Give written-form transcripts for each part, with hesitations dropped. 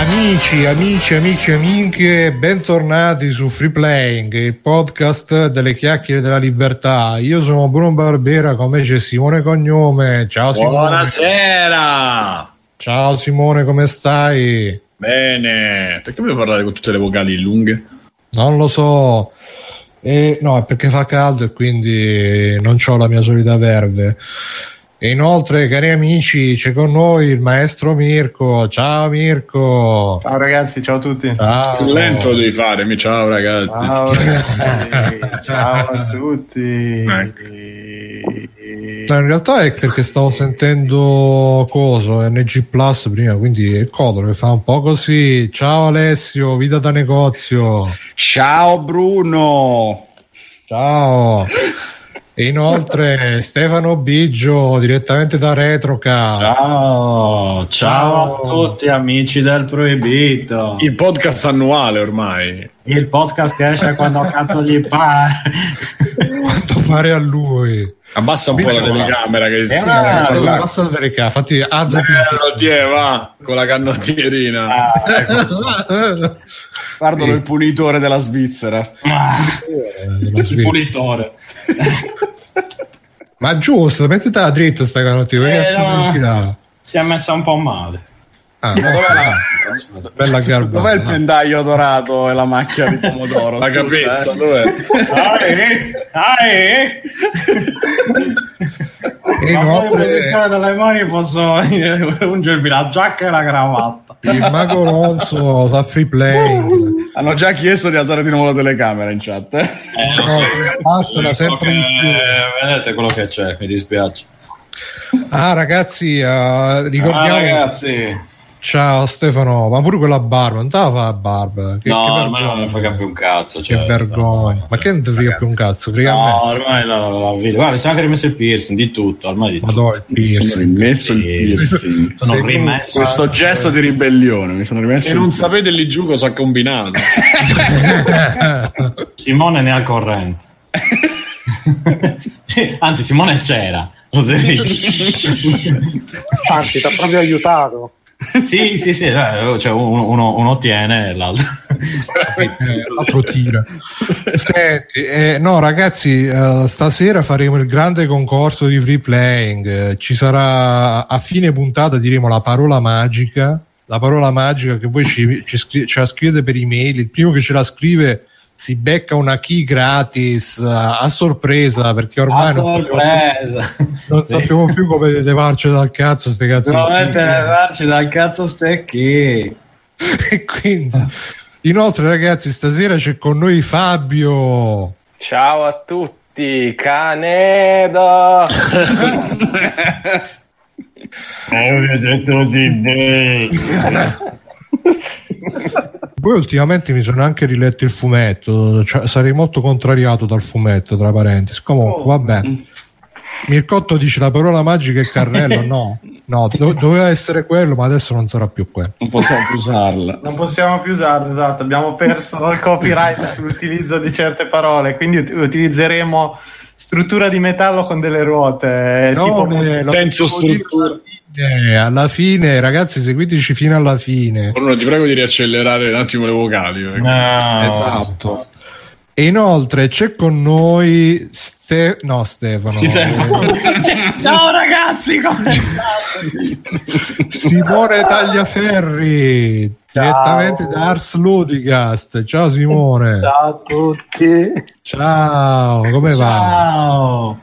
Amici, amiche, bentornati su Free Playing, il podcast delle chiacchiere della libertà. Io sono Bruno Barbera, con me c'è Simone Cognome. Ciao Simone. Buonasera. Ciao Simone, come stai? Bene. Perché dobbiamo parlare con tutte le vocali lunghe? Non lo so. No, è perché fa caldo e quindi non c'ho la mia solita verve. E inoltre, cari amici, c'è con noi il maestro Mirko. Ciao Mirko. Ciao ragazzi, ciao a tutti. Ciao. Più lento lo devi fare. Ciao ragazzi. Ciao ragazzi. Ciao a tutti. No, in realtà è perché stavo sentendo NG Plus prima, quindi è Codolo che fa un po' così. Ciao Alessio, vita da negozio. Ciao Bruno. Ciao. E inoltre Stefano Biggio direttamente da Retrocast. Ciao a tutti amici del Proibito. Il podcast annuale ormai. Il podcast che esce quando cazzo gli pare. Quanto pare a lui. Abbassa un po' la telecamera che abbassa la telecamera. Fatti va con la cannottierina. Guardalo il punitore della Svizzera. Il pulitore. Ma giusto, mettila dritta sta canottiera. Si è messa un po' male. Bella garbata. Dov'è il pendaglio dorato e la macchia di pomodoro? La capezza, dov'è? E in posizione delle mani posso ungervi la giacca e la cravatta. Il mago Ronzo da Free Playing. Hanno già chiesto di alzare di nuovo la telecamera in chat. Passala sempre di più. Vedete quello che c'è, mi dispiace. Ragazzi, ricordiamo. Ragazzi. Ciao Stefano, ma pure quella barba, non te la fa la barba? No, ormai non mi frega più un cazzo. Che vergogna. Ma che non ti frega più un cazzo? Frega no, a me. Ormai la vedo. Guarda, mi sono anche rimesso il piercing, di tutto. Ormai di tutto. Madonna, il piercing. Sono rimesso il piercing. Sono rimesso. Questo gesto di ribellione, mi sono rimesso. E non sapete lì giù cosa ha combinato. Simone ne è al corrente. Anzi, Simone c'era. Anzi, ti ha proprio aiutato. Sì, cioè uno tiene e l'altro tira. Senti, no ragazzi, stasera faremo il grande concorso di Free Playing. Ci sarà a fine puntata, diremo la parola magica che voi ce la scrivete per email. Il primo che ce la scrive si becca una key gratis a sorpresa, perché ormai non sappiamo più come levarci dal cazzo ste cazzo. Dovete levarci dal cazzo ste key. E quindi inoltre ragazzi, stasera c'è con noi Fabio. Ciao a tutti, Caneda. Poi ultimamente mi sono anche riletto il fumetto, cioè, sarei molto contrariato dal fumetto, tra parentesi. Comunque vabbè, Mircotto dice la parola magica è carrello. no, doveva essere quello, ma adesso non sarà più quello. Non possiamo più usarla. Non possiamo più usarlo, esatto. Abbiamo perso il copyright sull'utilizzo di certe parole, quindi utilizzeremo struttura di metallo con delle ruote. Struttura. Alla fine, ragazzi, seguiteci fino alla fine. Bruno, ti prego di riaccelerare un attimo le vocali. Esatto. E inoltre c'è con noi Stefano. Ciao ragazzi, come Simone Tagliaferri, direttamente da Ars Ludicast. Ciao Simone. Ciao a tutti. Ciao, come va?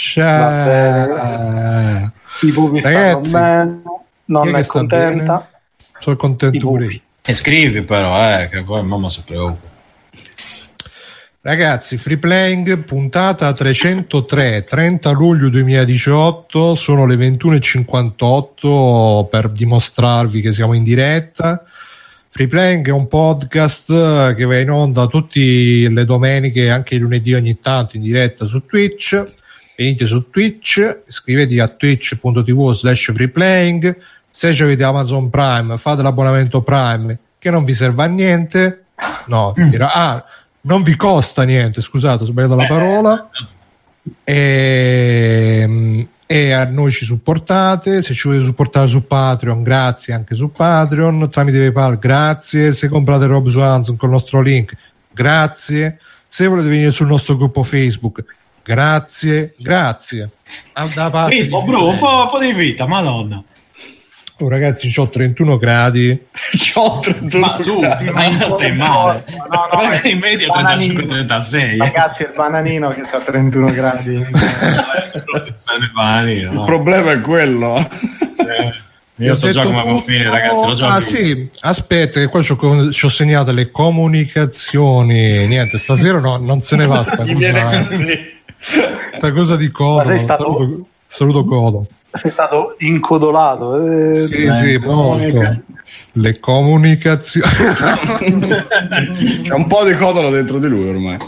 Ciao. I pupi stanno bene, nonna è contenta. Sono contento pure. E scrivi però, che poi mamma si preoccupa. Ragazzi, Free Playing, puntata 303, 30 luglio 2018, sono le 21:58 per dimostrarvi che siamo in diretta. Free Playing è un podcast che va in onda tutte le domeniche e anche i lunedì ogni tanto in diretta su Twitch. Venite su Twitch, iscrivetevi a twitch.tv/freeplaying. Se avete Amazon Prime, fate l'abbonamento Prime che non vi serve a niente. No, non vi costa niente, scusate, ho sbagliato la parola. E e a noi ci supportate. Se ci volete supportare su Patreon, grazie anche su Patreon, tramite PayPal, grazie. Se comprate robe su Amazon con il nostro link, grazie. Se volete venire sul nostro gruppo Facebook, grazie. Da parte Bro, un po' di vita, madonna. Oh, ragazzi, c'ho 31 gradi. C'ho 31 Ma tu stai male. Perché in media 35-36. Ragazzi, il bananino che fa 31 gradi. Il problema è quello. Io so già come va a finire, ragazzi. L'ho già visto. Sì, aspetta, che qua ci ho segnato le comunicazioni. Niente, stasera non se ne va sta cosa di Codo. Saluto Codo. Sei stato incodolato. Sì, molto. Le comunicazioni. C'è un po' di codolo dentro di lui ormai.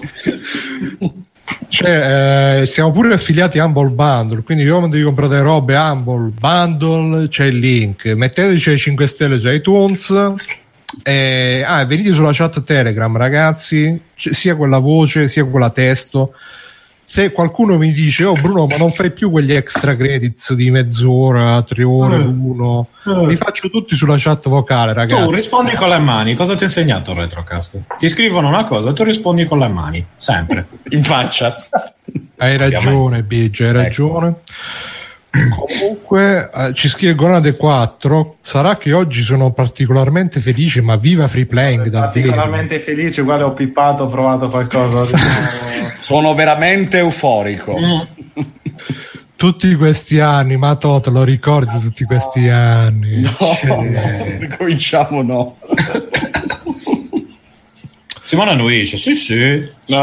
Siamo pure affiliati a Humble Bundle, quindi quando vi comprate robe Humble Bundle c'è il link, metteteci 5 stelle su iTunes venite sulla chat Telegram, ragazzi, sia quella voce sia quella testo. Se qualcuno mi dice Bruno, ma non fai più quegli extra credits di mezz'ora, 3 ore l'uno, li faccio tutti sulla chat vocale, ragazzi. Tu rispondi con le mani. Cosa ti ha insegnato il Retrocast? Ti scrivono una cosa, tu rispondi con le mani, sempre in faccia. Hai ragione, Biggio, hai ragione. Comunque ci scrive Gonade 4. Sarà che oggi sono particolarmente felice, ma viva Free Playing davvero. Particolarmente felice, guarda, ho pippato, ho provato qualcosa. Sono veramente euforico. Tutti questi anni, ma te lo ricordi tutti questi anni? No, cominciamo no. Simone annuisce, sì. No,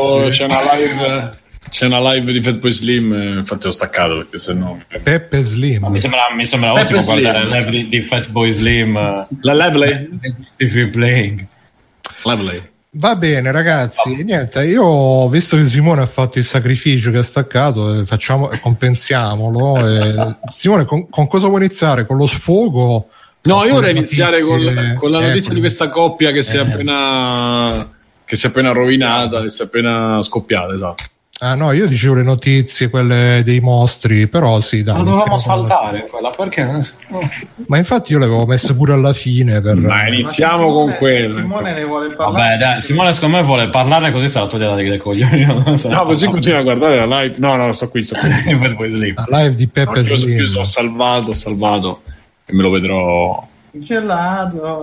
c'è una live di Fatboy Slim, infatti ho staccato perché sennò Peppe Slim. Mi sembra Peppe ottimo Slim, guardare la live di Fatboy Slim. la Lively di Free Playing. Lively. Va bene, ragazzi, niente, io visto che Simone ha fatto il sacrificio che ha staccato, compensiamolo. Simone, con cosa vuoi iniziare? Con lo sfogo? No, io vorrei iniziare con la notizia di questa coppia che si è appena rovinata, che si è appena scoppiata, esatto. Ah no, io dicevo le notizie, quelle dei mostri, però sì, dai. Ma dovevamo saltare quella, perché? Ma infatti io l'avevo messa pure alla fine per... Ma iniziamo con quello. Simone ne vuole parlare. Vabbè, dai, Simone secondo me vuole parlarne, così se la togliere dai coglioni. No, così continua a guardare la live. No, sto qui. La live di Peppe Slim. Io sono salvato e me lo vedrò. Gelato.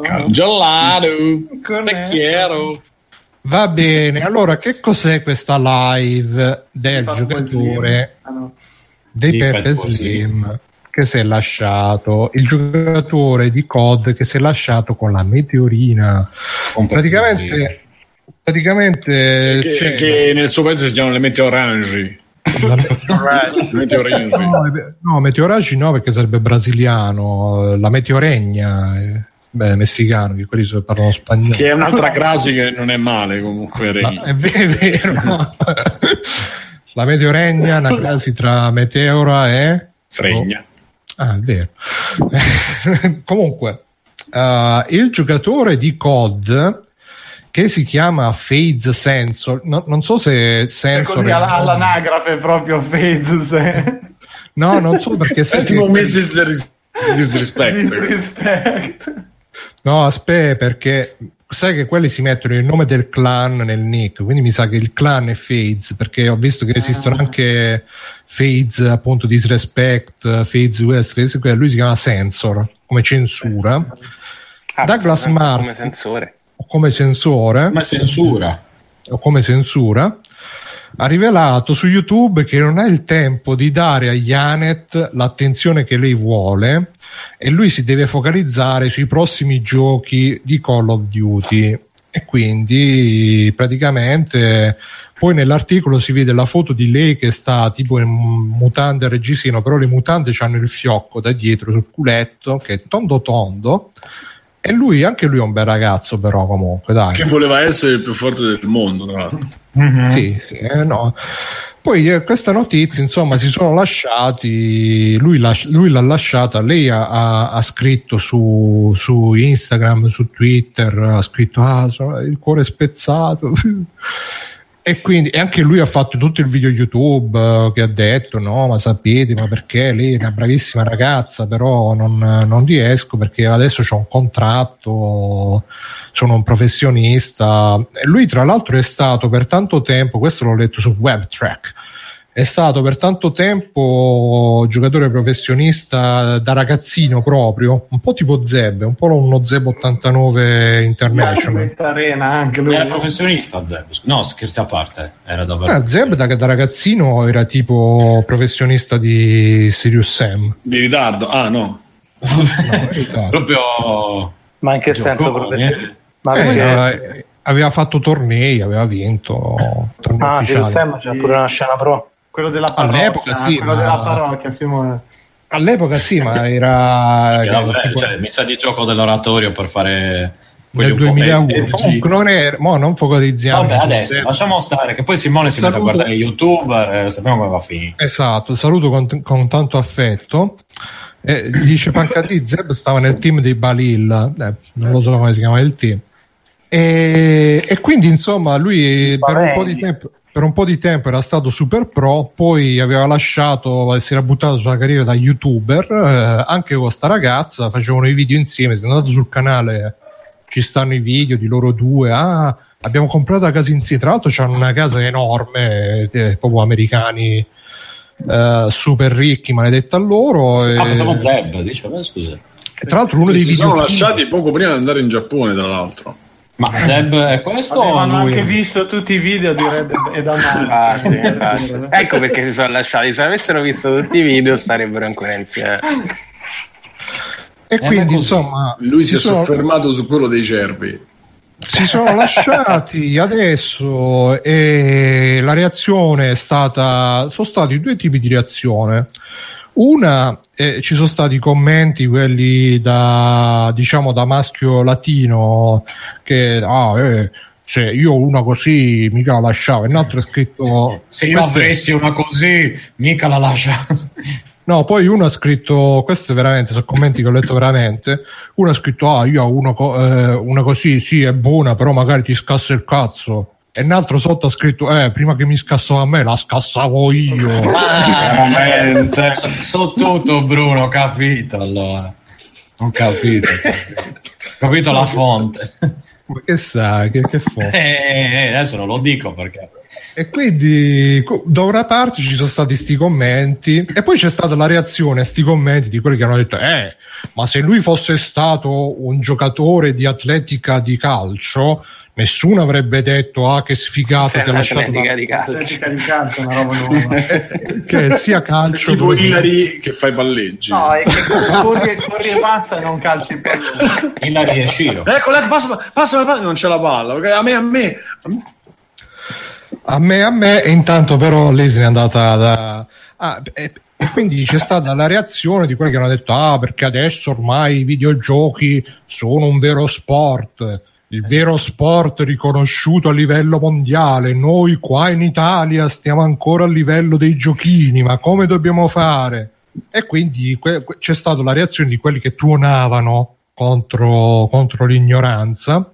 Te quiero. Va bene, allora che cos'è questa live del giocatore dei Peppe Slim che si è lasciato, il giocatore di COD che si è lasciato con la meteorina? Praticamente che nel suo paese si chiamano le meteorangi. No, meteoragi no, perché sarebbe brasiliano. La meteoregna messicano, che quelli parlano spagnolo, che è un'altra crasi che non è male comunque. È vero. La meteoregna, una crasi tra meteora e fregna. È vero. Comunque il giocatore di COD che si chiama Phase Sensor, non so se Sensor così all'anagrafe proprio Phase. No, non so perché disrespect. No, aspetta, perché sai che quelli si mettono il nome del clan nel nick, quindi mi sa che il clan è Phase, perché ho visto che esistono anche Phase appunto Disrespect, Phase West, Phase, lui si chiama Sensor come censura. Douglas Martin come censura ha rivelato su YouTube che non ha il tempo di dare a Janet l'attenzione che lei vuole e lui si deve focalizzare sui prossimi giochi di Call of Duty, e quindi praticamente poi nell'articolo si vede la foto di lei che sta tipo in mutande a reggiseno, però le mutande hanno il fiocco da dietro sul culetto che è tondo, e anche lui è un bel ragazzo, però comunque dai, che voleva essere il più forte del mondo, tra l'altro. Sì, no. Poi questa notizia, insomma, si sono lasciati, lui l'ha lasciata, lei ha scritto su Instagram, su Twitter, ha scritto il cuore è spezzato E quindi anche lui ha fatto tutto il video YouTube che ha detto no, ma sapete, ma perché lei è una bravissima ragazza, però non riesco perché adesso c'ho un contratto, sono un professionista. E lui tra l'altro è stato per tanto tempo, questo l'ho letto su WebTrack, è stato per tanto tempo giocatore professionista da ragazzino proprio, un po' tipo Zeb, un po' uno Zeb 89 International. Arena anche lui. Era professionista Zeb, no, scherzi a parte, era davvero. Zeb da ragazzino era tipo professionista di Serious Sam. Di ritardo? Ah no. Proprio. Ma in che senso professionista? Ma perché? Aveva fatto tornei, aveva vinto tornei ufficiali. Sam c'è pure una scena pro. Quello della parrocchia, all'epoca sì, quello della parrocchia, Simone. All'epoca sì, ma era tipo... mi sa di gioco dell'oratorio per fare nel 2001. Comunque non focalizziamo. Vabbè, adesso lasciamo stare che poi Simone si mette a guardare YouTuber, sappiamo come va a finire. Esatto, saluto con tanto affetto. Dice Pancati, Zeb stava nel team dei Balil, non lo so come si chiama il team. E quindi insomma lui per un po' di tempo era stato super pro, poi aveva lasciato, si era buttato sulla carriera da youtuber, anche con sta ragazza facevano i video insieme. Se andate sul canale ci stanno i video di loro due, abbiamo comprato la casa insieme, tra l'altro c'hanno una casa enorme, proprio americani, super ricchi, maledetta a loro. Pensavo Zeb, diceva, scusa. E tra l'altro uno dei video si sono lasciati poco prima di andare in Giappone, tra l'altro. Ma Zeb è questo? Avevano anche visto tutti i video di Red e Damar. Ecco perché si sono lasciati. Se avessero visto tutti i video sarebbero ancora insieme. E quindi insomma lui si è soffermato su quello dei cervi. Si sono lasciati adesso e la reazione è stata, sono stati due tipi di reazione. Una, ci sono stati commenti, quelli da maschio latino, che cioè io una così mica la lasciavo, e un altro è scritto se io avessi una così mica la lasciavo. No, poi uno ha scritto, questo veramente sono commenti che ho letto veramente, uno ha scritto io ho una così sì è buona, però magari ti scassa il cazzo. E un altro sotto ha scritto prima che mi scassava a me la scassavo io. Veramente. So tutto, Bruno, ho capito allora. Ho capito la fonte. Ma che sai, che fonte? Adesso non lo dico perché. E quindi da una parte ci sono stati sti commenti e poi c'è stata la reazione a sti commenti di quelli che hanno detto ma se lui fosse stato un giocatore di atletica di calcio nessuno avrebbe detto che sfigato che ha lasciato atletica di calcio, una roba nuova. Che sia calcio tipo Ilari che fa i palleggi. No, è che corri e passa e non calci il pallone. Ilari e Ciro. Ecco, passa, non c'è la palla, okay? A me e intanto però lei se n'è andata e quindi c'è stata la reazione di quelli che hanno detto perché adesso ormai i videogiochi sono un vero sport, il vero sport riconosciuto a livello mondiale, noi qua in Italia stiamo ancora a livello dei giochini, ma come dobbiamo fare? E quindi c'è stata la reazione di quelli che tuonavano contro l'ignoranza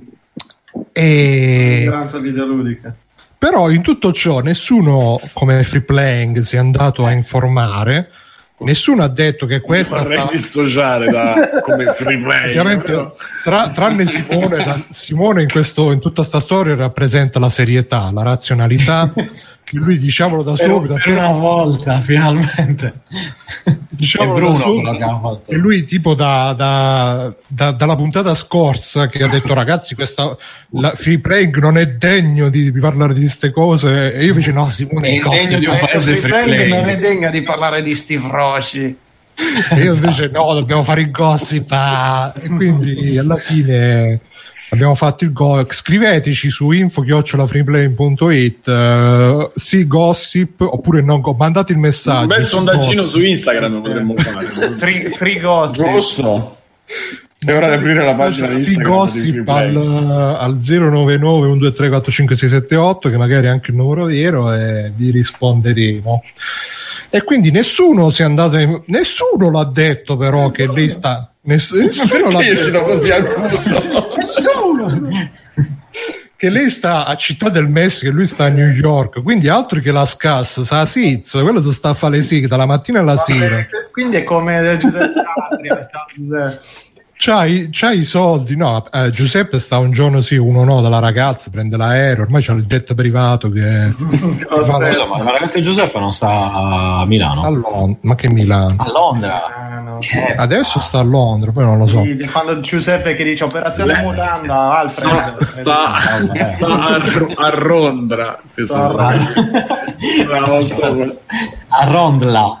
l'ignoranza videoludica. Però in tutto ciò nessuno, come Free Playing, si è andato a informare, nessuno ha detto che questa vorrei dissociare da come Free Playing. Ovviamente, tranne Simone in tutta sta storia rappresenta la serietà, la razionalità, che lui diciamolo da subito. Per una volta, finalmente. Diciamolo da subito. E lui tipo dalla puntata scorsa che ha detto ragazzi la Free Playing non è degno di parlare di queste cose, e io invece no, Simone è degno di un paese Free Playing non è degno di parlare di Steve Rossi. E io invece no, dobbiamo fare il gossip e quindi alla fine abbiamo fatto il scriveteci su info@freeplaying.it sì gossip oppure no, mandate il messaggio, un bel sondaggino su Instagram potremmo fare free gossip, giusto? È ora di aprire la pagina di Instagram gossip al 099 123 45678 che magari è anche il numero vero e vi risponderemo. E quindi nessuno si è andato nessuno l'ha detto però che lei sta nessuno l'ha detto così al che lei sta a Città del Messico e lui sta a New York, quindi altro che la scassa, sa Sizza, quello si sta a fare le sighe dalla mattina alla sera. Quindi è come Giuseppe Adria, c'hai i soldi, no? Giuseppe sta un giorno sì, uno no, dalla ragazza, prende l'aereo, ormai c'ha il jet privato che ma la ragazza di Giuseppe non sta a Milano? Ma che Milano? A Londra. No. Adesso sta a Londra, poi non lo so. Sì, quando Giuseppe che dice operazione mutanda, sta a Rondra. A Rondla.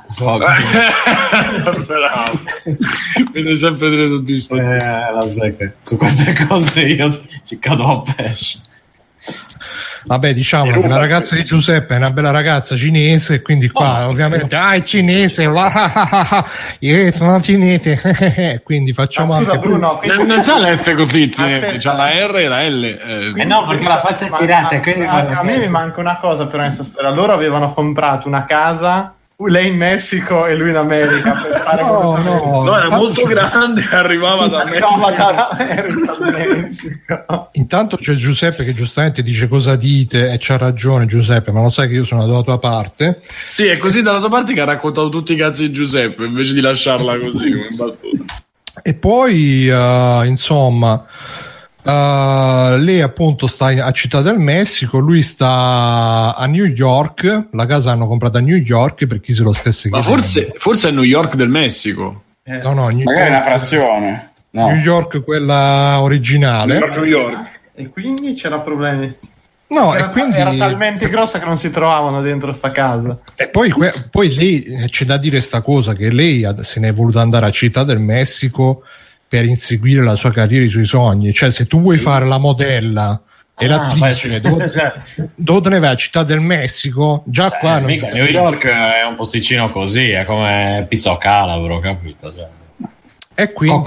Bravo. Vedo sempre delle soddisfazioni. Lo sai che su queste cose io ci cado a pesce. Vabbè, diciamo che la ragazza di Giuseppe è una bella ragazza cinese, quindi qua ovviamente è cinese, io sono cinese, quindi facciamo anche Bruno, non c'ha la F così, c'ha la R e la L. No, perché la faccia è tirata. A me mi manca una cosa però in stasera. Loro avevano comprato una casa, lei in Messico e lui in America per fare no, era molto grande, arrivava da Messico. Intanto c'è Giuseppe che giustamente dice cosa dite e c'ha ragione Giuseppe, ma lo sai che io sono dalla tua parte. Sì, è così dalla tua parte che ha raccontato tutti i cazzi di Giuseppe invece di lasciarla così come battuta. E poi insomma lei appunto sta a Città del Messico, lui sta a New York, la casa hanno comprata a New York per chi se lo stesse chiedendo. Ma forse è New York del Messico. No, magari è una frazione. No. New York quella originale. New York. E quindi c'era problemi. No, era talmente grossa che non si trovavano dentro sta casa. E poi lei c'è da dire sta cosa che lei se ne è voluta andare a Città del Messico per inseguire la sua carriera, i suoi sogni. Cioè, se tu vuoi fare la modella e l'attrice, dove te ne vai? A Città del Messico? Già qua non mica New York è un posticino così, è come Pizzo Calabro, capito? Cioè, e quindi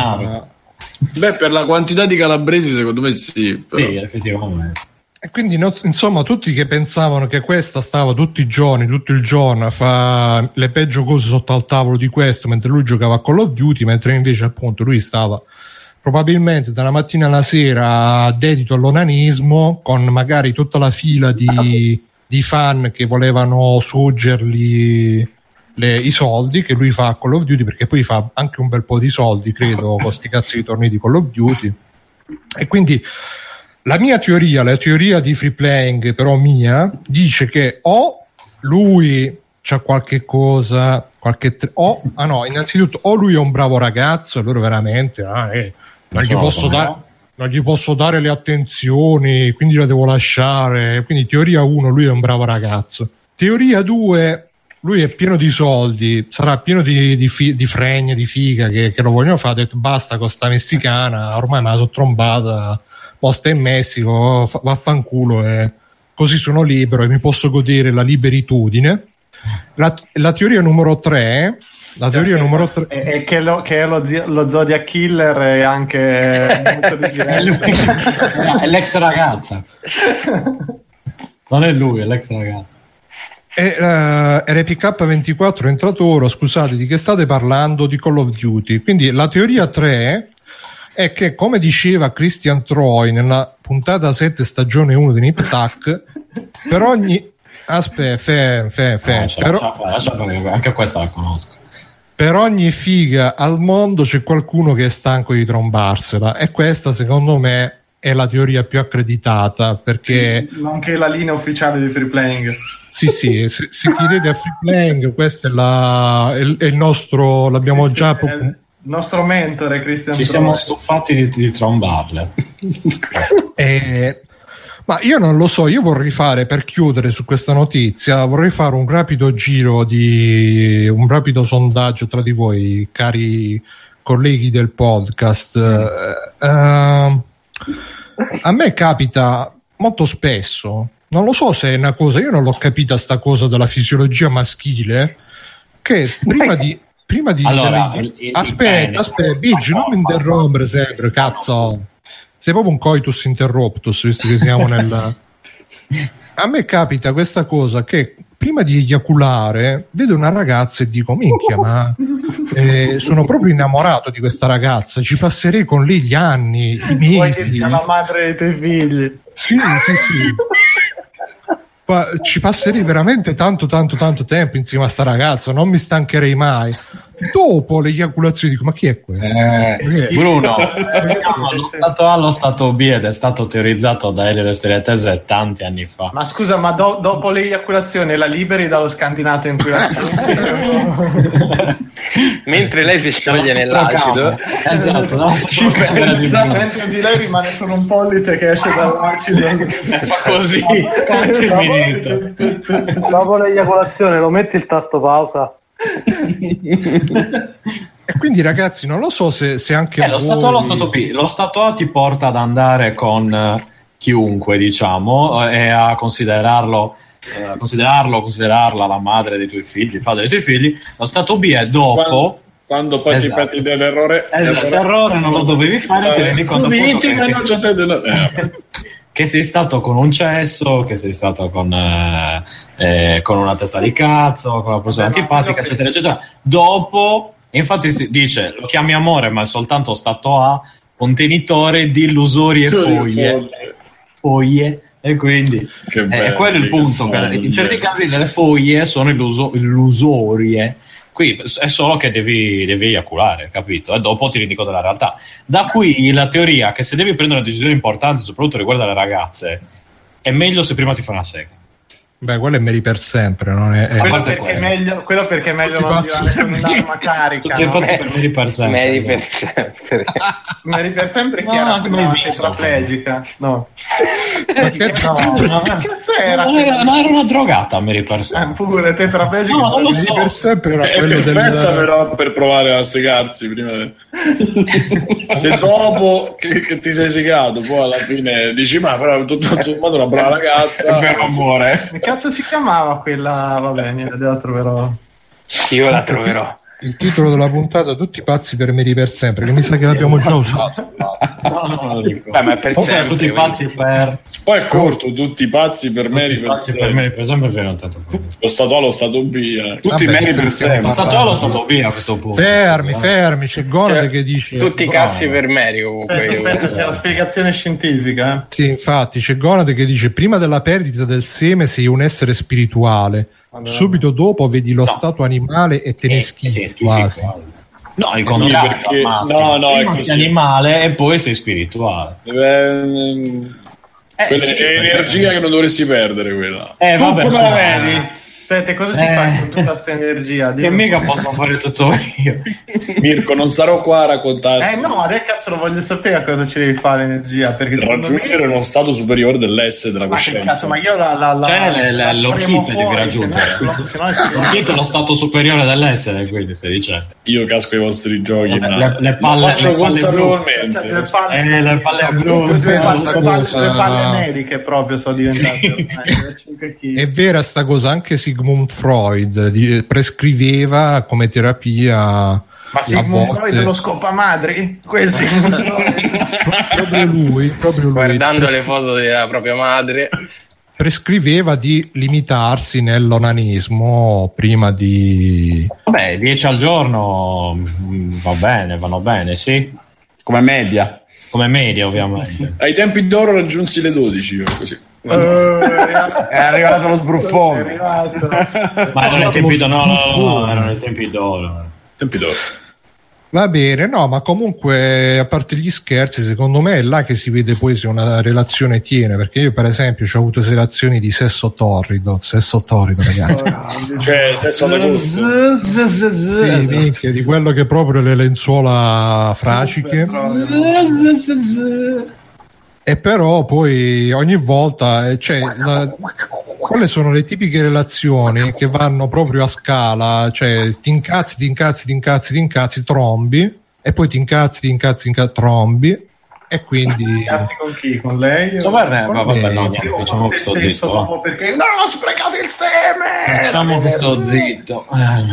beh, per la quantità di calabresi secondo me sì. Però. Sì, effettivamente. E quindi insomma tutti che pensavano che questa stava tutto il giorno a fare le peggio cose sotto al tavolo di questo mentre lui giocava a Call of Duty, mentre invece appunto lui stava probabilmente dalla mattina alla sera dedito all'onanismo con magari tutta la fila di fan che volevano suggergli i soldi che lui fa a Call of Duty, perché poi fa anche un bel po' di soldi credo con sti cazzi di tornei di Call of Duty. E quindi la mia teoria, la teoria di free playing però mia, dice che o lui c'ha qualche cosa, innanzitutto o lui è un bravo ragazzo e loro veramente non gli posso dare le attenzioni, quindi la devo lasciare. Quindi teoria 1, lui è un bravo ragazzo. Teoria 2, lui è pieno di soldi, sarà pieno di fregne, di figa che lo vogliono fare, ha detto basta con sta messicana, ormai me la sono trombata, sta in Messico, vaffanculo, e così sono libero e mi posso godere la liberitudine. La teoria numero 3 è che è lo Zodiac Killer e anche è l'ex ragazza, non è lui, è l'ex ragazza. RPK24 è entrato ora, scusate, di che state parlando? Di Call of Duty. Quindi la teoria 3 è che, come diceva Christian Troy nella puntata 7 stagione 1 di Nip Tuck, per ogni anche questa la conosco. Per ogni figa al mondo c'è qualcuno che è stanco di trombarsela, e questa secondo me è la teoria più accreditata, perché nonché la linea ufficiale di free playing. Sì, se chiedete a free playing, questo è il nostro, l'abbiamo già il nostro mentore Christian Ci Troy. Siamo stufati di trombarle. Ma io non lo so, io vorrei fare, per chiudere su questa notizia, vorrei fare un rapido un rapido sondaggio tra di voi, cari colleghi del podcast. A me capita molto spesso, non lo so se è una cosa, io non l'ho capita sta cosa della fisiologia maschile, che prima di allora, aspetta, Bigi, non mi interrompere sempre, cazzo. Sei proprio un coitus interruptus, visto che siamo nel... A me capita questa cosa che prima di eiaculare vedo una ragazza e dico minchia, ma sono proprio innamorato di questa ragazza, ci passerei con lei gli anni, i Vuoi che mesi. sia la madre dei tuoi figli? Sì. Ma ci passerei veramente tanto tempo insieme a sta ragazza, non mi stancherei mai. Dopo l'eiaculazione dico: ma chi è questo? Bruno, lo stato A, lo stato B ed è stato teorizzato da Elio Steriatese tanti anni fa. Ma scusa, ma dopo l'eiaculazione la liberi dallo scantinato in cui la mentre lei si scioglie nell'acido, esatto, dentro di lei rimane solo un pollice che esce dall'acido. fa così. Dopo l'eiaculazione lo metti il tasto pausa. E quindi ragazzi non lo so se anche lo stato A, lo stato B. Lo stato A ti porta ad andare con chiunque, diciamo, e a considerarla la madre dei tuoi figli, il padre dei tuoi figli. Lo stato B è dopo, quando poi ti peti dell'errore, l'errore non lo dovevi fare, ti rendi conto che sei stato con un cesso, che sei stato con una testa di cazzo, con una persona antipatica, eccetera, eccetera. Dopo, infatti si dice, lo chiami amore, ma è soltanto stato A, contenitore di illusorie foglie, e quindi è quello il punto. In certi casi le foglie sono illusorie. Qui è solo che devi eiaculare, capito? E dopo ti rendi conto della realtà. Da qui la teoria che se devi prendere una decisione importante, soprattutto riguardo alle ragazze, è meglio se prima ti fai una sega. Beh, quello è meglio per sempre, non è quello perché è meglio non tirare con un'arma carica. Tutti i pazzi per Mary per sempre. Mary per sempre che era tetraplegica. No. Che cazzo era? Non era una drogata Mary per sempre. Pure tetraplegica. No, non lo so. Per sempre era è quello perfetta però per provare a segarsi prima. Se dopo che ti sei segato poi alla fine dici ma però tutto sommato una brava ragazza per amore. Che cazzo si chiamava quella? Vabbè, niente, la troverò. Io la troverò. Il titolo della puntata: tutti pazzi per Mary per sempre, che mi sa che l'abbiamo già usato. No, ma è per sempre, tutti pazzi per. Poi è corto, tutti pazzi per Mary per sempre. Per Mary per sempre non tanto. Lo stato A, lo stato B. Tutti Mary per sempre. Lo stato A, lo stato B a questo punto. Fermi, c'è Gonade che dice tutti cazzi per Mary comunque. C'è la spiegazione scientifica. Sì, infatti c'è Gonade che dice: prima della perdita del seme sei un essere spirituale, subito dopo vedi lo stato animale e te ne schifi quasi. No, il contrario, perché prima sei animale e poi sei spirituale. Quella è energia che non dovresti perdere, quella. Vabbè, come la vedi? Aspetta, cosa ci fai con tutta questa energia? Che mica posso fare tutto io. Mirko, non sarò qua a raccontarti. No, adesso cazzo lo voglio sapere a cosa ci devi fare l'energia, perché raggiungere uno stato superiore dell'essere della coscienza. Cazzo, ma io l'orchite devi raggiungere. L'orchite è lo stato superiore dell'essere, quindi stai dicendo. Io casco ai vostri giochi. Le palle faccio consapevolmente. Le palle blu. Le palle mediche proprio sono diventate. È vera sta cosa, anche Sigmund Freud prescriveva come terapia. Ma Sigmund Freud lo scopamadri? Quel Sigmund Freud. proprio lui guardando le foto della propria madre prescriveva di limitarsi nell'onanismo prima di 10 al giorno vanno bene, sì, come media ovviamente. Ai tempi d'oro raggiunsi le 12 io così. È arrivato lo sbruffone. Ma erano i tempi d'oro, erano i tempi d'oro. Va bene, no, ma comunque a parte gli scherzi, secondo me è là che si vede poi se una relazione tiene, perché io per esempio ho avuto relazioni di sesso torrido ragazzi. Cioè sesso sì, minchia, di quello che proprio le lenzuola fraciche. E però poi ogni volta quelle sono le tipiche relazioni che vanno proprio a scala, cioè ti incazzi, trombi, e poi ti incazzi, trombi, e quindi incazzi con chi? Con lei? Facciamo questo zitto. Perché no, ho sprecato il seme! Facciamo questo zitto.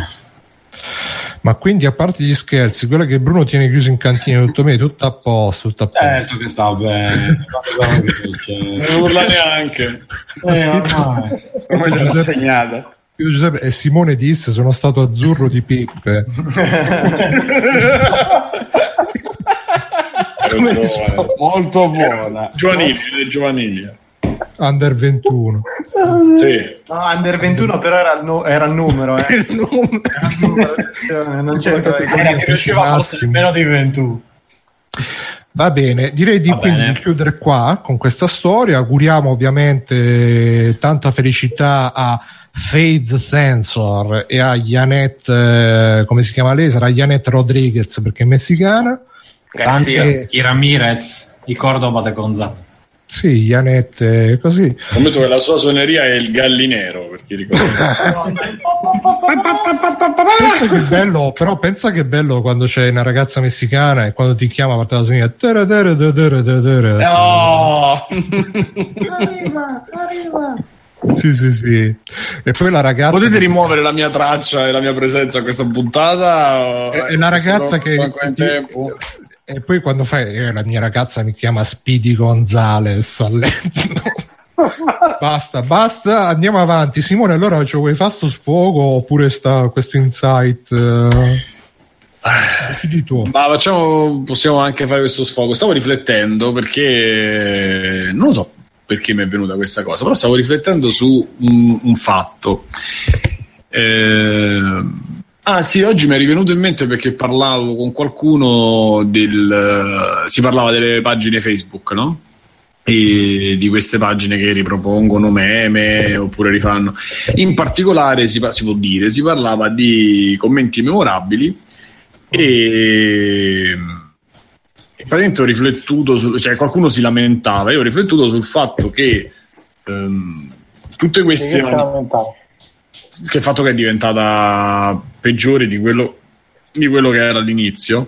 Ma quindi a parte gli scherzi, quella che Bruno tiene chiuso in cantina tutto me, tutto a posto. Certo che sta bene. Non urla neanche. Come se l'ho segnata. Giuseppe, e Simone disse: sono stato azzurro di pippe. molto buona. Giovanili. Under 21. Sì. No, Under 21 però era il numero. Il numero. Era il numero, non c'è che riusciva a fosse meno di 21. Va bene, direi di chiudere qua con questa storia. Auguriamo ovviamente tanta felicità a Phase Sensor e a Janet, come si chiama lei? Sarà Janet Rodriguez perché è messicana. Anche i Ramirez, i Cordoba de Gonzalez. Sì, Janet così. Scommetto che la sua suoneria è il gallinero, per chi ricorda. Pensa che bello, però pensa che è bello quando c'è una ragazza messicana e quando ti chiama parte la suoneria. Arriva. Sì. E poi la ragazza. Potete rimuovere la mia traccia e la mia presenza a questa puntata? È la ragazza che. Tempo. E poi quando fai la mia ragazza mi chiama Speedy Gonzales a letto. basta, andiamo avanti. Simone, allora vuoi fare sto sfogo oppure questo insight? Ma possiamo anche fare questo sfogo. Stavo riflettendo perché non lo so perché mi è venuta questa cosa, però stavo riflettendo su un fatto. Sì, oggi mi è rivenuto in mente perché parlavo con qualcuno si parlava delle pagine Facebook, no? E di queste pagine che ripropongono meme oppure rifanno. In particolare si parlava di commenti memorabili e praticamente ho riflettuto cioè qualcuno si lamentava, io ho riflettuto sul fatto che tutte queste che il fatto che è diventata peggiore di quello che era all'inizio.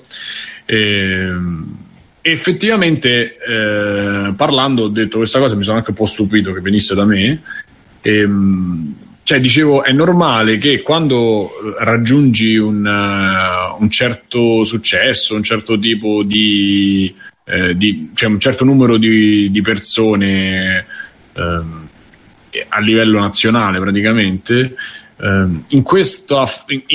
Effettivamente parlando ho detto questa cosa, mi sono anche un po' stupito che venisse da me. Cioè dicevo, è normale che quando raggiungi un certo successo, un certo tipo cioè un certo numero di persone a livello nazionale praticamente, in questo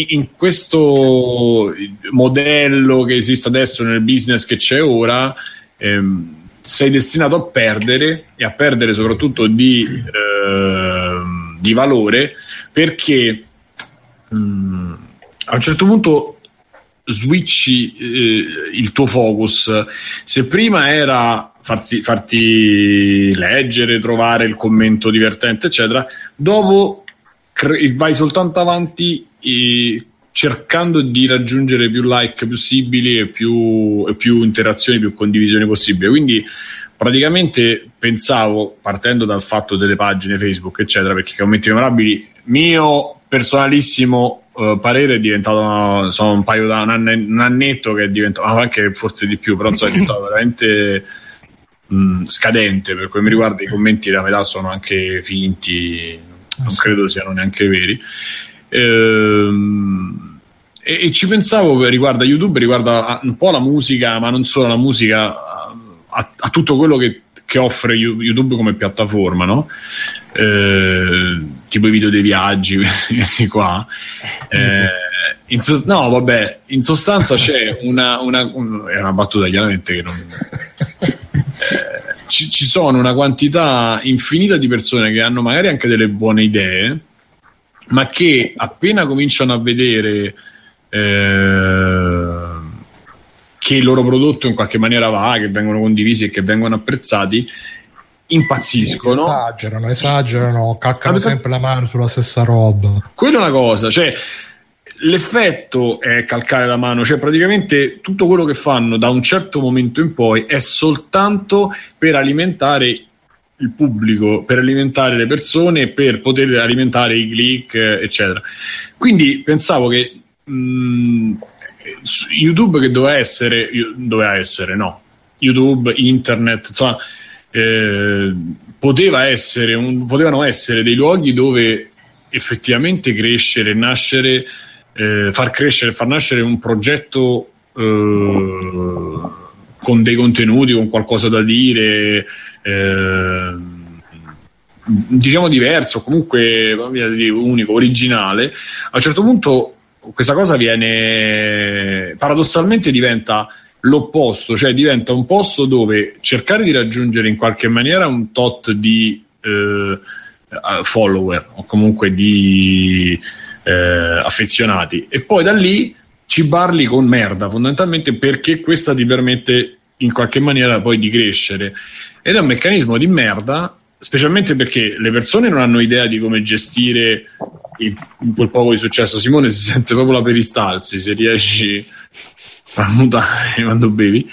modello che esiste adesso nel business che c'è ora, sei destinato a perdere, e a perdere soprattutto di valore, perché a un certo punto switchi il tuo focus. Se prima era farti leggere, trovare il commento divertente eccetera, dopo vai soltanto avanti cercando di raggiungere più like possibili e più interazioni, più condivisioni possibili. Quindi praticamente pensavo, partendo dal fatto delle pagine Facebook eccetera, perché i commenti memorabili, mio personalissimo parere, è diventato sono un paio da un annetto che è diventato, anche forse di più, però insomma, è diventato veramente scadente. Per quel mi riguarda, i commenti la metà sono anche finti, non credo siano neanche veri. E ci pensavo, riguarda YouTube, riguarda un po' la musica, ma non solo la musica, a tutto quello che offre YouTube come piattaforma, no? Tipo i video dei viaggi, questi qua. In sostanza c'è è una battuta chiaramente che non ci sono una quantità infinita di persone che hanno magari anche delle buone idee, ma che appena cominciano a vedere che il loro prodotto in qualche maniera va, che vengono condivisi e che vengono apprezzati, impazziscono, esagerano, caccano sempre la mano sulla stessa roba. Quella è una cosa, cioè l'effetto è calcare la mano, cioè praticamente tutto quello che fanno da un certo momento in poi è soltanto per alimentare il pubblico, per alimentare le persone, per poter alimentare i click eccetera. Quindi pensavo che YouTube, che doveva essere YouTube, internet, insomma, potevano essere dei luoghi dove effettivamente crescere, nascere, far nascere un progetto con dei contenuti, con qualcosa da dire, diciamo diverso, comunque unico, originale. A un certo punto questa cosa paradossalmente diventa l'opposto, cioè diventa un posto dove cercare di raggiungere in qualche maniera un tot di follower o comunque di affezionati, e poi da lì cibarli con merda fondamentalmente, perché questa ti permette in qualche maniera poi di crescere, ed è un meccanismo di merda, specialmente perché le persone non hanno idea di come gestire in quel poco di successo. Simone si sente proprio la peristalsi, se riesci a mutare quando bevi.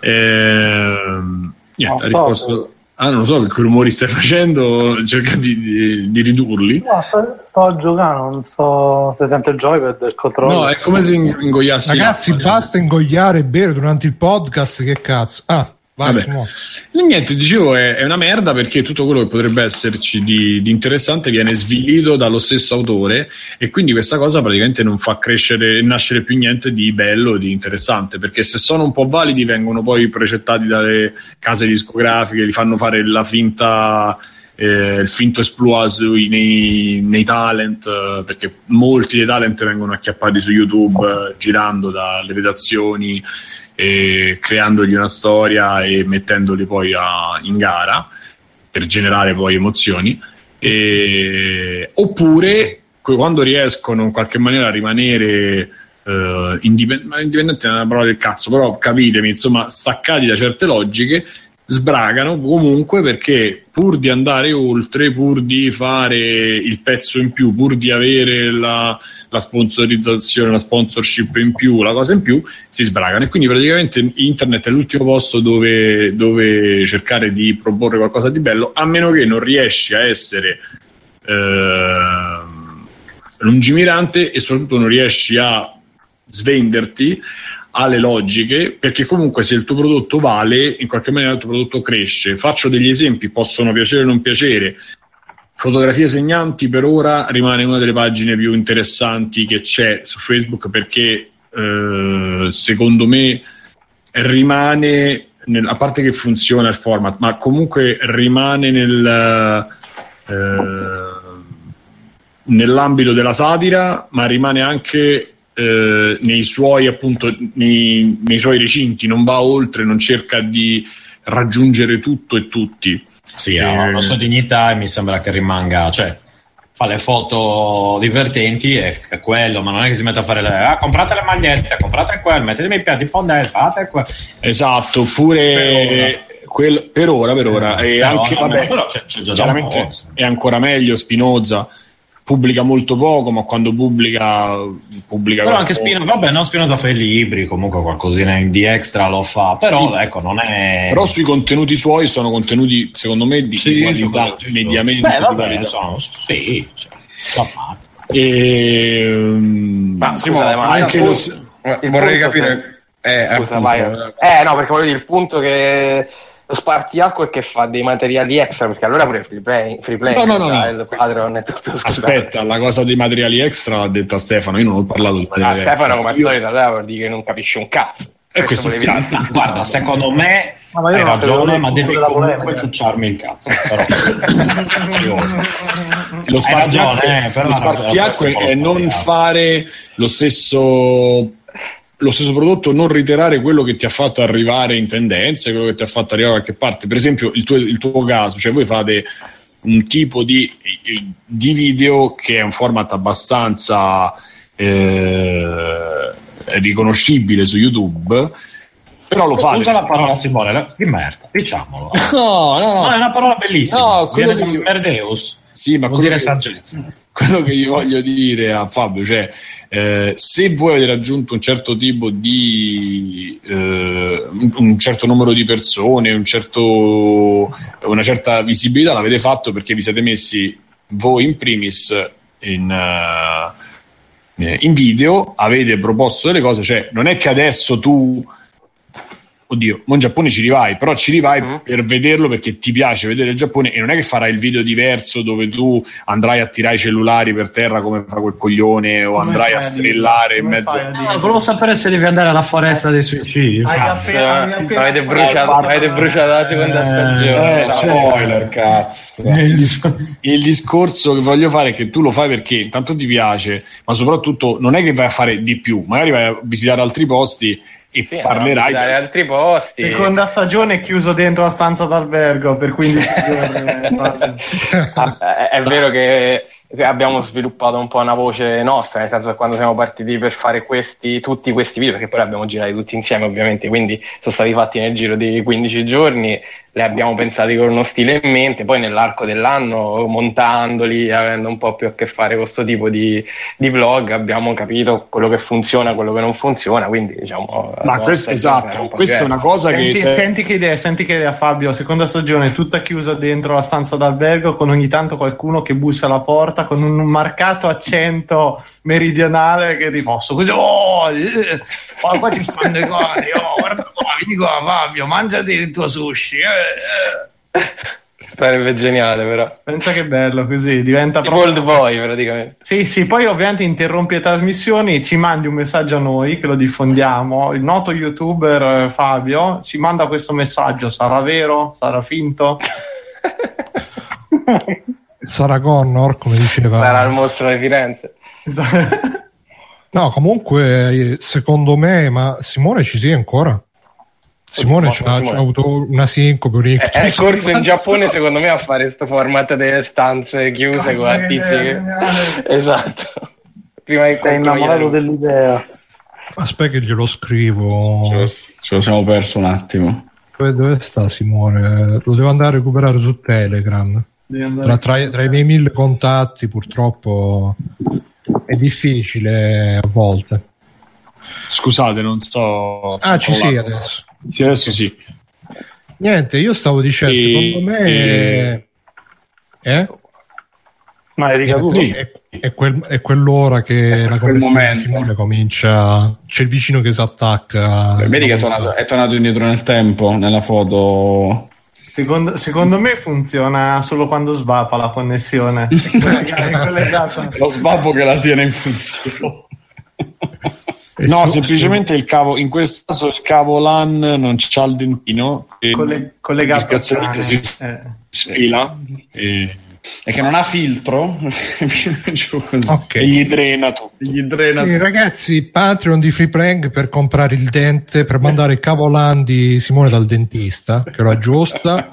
Niente, risposto. Non lo so che rumori stai facendo, cerca di ridurli. No, sto giocando, non so se sente il joypad del controllo. No, è come se ingoiassi. Ragazzi, basta ingoiare e bere durante il podcast, che cazzo. Vai, niente, dicevo, è una merda, perché tutto quello che potrebbe esserci di interessante viene svilito dallo stesso autore, e quindi questa cosa praticamente non fa crescere e nascere più niente di bello, di interessante, perché se sono un po' validi vengono poi precettati dalle case discografiche, li fanno fare la finta, il finto exploit nei talent, perché molti dei talent vengono acchiappati su YouTube girando dalle redazioni e creandogli una storia e mettendoli poi in gara per generare poi emozioni, oppure quando riescono in qualche maniera a rimanere indipendente è una parola del cazzo, però capitemi, insomma, staccati da certe logiche, sbragano comunque, perché pur di andare oltre, pur di fare il pezzo in più, pur di avere la sponsorizzazione, la sponsorship in più, la cosa in più, si sbragano. E quindi praticamente internet è l'ultimo posto dove cercare di proporre qualcosa di bello, a meno che non riesci a essere lungimirante, e soprattutto non riesci a svenderti alle logiche, perché comunque se il tuo prodotto vale, in qualche maniera il tuo prodotto cresce. Faccio degli esempi, possono piacere o non piacere. Fotografie segnanti per ora rimane una delle pagine più interessanti che c'è su Facebook, perché secondo me rimane a parte che funziona il format, ma comunque rimane nell'ambito della satira, ma rimane anche nei suoi, appunto, nei suoi recinti, non va oltre, non cerca di raggiungere tutto e tutti. Sì, ha la sua dignità, e mi sembra che rimanga, cioè fa le foto divertenti e è quello, ma non è che si mette a fare comprate le magliette, comprate quello, mettete i piatti fondenti, fate quello. Esatto, oppure per ora. E però, anche vabbè, però c'è già chiaramente è ancora meglio Spinoza, pubblica molto poco, ma quando pubblica però anche Spinoza fa i libri, comunque qualcosina di extra lo fa, però sì, ecco, non è. Però sui contenuti suoi sono contenuti, secondo me, di qualità mediamente. Sì. Ma scusate, ma anche vorrei capire. Scusa, vai. No, perché voglio dire, il punto che lo spartiacque è che fa dei materiali extra, perché allora pure free play no. Il Patreon è tutto. Aspetta, la cosa dei materiali extra l'ha detta Stefano, io non ho parlato di materiali extra. Stefano come attore italiano vuol dire che non capisce un cazzo. Guarda, secondo me hai ragione, ma devi comunque ciucciarmi il cazzo. Lo spartiacque è non fare lo stesso prodotto, non reiterare quello che ti ha fatto arrivare in tendenza, quello che ti ha fatto arrivare da qualche parte. Per esempio il tuo caso, cioè voi fate un tipo di video che è un format abbastanza riconoscibile su YouTube, però lo fate. Usa la parola, Simone, di merda, diciamolo. No, è una parola bellissima. No, viene da merdeus. Sì, ma vuol dire saggezza. Quello che io voglio dire a Fabio, cioè se voi avete raggiunto un certo tipo di un certo numero di persone, una certa visibilità, l'avete fatto perché vi siete messi voi in primis in video, avete proposto delle cose, cioè non è che adesso tu in Giappone ci rivai, però ci rivai per vederlo perché ti piace vedere il Giappone, e non è che farai il video diverso dove tu andrai a tirare i cellulari per terra come fa quel coglione, o come andrai a strillare in mezzo. Volevo sapere se devi andare alla foresta dei suicidi. Avete bruciato la seconda stagione. Spoiler, cazzo. Il discorso che voglio fare è che tu lo fai perché intanto ti piace, ma soprattutto non è che vai a fare di più, magari vai a visitare altri posti e parlerai di altri posti. Seconda stagione chiuso dentro la stanza d'albergo per 15 giorni. È vero che abbiamo sviluppato un po' una voce nostra, nel senso che quando siamo partiti per fare tutti questi video, perché poi li abbiamo girati tutti insieme ovviamente, quindi sono stati fatti nel giro di 15 giorni, li abbiamo pensati con uno stile in mente, poi nell'arco dell'anno, montandoli, avendo un po' più a che fare con questo tipo di vlog, abbiamo capito quello che funziona, quello che non funziona, quindi diciamo... Ma questo esatto, questa è una cosa senti che idea Fabio, seconda stagione tutta chiusa dentro la stanza d'albergo con ogni tanto qualcuno che bussa alla porta con un marcato accento meridionale che ti posso così qua ci stanno i cani, guarda qua, vieni qua Fabio, mangiati il tuo sushi. Sarebbe geniale, però pensa che bello, così diventa Old Boy praticamente. Sì, poi ovviamente interrompi le trasmissioni, ci mandi un messaggio a noi che lo diffondiamo, il noto youtuber Fabio ci manda questo messaggio, sarà vero? Sarà finto? Sarà Connor, come diceva. Sarà il mostro di Firenze. No, comunque secondo me, ma Simone ci sia ancora? Simone c'ha avuto una sincope. È corso in Giappone secondo me a fare questo format delle stanze chiuse con la tizia. Esatto. Prima di sei innamorato dell'idea. Aspetta che glielo scrivo. Ce lo siamo perso un attimo. Dove sta Simone? Lo devo andare a recuperare su Telegram. Tra i miei 1000 contatti purtroppo è difficile a volte. Scusate, non so. Ci sei adesso. Sì, adesso sì. Niente, io stavo dicendo, secondo me ma è ricaduto. È quell'ora che la conversazione di Simone comincia, c'è il vicino che si attacca. Vedi che è tornato indietro nel tempo nella foto. Secondo me funziona solo quando sbapa la connessione. Lo sbappo che la tiene in funzione. No, semplicemente il cavo, in questo caso il cavo LAN non c'ha il dentino collegato si sfila e che non ha filtro. Okay. E gli drena tutto. Ragazzi, Patreon di Freeplaying per comprare il dente, per mandare il cavo LAN di Simone dal dentista che lo aggiusta.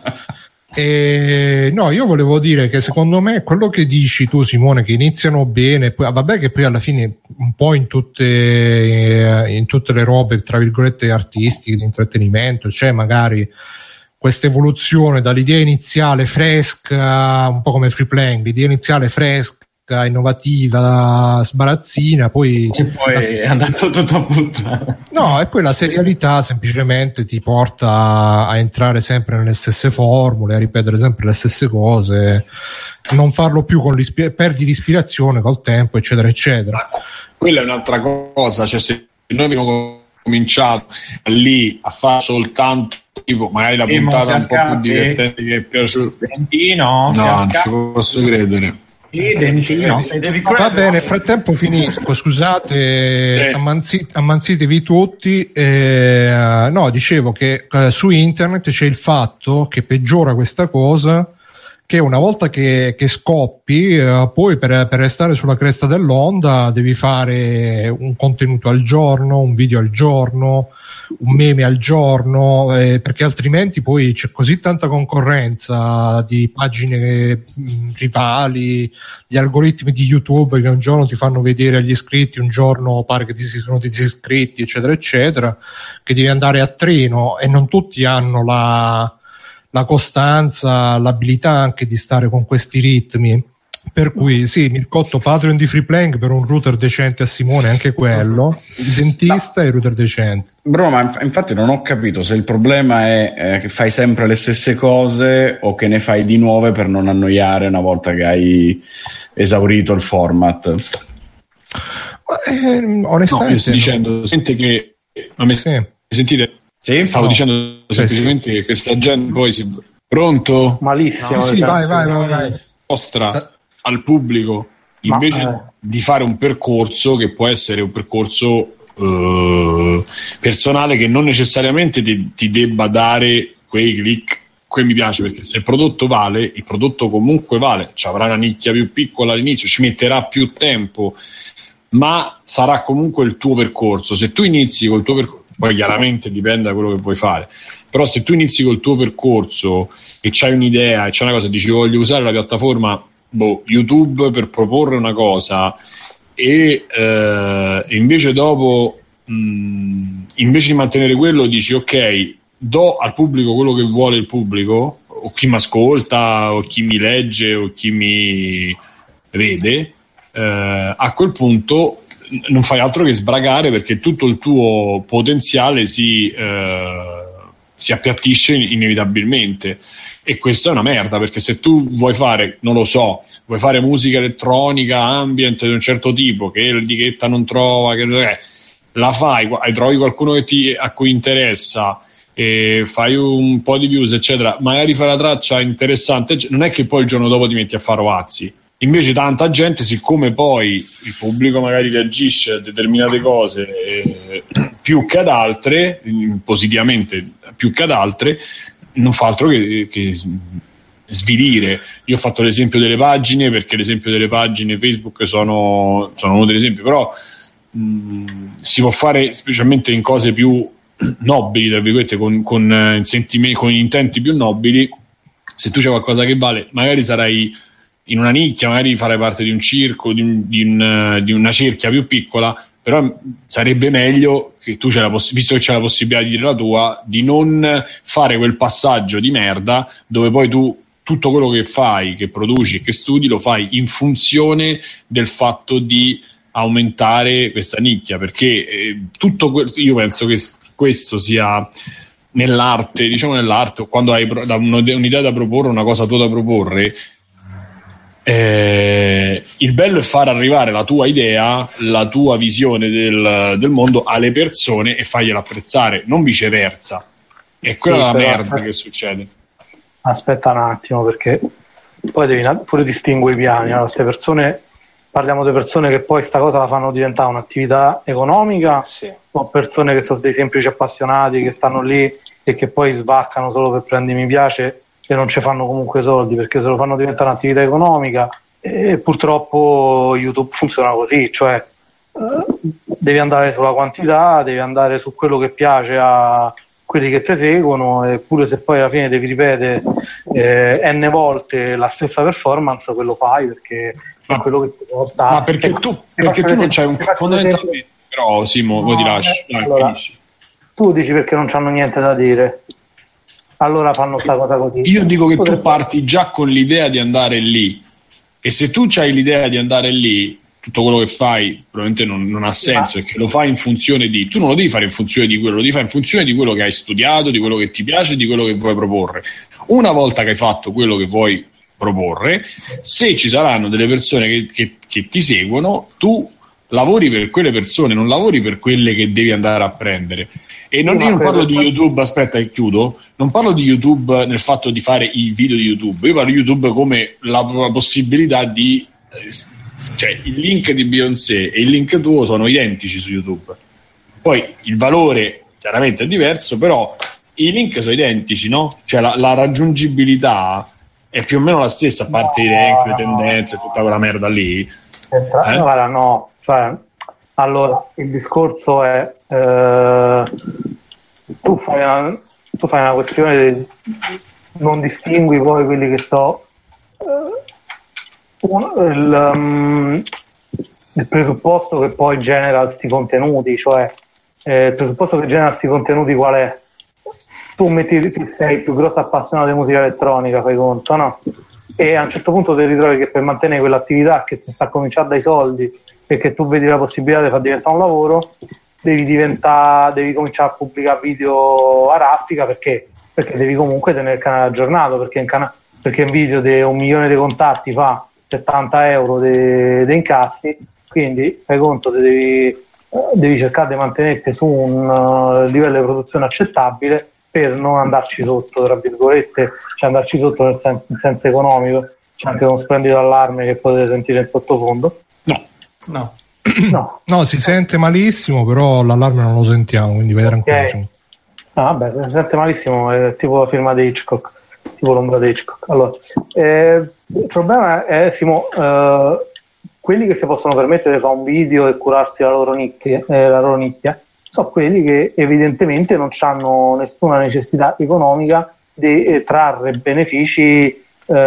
No, io volevo dire che secondo me quello che dici tu Simone, che iniziano bene, poi vabbè che poi alla fine un po' in tutte le robe tra virgolette artistiche, di intrattenimento, c'è magari questa evoluzione dall'idea iniziale fresca, un po' come Freeplaying, l'idea iniziale fresca, innovativa, sbarazzina, poi è andato tutto a puttana. No, e poi la serialità semplicemente ti porta a entrare sempre nelle stesse formule, a ripetere sempre le stesse cose, non farlo più perdi l'ispirazione col tempo, eccetera, eccetera. Quella è un'altra cosa, cioè se noi abbiamo cominciato lì a fare soltanto tipo magari la puntata un po' più divertente che è piaciuta, no, non ci posso credere. Va bene, nel frattempo finisco, scusate, ammansitevi tutti. No, dicevo che su internet c'è il fatto che peggiora questa cosa, che una volta che scoppi, poi per restare sulla cresta dell'onda devi fare un contenuto al giorno, un video al giorno, un meme al giorno, perché altrimenti poi c'è così tanta concorrenza di pagine rivali, gli algoritmi di YouTube che un giorno ti fanno vedere gli iscritti, un giorno pare che ti si sono disiscritti, eccetera eccetera, che devi andare a treno e non tutti hanno la costanza, l'abilità anche di stare con questi ritmi. Per cui sì, Mircotto, Patreon di Freeplaying per un router decente a Simone, anche quello, il dentista e il router decente. Bro, ma infatti non ho capito se il problema è che fai sempre le stesse cose o che ne fai di nuove per non annoiare una volta che hai esaurito il format. Onestamente no, sto dicendo, sente che sentite? Sì? Stavo dicendo semplicemente che questa gente poi pronto? Malissimo. Sì, vai. Mostra al pubblico invece di fare un percorso che può essere un percorso personale, che non necessariamente ti debba dare quei click, quei mi piace, perché se il prodotto vale, il prodotto comunque vale, ci avrà una nicchia più piccola all'inizio, ci metterà più tempo, ma sarà comunque il tuo percorso. Se tu inizi col tuo percorso, Poi chiaramente dipende da quello che vuoi fare, però se tu inizi col tuo percorso e c'hai un'idea e c'è una cosa, dici voglio usare la piattaforma YouTube per proporre una cosa e invece dopo invece di mantenere quello dici ok, do al pubblico quello che vuole il pubblico, o chi mi ascolta o chi mi legge o chi mi vede, a quel punto non fai altro che sbragare, perché tutto il tuo potenziale si appiattisce inevitabilmente. E questa è una merda, perché se tu vuoi fare, non lo so, vuoi fare musica elettronica, ambient di un certo tipo, che l'etichetta non trova, la fai, trovi qualcuno a cui interessa, e fai un po' di views eccetera, magari fai la traccia interessante, non è che poi il giorno dopo ti metti a fare oazzi. Invece tanta gente, siccome poi il pubblico magari reagisce a determinate cose più che ad altre, positivamente più che ad altre, non fa altro che svilire. Io ho fatto l'esempio delle pagine, perché l'esempio delle pagine Facebook sono uno degli esempi, però si può fare specialmente in cose più nobili, tra virgolette, con intenti più nobili. Se tu c'è qualcosa che vale, magari sarai in una nicchia, magari farai parte di un circo, di una cerchia più piccola, però sarebbe meglio che tu visto che c'è la possibilità di dire la tua, di non fare quel passaggio di merda dove poi tu tutto quello che fai, che produci e che studi, lo fai in funzione del fatto di aumentare questa nicchia, perché io penso che questo sia nell'arte, quando hai un'idea da proporre, una cosa tua da proporre, il bello è far arrivare la tua idea, la tua visione del mondo alle persone e fargliela apprezzare, non viceversa. E quella è la merda che succede. Aspetta un attimo, perché poi devi pure distinguere i piani. Allora, queste persone, parliamo di persone che poi sta cosa la fanno diventare un'attività economica, o persone che sono dei semplici appassionati che stanno lì e che poi svaccano solo per prendere mi piace e non ci fanno comunque soldi, perché se lo fanno diventare un'attività economica. E purtroppo YouTube funziona così, cioè devi andare sulla quantità, devi andare su quello che piace a quelli che ti seguono, eppure se poi alla fine devi ripetere n volte la stessa performance, quello fai perché è quello che ti porta. Ma perché tu non c'hai un fondamentalmente, però Simo, poi ti lascio. Allora, tu dici perché non c'hanno niente da dire, allora fanno sta cosa così. Io dico che tu parti già con l'idea di andare lì, e se tu c'hai l'idea di andare lì, tutto quello che fai probabilmente non ha senso, perché lo fai in funzione di, tu non lo devi fare in funzione di quello, lo devi fare in funzione di quello che hai studiato, di quello che ti piace, di quello che vuoi proporre. Una volta che hai fatto quello che vuoi proporre, se ci saranno delle persone che ti seguono, tu lavori per quelle persone, non lavori per quelle che devi andare a prendere. E io non parlo di YouTube, aspetta che chiudo, non parlo di YouTube nel fatto di fare i video di YouTube, io parlo di YouTube come la possibilità di, cioè il link di Beyoncé e il link tuo sono identici su YouTube, poi il valore chiaramente è diverso, però i link sono identici, no? Cioè la raggiungibilità è più o meno la stessa, a parte i rank, le tendenze, tutta quella merda lì. Guarda, no, cioè, allora il discorso è tu fai una questione di, non distingui poi quelli che il presupposto che poi genera questi contenuti, cioè il presupposto che genera questi contenuti qual è? Tu metti che sei il più grosso appassionato di musica elettronica, fai conto, no? E a un certo punto ti ritrovi che per mantenere quell'attività che ti sta cominciando dai soldi e che tu vedi la possibilità di far diventare un lavoro, devi cominciare a pubblicare video a raffica, perché devi comunque tenere il canale aggiornato, perché un video di 1 milione di contatti fa 70 euro di incassi, quindi fai conto devi cercare di mantenerti su un livello di produzione accettabile per non andarci sotto, tra virgolette, cioè andarci sotto nel senso economico. C'è anche uno splendido allarme che potete sentire in sottofondo. No, si sente malissimo, però l'allarme non lo sentiamo, quindi vai tranquillo. Okay. Vabbè, se si sente malissimo è tipo la firma di Hitchcock, tipo l'ombra di Hitchcock. Allora, il problema è, Simo, quelli che si possono permettere di fare un video e curarsi la loro nicchia, sono quelli che evidentemente non hanno nessuna necessità economica di trarre benefici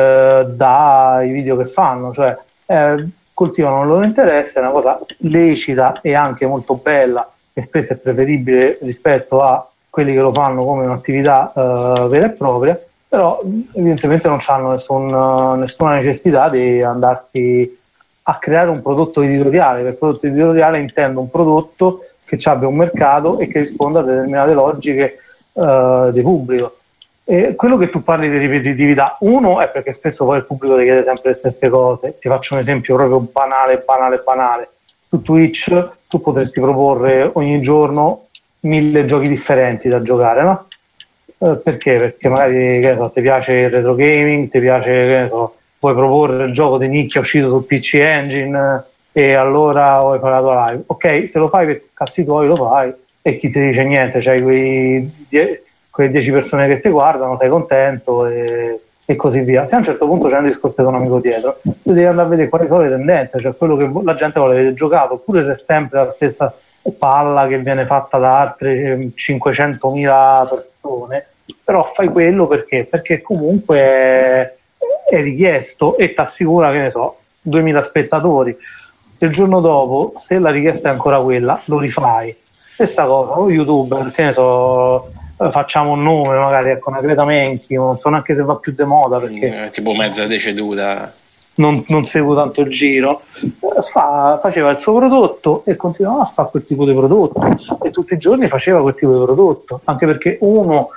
dai video che fanno, cioè coltivano il loro interesse, è una cosa lecita e anche molto bella e spesso è preferibile rispetto a quelli che lo fanno come un'attività vera e propria, però evidentemente non hanno nessuna necessità di andarsi a creare un prodotto editoriale. Per prodotto editoriale intendo un prodotto che abbia un mercato e che risponda a determinate logiche di pubblico. E quello che tu parli di ripetitività, uno è perché spesso poi il pubblico ti chiede sempre le stesse cose. Ti faccio un esempio proprio banale. Su Twitch tu potresti proporre ogni giorno 1000 giochi differenti da giocare, no? Perché? Perché magari ti piace il retro gaming, ti piace, puoi proporre il gioco di nicchia uscito su PC Engine e allora vuoi fare la tua live. Ok, se lo fai per cazzi tuoi lo fai e chi ti dice niente, c'hai quelle 10 persone che ti guardano, sei contento e così via. Se a un certo punto c'è un discorso economico dietro, tu devi andare a vedere quali sono le tendenze, cioè quello che la gente vuole vedere giocato, oppure se è sempre la stessa palla che viene fatta da altre 500.000 persone, però fai quello perché comunque è richiesto e ti assicura, che ne so, 2000 spettatori. Il giorno dopo, se la richiesta è ancora quella, lo rifai. Stessa cosa, o YouTuber, che ne so, facciamo un nome magari, ecco, una Greta Menchi, non so neanche se va più de moda perché tipo mezza deceduta, non seguo tanto il giro, faceva il suo prodotto e continuava a fare quel tipo di prodotto e tutti i giorni faceva quel tipo di prodotto, anche perché sono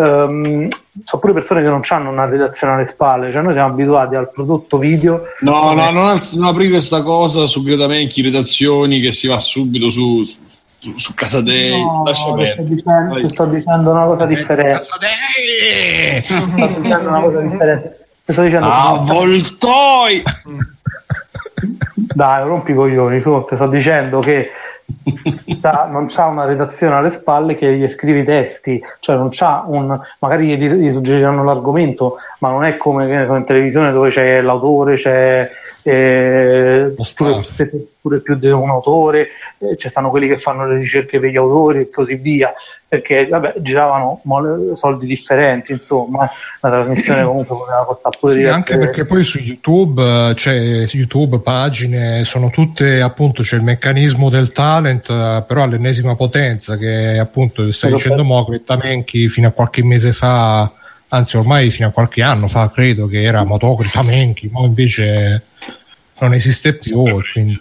pure persone che non hanno una redazione alle spalle, cioè noi siamo abituati al prodotto video. Non apri questa cosa su Greta Menchi, redazioni, che si va subito su Casadei. No, ti sto dicendo una cosa differente. Ti sto dicendo avvoltoi. Dai, rompi i coglioni, ti sto dicendo che non c'ha una redazione alle spalle che gli scrive i testi, cioè non c'ha magari gli suggeriranno l'argomento, ma non è come in televisione dove c'è l'autore, c'è pure più di un autore, ci stanno quelli che fanno le ricerche per gli autori e così via, perché giravano soldi differenti, insomma la trasmissione comunque poteva costare pure diverse. Anche perché poi su YouTube pagine sono tutte, appunto, c'è il meccanismo del talent, però all'ennesima potenza, che appunto stai dicendo Greta Menchi fino a qualche mese fa, anzi ormai fino a qualche anno fa credo, che era Greta Menchi, ma invece non esiste più, quindi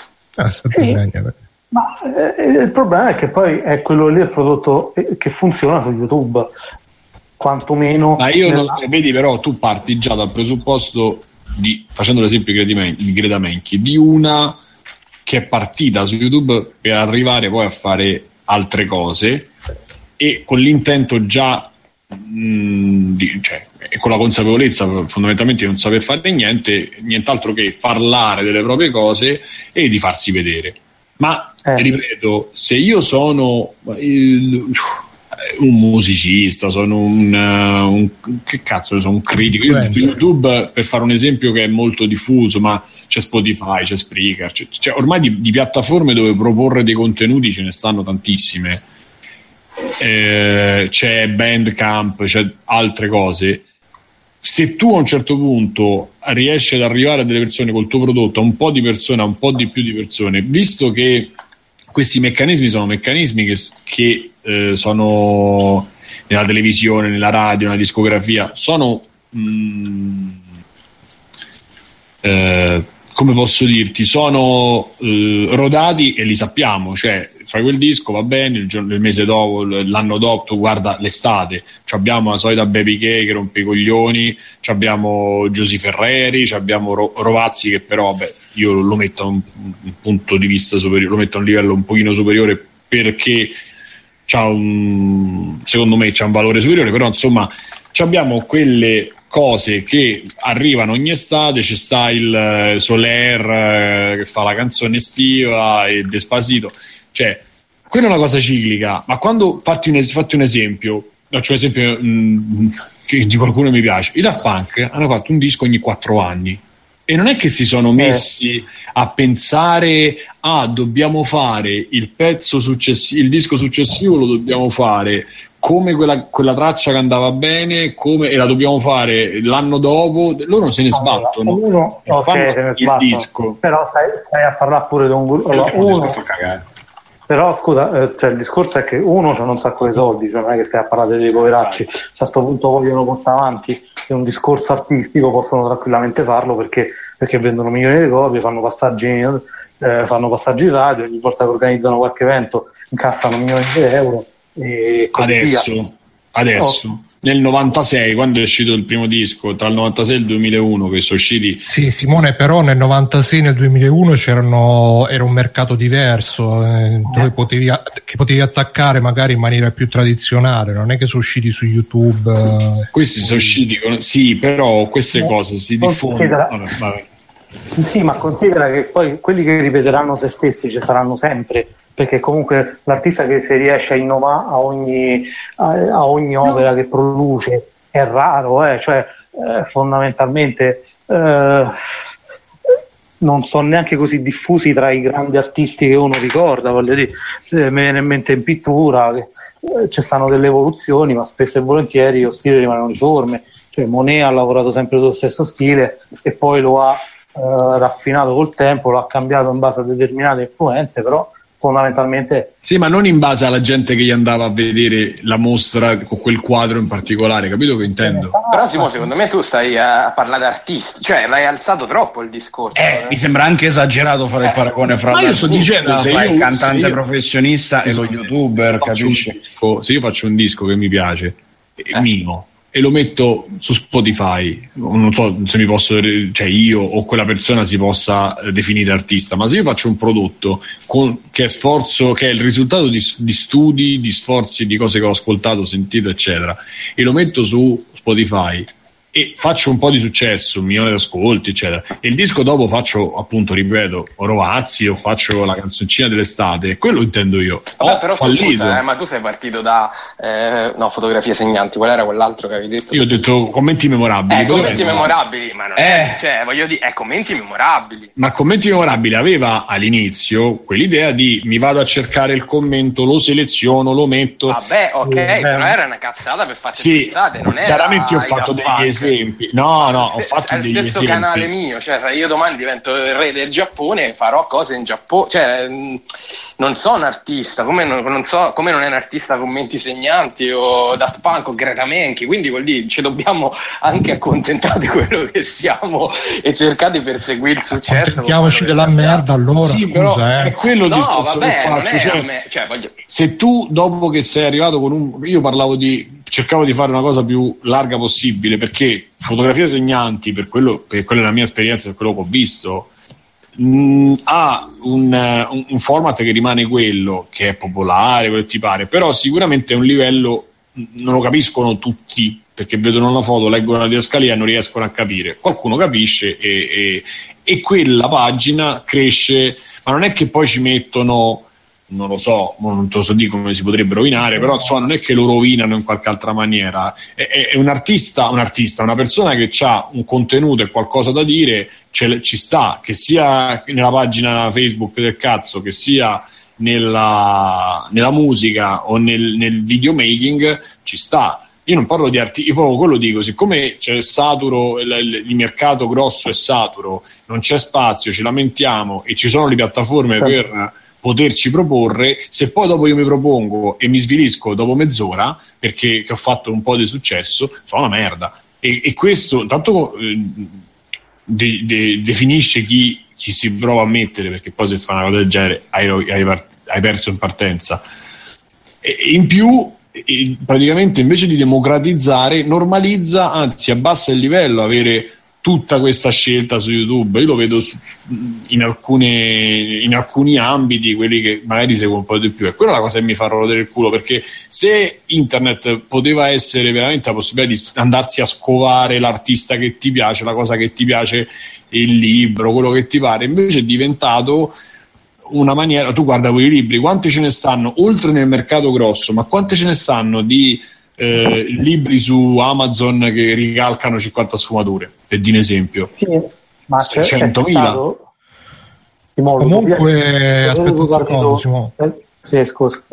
ma il problema è che poi è quello lì il prodotto che funziona su YouTube, quantomeno. Ma vedi, però tu parti già dal presupposto facendo l'esempio di Greta Menchi, di una che è partita su YouTube per arrivare poi a fare altre cose e con l'intento già e con la consapevolezza fondamentalmente di non saper fare nient'altro che parlare delle proprie cose e di farsi vedere. Ma ripeto, se io sono un musicista, sono un critico, io su YouTube, per fare un esempio che è molto diffuso, ma c'è Spotify, c'è Spreaker, c'è ormai di piattaforme dove proporre dei contenuti ce ne stanno tantissime. C'è Bandcamp, c'è altre cose. Se tu a un certo punto riesci ad arrivare a delle persone col tuo prodotto, a un po' di persone, a un po' di più di persone, visto che questi meccanismi sono meccanismi che sono nella televisione, nella radio, nella discografia, sono come posso dirti, sono rodati e li sappiamo, cioè fai quel disco, va bene, il mese dopo, l'anno dopo, tu guarda l'estate, abbiamo la solita Baby K che rompe i coglioni, abbiamo Giusy Ferreri, abbiamo Rovazzi, che però io lo metto a un punto di vista superiore, lo metto a un livello un pochino superiore, perché secondo me c'ha un valore superiore, però insomma abbiamo quelle cose che arrivano ogni estate, c'è sta il Soler che fa la canzone estiva e Despacito, cioè quella è una cosa ciclica, ma quando fatti un esempio, faccio un esempio che di qualcuno mi piace, i Daft Punk hanno fatto un disco ogni 4 anni, E non è che si sono messi a pensare dobbiamo fare il pezzo successivo, il disco successivo lo dobbiamo fare come quella traccia che andava bene, e la dobbiamo fare l'anno dopo. Loro se ne sbattono e fanno il disco. Però stai a parlare pure di un gruppo. Però scusa, cioè, il discorso è che uno c'ha un sacco di soldi, cioè non è che stai a parlare dei poveracci, cioè, a sto punto vogliono portare avanti un discorso artistico, possono tranquillamente farlo perché vendono milioni di copie, fanno passaggi in radio, ogni volta che organizzano qualche evento incassano milioni di euro e così adesso nel 96, quando è uscito il primo disco, tra il 96 e il 2001 che sono usciti. Sì, Simone, però nel 96 e nel 2001 era un mercato diverso, dove potevi attaccare magari in maniera più tradizionale, non è che sono usciti su YouTube. Questi sono usciti sì, però queste cose si diffondono. Sì, ma considera che poi quelli che ripeteranno se stessi ci saranno sempre, perché comunque l'artista che si riesce a innovare a ogni opera che produce è raro, cioè fondamentalmente non sono neanche così diffusi tra i grandi artisti che uno ricorda, voglio dire, mi viene in mente in pittura che ci stanno delle evoluzioni, ma spesso e volentieri lo stile rimane uniforme, cioè Monet ha lavorato sempre sullo stesso stile e poi lo ha raffinato col tempo, lo ha cambiato in base a determinate influenze, però fondamentalmente sì, ma non in base alla gente che gli andava a vedere la mostra con quel quadro in particolare, capito che intendo? Però Simone, secondo me tu stai a parlare di artisti, cioè l'hai alzato troppo il discorso. Mi sembra anche esagerato fare il paragone fra io sto dicendo il cantante professionista e lo youtuber, capisci? Se io faccio un disco che mi piace, mio, e lo metto su Spotify, non so se mi posso, cioè io o quella persona si possa definire artista, ma se io faccio un prodotto che è il risultato di studi, di sforzi, di cose che ho ascoltato, sentito, eccetera, e lo metto su Spotify e faccio un po' di successo, 1 milione di ascolti, eccetera, e il disco dopo faccio, appunto, ripeto, Rovazzi o faccio la canzoncina dell'estate, quello intendo io. Vabbè, però fallito. Scusa, ma tu sei partito da fotografie segnanti, qual era quell'altro che avevi detto? Io ho detto commenti memorabili. Commenti memorabili, ma non cioè, voglio dire, commenti memorabili. Ma commenti memorabili aveva all'inizio quell'idea di mi vado a cercare il commento, lo seleziono, lo metto. Vabbè, ok, però era una cazzata per farsi pensate, non era. Chiaramente ho fatto degli esempi. Ho fatto degli esempi. È il stesso canale mio, cioè se io domani divento il re del Giappone farò cose in Giappone, cioè non so un artista, come non è un artista commenti segnanti o Daft Punk o Greta Menchi, quindi vuol dire ci dobbiamo anche accontentare di quello che siamo e cercare di perseguire il successo. Accontentiamoci della merda allora. Sì, però è quello il discorso che faccio. Se tu dopo che sei arrivato io cercavo di fare una cosa più larga possibile, perché fotografie segnanti, per quello è la mia esperienza, per quello che ho visto, ha un format che rimane quello che è popolare, quello che ti pare, però sicuramente è un livello, non lo capiscono tutti, perché vedono la foto, leggono la didascalia e non riescono a capire. Qualcuno capisce e quella pagina cresce, ma non è che poi ci mettono, non lo so, non te lo so dire come si potrebbe rovinare, però insomma non è che lo rovinano in qualche altra maniera. È un artista, una persona che ha un contenuto e qualcosa da dire, ci sta, che sia nella pagina Facebook del cazzo, che sia nella musica o nel videomaking, ci sta. Io non parlo di artisti, io proprio quello dico, siccome c'è saturo, il mercato grosso è saturo, non c'è spazio, ci lamentiamo e ci sono le piattaforme per poterci proporre, se poi dopo io mi propongo e mi svilisco dopo mezz'ora perché ho fatto un po' di successo, sono una merda. E questo tanto definisce chi si prova a mettere, perché poi se fa una cosa del genere hai perso in partenza. E in più praticamente invece di democratizzare normalizza, anzi abbassa il livello, avere tutta questa scelta su YouTube. Io lo vedo in alcuni ambiti, quelli che magari seguo un po' di più, e quella è la cosa che mi fa rodere il culo, perché se internet poteva essere veramente la possibilità di andarsi a scovare l'artista che ti piace, la cosa che ti piace, il libro, quello che ti pare, invece è diventato una maniera, tu guarda quei libri, quanti ce ne stanno oltre nel mercato grosso, ma quante ce ne stanno di libri su Amazon che ricalcano 50 sfumature, per dire un esempio. Sì, Ma 600.000. Comunque, aspetta un secondo, Simone. Sì, scusa.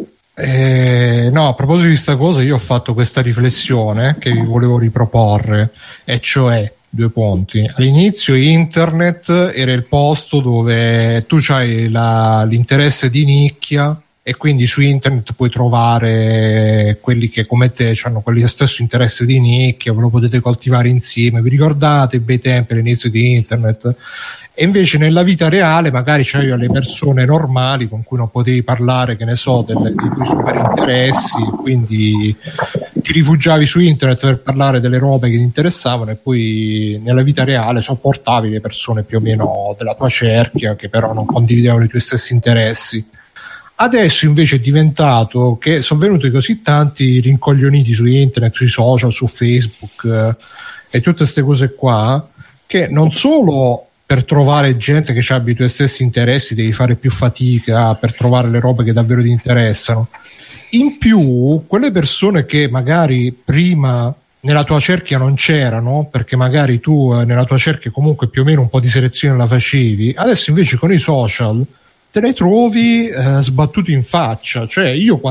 No, a proposito di questa cosa, io ho fatto questa riflessione che vi volevo riproporre, e cioè, due punti. All'inizio internet era il posto dove tu c'hai l'interesse di nicchia, e quindi su internet puoi trovare quelli che come te hanno quelli stesso interesse di nicchia, ve lo potete coltivare insieme. Vi ricordate i bei tempi all'inizio di internet? E invece nella vita reale magari c'avevi le persone normali con cui non potevi parlare, che ne so, dei tuoi super interessi, quindi ti rifugiavi su internet per parlare delle robe che ti interessavano, e poi nella vita reale sopportavi le persone più o meno della tua cerchia che però non condividevano i tuoi stessi interessi. Adesso invece è diventato che sono venuti così tanti rincoglioniti su internet, sui social, su Facebook e tutte queste cose qua, che non solo per trovare gente che abbia i tuoi stessi interessi devi fare più fatica per trovare le robe che davvero ti interessano, in più quelle persone che magari prima nella tua cerchia non c'erano, perché magari tu nella tua cerchia comunque più o meno un po' di selezione la facevi, adesso invece con i social te le trovi sbattuti in faccia. Cioè io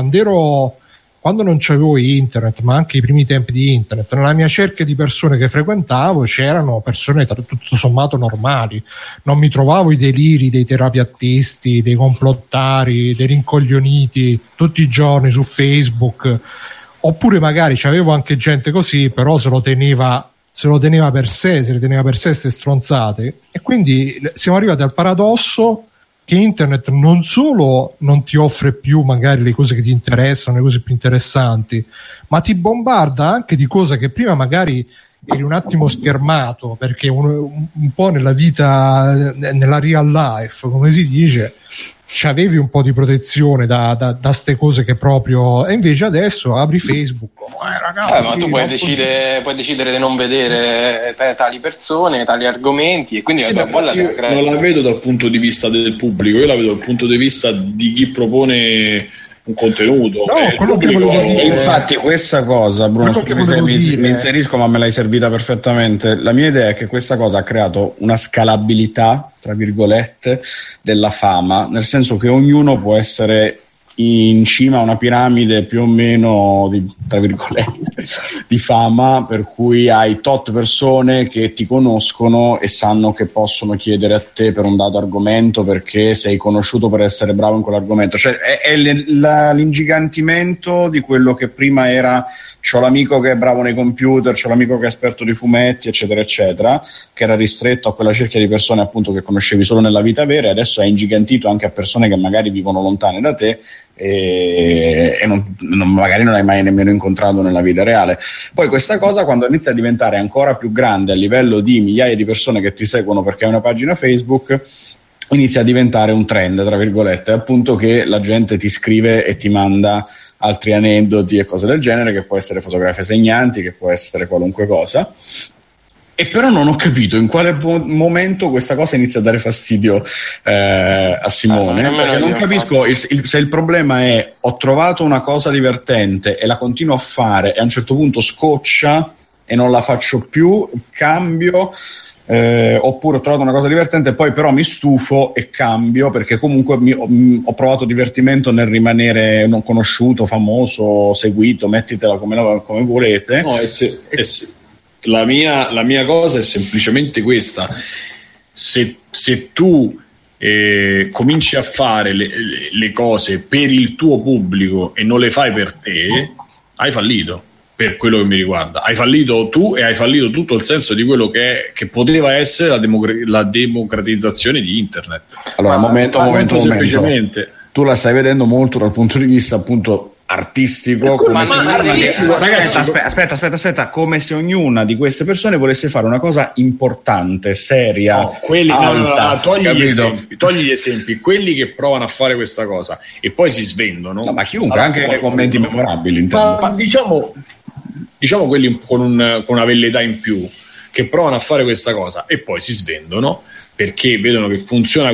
quando non c'avevo internet, ma anche i primi tempi di internet, nella mia cerchia di persone che frequentavo c'erano persone tutto sommato normali, non mi trovavo i deliri dei terapiattisti, dei complottari, dei rincoglioniti tutti i giorni su Facebook, oppure magari c'avevo anche gente così, però se lo teneva per sé, se le teneva per sé ste stronzate. E quindi siamo arrivati al paradosso che internet non solo non ti offre più magari le cose che ti interessano, le cose più interessanti, ma ti bombarda anche di cose che prima magari eri un attimo schermato, perché un po' nella vita, nella real life, come si dice, c'avevi un po' di protezione da ste cose che proprio... E invece adesso apri Facebook, ragazzi, ma tu puoi decidere di non vedere tali persone, tali argomenti, e quindi io non la vedo dal punto di vista del pubblico, io la vedo dal punto di vista di chi propone un contenuto. Infatti questa cosa, Bruno, mi inserisco, ma me l'hai servita perfettamente. La mia idea è che questa cosa ha creato una scalabilità, tra virgolette, della fama, nel senso che ognuno può essere in cima a una piramide più o meno tra virgolette di fama, per cui hai tot persone che ti conoscono e sanno che possono chiedere a te per un dato argomento perché sei conosciuto per essere bravo in quell'argomento. Cioè è l'ingigantimento di quello che prima era c'ho l'amico che è bravo nei computer, c'ho l'amico che è esperto di fumetti, eccetera eccetera, che era ristretto a quella cerchia di persone appunto che conoscevi solo nella vita vera, e adesso è ingigantito anche a persone che magari vivono lontane da te e magari non hai mai nemmeno incontrato nella vita reale. Poi questa cosa, quando inizia a diventare ancora più grande a livello di migliaia di persone che ti seguono perché hai una pagina Facebook, inizia a diventare un trend, tra virgolette, appunto, che la gente ti scrive e ti manda altri aneddoti e cose del genere, che può essere fotografie segnanti, che può essere qualunque cosa. E però non ho capito in quale momento questa cosa inizia a dare fastidio a Simone, perché non capisco se il problema è ho trovato una cosa divertente e la continuo a fare e a un certo punto scoccia e non la faccio più, cambio, oppure ho trovato una cosa divertente e poi però mi stufo e cambio perché comunque ho provato divertimento nel rimanere non conosciuto, famoso, seguito, mettitela come volete. No, la mia cosa è semplicemente questa: se tu cominci a fare le cose per il tuo pubblico e non le fai per te, hai fallito. Per quello che mi riguarda, hai fallito tu e hai fallito tutto il senso di quello che poteva essere la democratizzazione di internet. Allora, momento. Semplicemente tu la stai vedendo molto dal punto di vista appunto artistico, ragazzi, aspetta, come se ognuna di queste persone volesse fare una cosa importante, seria, alta. Togli gli esempi, quelli che provano a fare questa cosa e poi si svendono. No, ma chiunque, anche nei commenti memorabili. Ma diciamo quelli con una velleità in più, che provano a fare questa cosa e poi si svendono perché vedono che funziona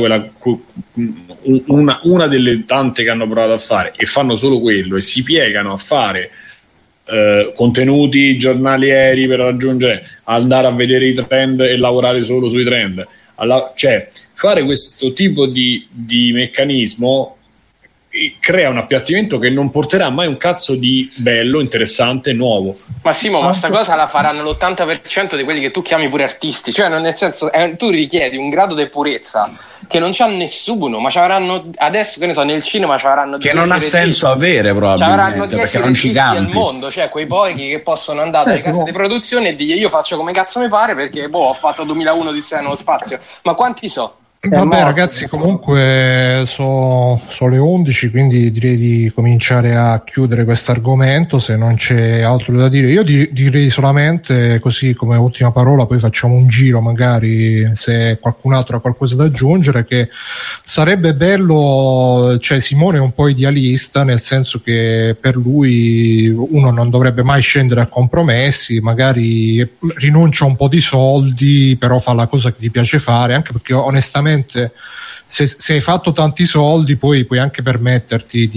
una delle tante che hanno provato a fare, e fanno solo quello e si piegano a fare contenuti giornalieri per raggiungere, andare a vedere i trend e lavorare solo sui trend. Cioè, fare questo tipo di meccanismo crea un appiattimento che non porterà mai un cazzo di bello, interessante, nuovo. Ma Simo, ma sta cosa la faranno l'80% di quelli che tu chiami pure artisti, cioè nel senso, tu richiedi un grado di purezza che non c'ha nessuno, ma c'avranno adesso, che ne so, nel cinema c'avranno che non ha senso avere probabilmente, perché non ci campi al mondo, cioè quei pochi che possono andare alle case di produzione e dire io faccio come cazzo mi pare perché ho fatto 2001 di nello spazio, ma quanti so? Vabbè ragazzi, comunque sono le 11, quindi direi di cominciare a chiudere questo argomento se non c'è altro da dire. Io direi solamente così come ultima parola, poi facciamo un giro magari se qualcun altro ha qualcosa da aggiungere, che sarebbe bello, cioè Simone è un po' idealista, nel senso che per lui uno non dovrebbe mai scendere a compromessi, magari rinuncia a un po' di soldi, però fa la cosa che ti piace fare, anche perché onestamente se hai fatto tanti soldi poi puoi anche permetterti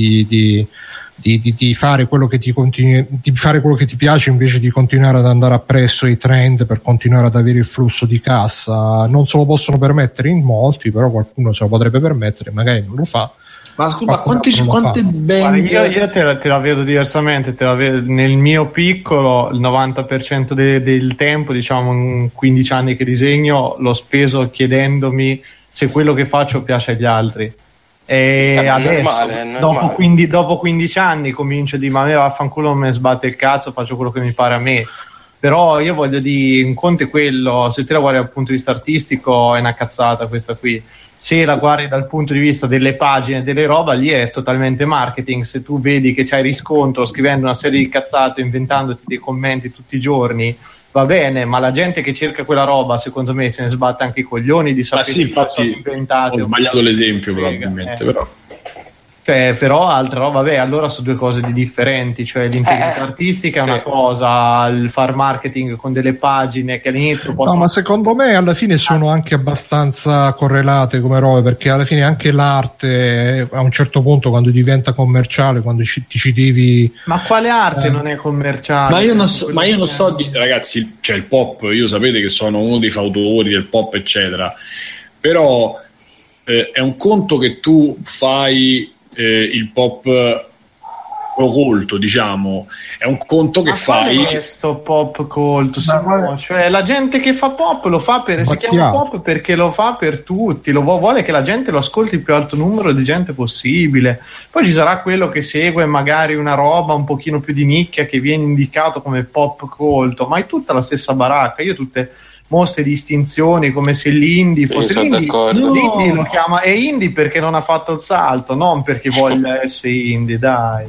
di fare quello che di fare quello che ti piace invece di continuare ad andare appresso ai trend per continuare ad avere il flusso di cassa. Non se lo possono permettere in molti, però qualcuno se lo potrebbe permettere, magari non lo fa. Ma scusa, quante band... Io te la vedo diversamente, nel mio piccolo il 90% del tempo, diciamo in 15 anni che disegno, l'ho speso chiedendomi se quello che faccio piace agli altri. E adesso, dopo 15 anni comincio a dire ma a me vaffanculo, non me sbatte il cazzo, faccio quello che mi pare a me. Però io voglio dire, un conto è quello, se te la guardi dal punto di vista artistico è una cazzata questa qui. Se la guardi dal punto di vista delle pagine, delle roba, lì è totalmente marketing. Se tu vedi che c'hai riscontro scrivendo una serie di cazzate, inventandoti dei commenti tutti i giorni, va bene, ma la gente che cerca quella roba, secondo me, se ne sbatte anche i coglioni di sapere sì, infatti inventate. Ho sbagliato l'esempio probabilmente, però. Però altra roba, vabbè, allora sono due cose differenti, cioè l'integrità artistica è una cosa, il far marketing con delle pagine che all'inizio no, ma secondo me alla fine sono anche abbastanza correlate come robe, perché alla fine anche l'arte a un certo punto quando diventa commerciale, quando ti devi... Ma quale arte non è commerciale? Ma io non sto ragazzi, cioè il pop, io sapete che sono uno dei fautori del pop eccetera, però è un conto che tu fai il pop colto, diciamo, è un conto che fai questo pop colto, cioè la gente che fa pop lo fa si chiama pop perché lo fa per tutti, vuole che la gente lo ascolti il più alto numero di gente possibile. Poi ci sarà quello che segue magari una roba un pochino più di nicchia che viene indicato come pop colto, ma è tutta la stessa baracca. Io tutte mostre distinzioni come se l'indie fosse l'indie lo chiama è indie perché non ha fatto il salto, non perché voglia essere indie, dai.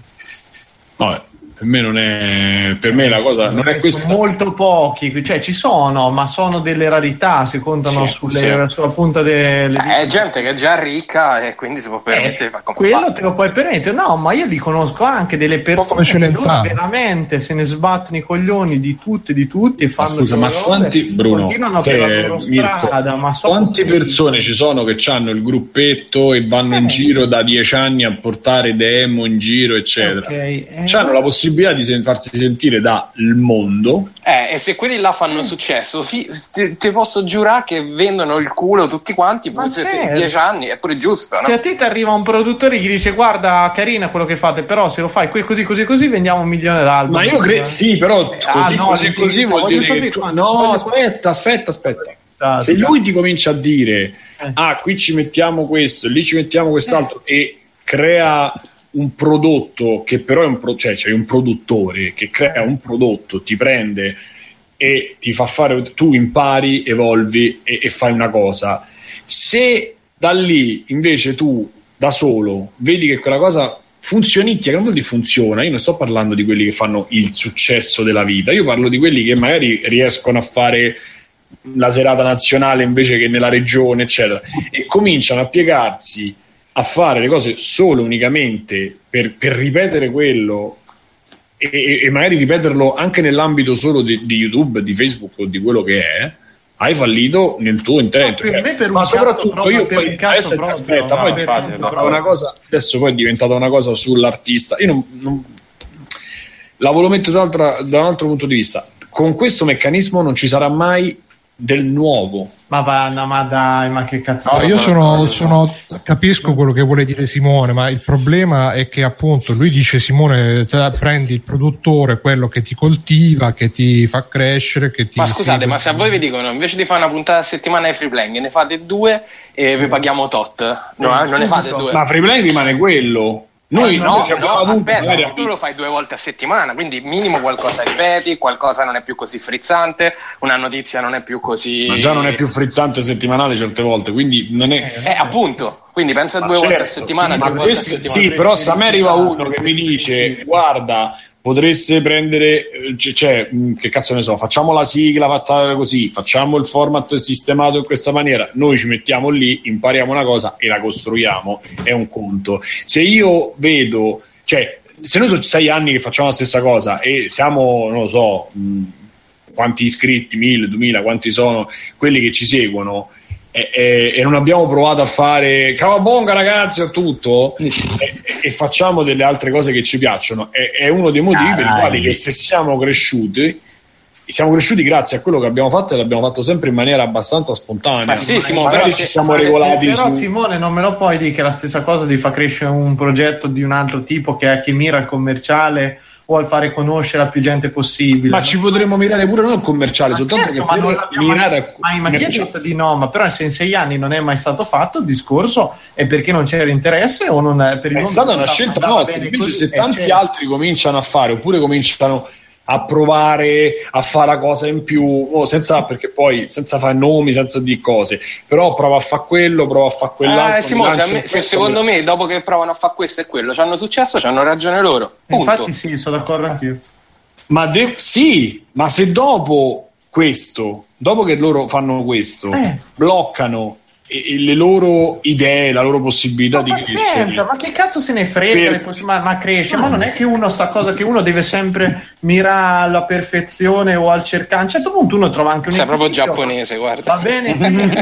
No, per me non è, per me la cosa non è questa. Molto pochi, cioè ci sono, ma sono delle rarità, si contano sulla punta delle è gente che è già ricca e quindi si può permettere quello te lo puoi permettere. No, ma io li conosco anche delle persone che veramente se ne sbattono i coglioni di tutti e fanno. Scusa, ma quanti, Bruno, Mirko, ma quante persone ci sono che hanno il gruppetto e vanno in giro da 10 anni a portare demo in giro eccetera, hanno la possibilità di farsi sentire dal mondo, e se quelli là fanno successo ti posso giurare che vendono il culo tutti quanti per 10 anni, è pure giusto, no? Se a te ti arriva un produttore che gli dice guarda carina quello che fate, però se lo fai così vendiamo 1 milione d'album. Ma io credo sì, però così vuol dire che no, aspetta. Se lui ti comincia a dire qui ci mettiamo questo, lì ci mettiamo quest'altro e crea un prodotto che però è cioè c'è un produttore che crea un prodotto, ti prende e ti fa fare, tu impari, evolvi e fai una cosa. Se da lì invece tu da solo vedi che quella cosa funzionicchia, che non vuol dire funziona, io non sto parlando di quelli che fanno il successo della vita, io parlo di quelli che magari riescono a fare la serata nazionale invece che nella regione eccetera, e cominciano a piegarsi a fare le cose solo unicamente per ripetere quello e magari ripeterlo anche nell'ambito solo di YouTube, di Facebook o di quello che è, hai fallito nel tuo intento. Ma soprattutto io poi aspetta, poi una cosa adesso poi è diventata una cosa sull'artista. Io non lo metto da un altro punto di vista. Con questo meccanismo non ci sarà mai del nuovo. Ma dai, ma che cazzo. No, io capisco quello che vuole dire Simone, ma il problema è che appunto lui dice: Simone, prendi il produttore, quello che ti coltiva, che ti fa crescere, che ti... Ma scusate, ma se a voi vi dicono invece di fare una puntata a settimana di free playing ne fate 2 e vi paghiamo tot, non ne fate 2. Ma free playing rimane quello. Noi aspetta, tu lo fai 2 volte a settimana, quindi minimo qualcosa ripeti, qualcosa non è più così frizzante, una notizia non è più così... Ma già non è più frizzante settimanale certe volte, quindi non è... appunto, quindi pensa a 2 volte a settimana, 3 volte a settimana. Sì, però se a me arriva uno che mi dice: guarda, potreste prendere, che cazzo ne so, facciamo la sigla fatta così, facciamo il format sistemato in questa maniera, noi ci mettiamo lì, impariamo una cosa e la costruiamo, è un conto. Se io vedo, se noi sono 6 anni che facciamo la stessa cosa e siamo, non lo so, quanti iscritti, 1000, 2000, quanti sono quelli che ci seguono, e non abbiamo provato a fare cavabonga ragazzi a tutto e facciamo delle altre cose che ci piacciono, è uno dei motivi per i quali che se siamo cresciuti grazie a quello che abbiamo fatto, e l'abbiamo fatto sempre in maniera abbastanza spontanea. Ma sì, Simone, magari ci siamo regolati però Simone, non me lo puoi dire che è la stessa cosa di far crescere un progetto di un altro tipo che mira al commerciale o al fare conoscere a più gente possibile. Ma ci potremmo mirare pure noi al commerciale, soltanto che mirare ma chi ha detto di no? Ma però se in 6 anni non è mai stato fatto, il discorso è perché non c'era interesse o non è per il è stata una scelta nostra. Invece se tanti altri cominciano a fare, oppure cominciano a provare a fare la cosa in più, perché poi senza fare nomi, senza dire cose, però prova a fare quello, prova a fare quell'altro. Simone, se secondo me dopo che provano a fare questo e quello c'hanno successo, c'hanno ragione loro, punto. Infatti sì, sono d'accordo anch'io. Ma ma se dopo che loro fanno questo, bloccano le loro idee, la loro possibilità di crescere. Ma che cazzo se ne frega, ma cresce, ma non è che uno sta cosa che uno deve sempre mirare alla perfezione o al cercare. A un certo punto uno trova anche un sei proprio giapponese, guarda. Va bene.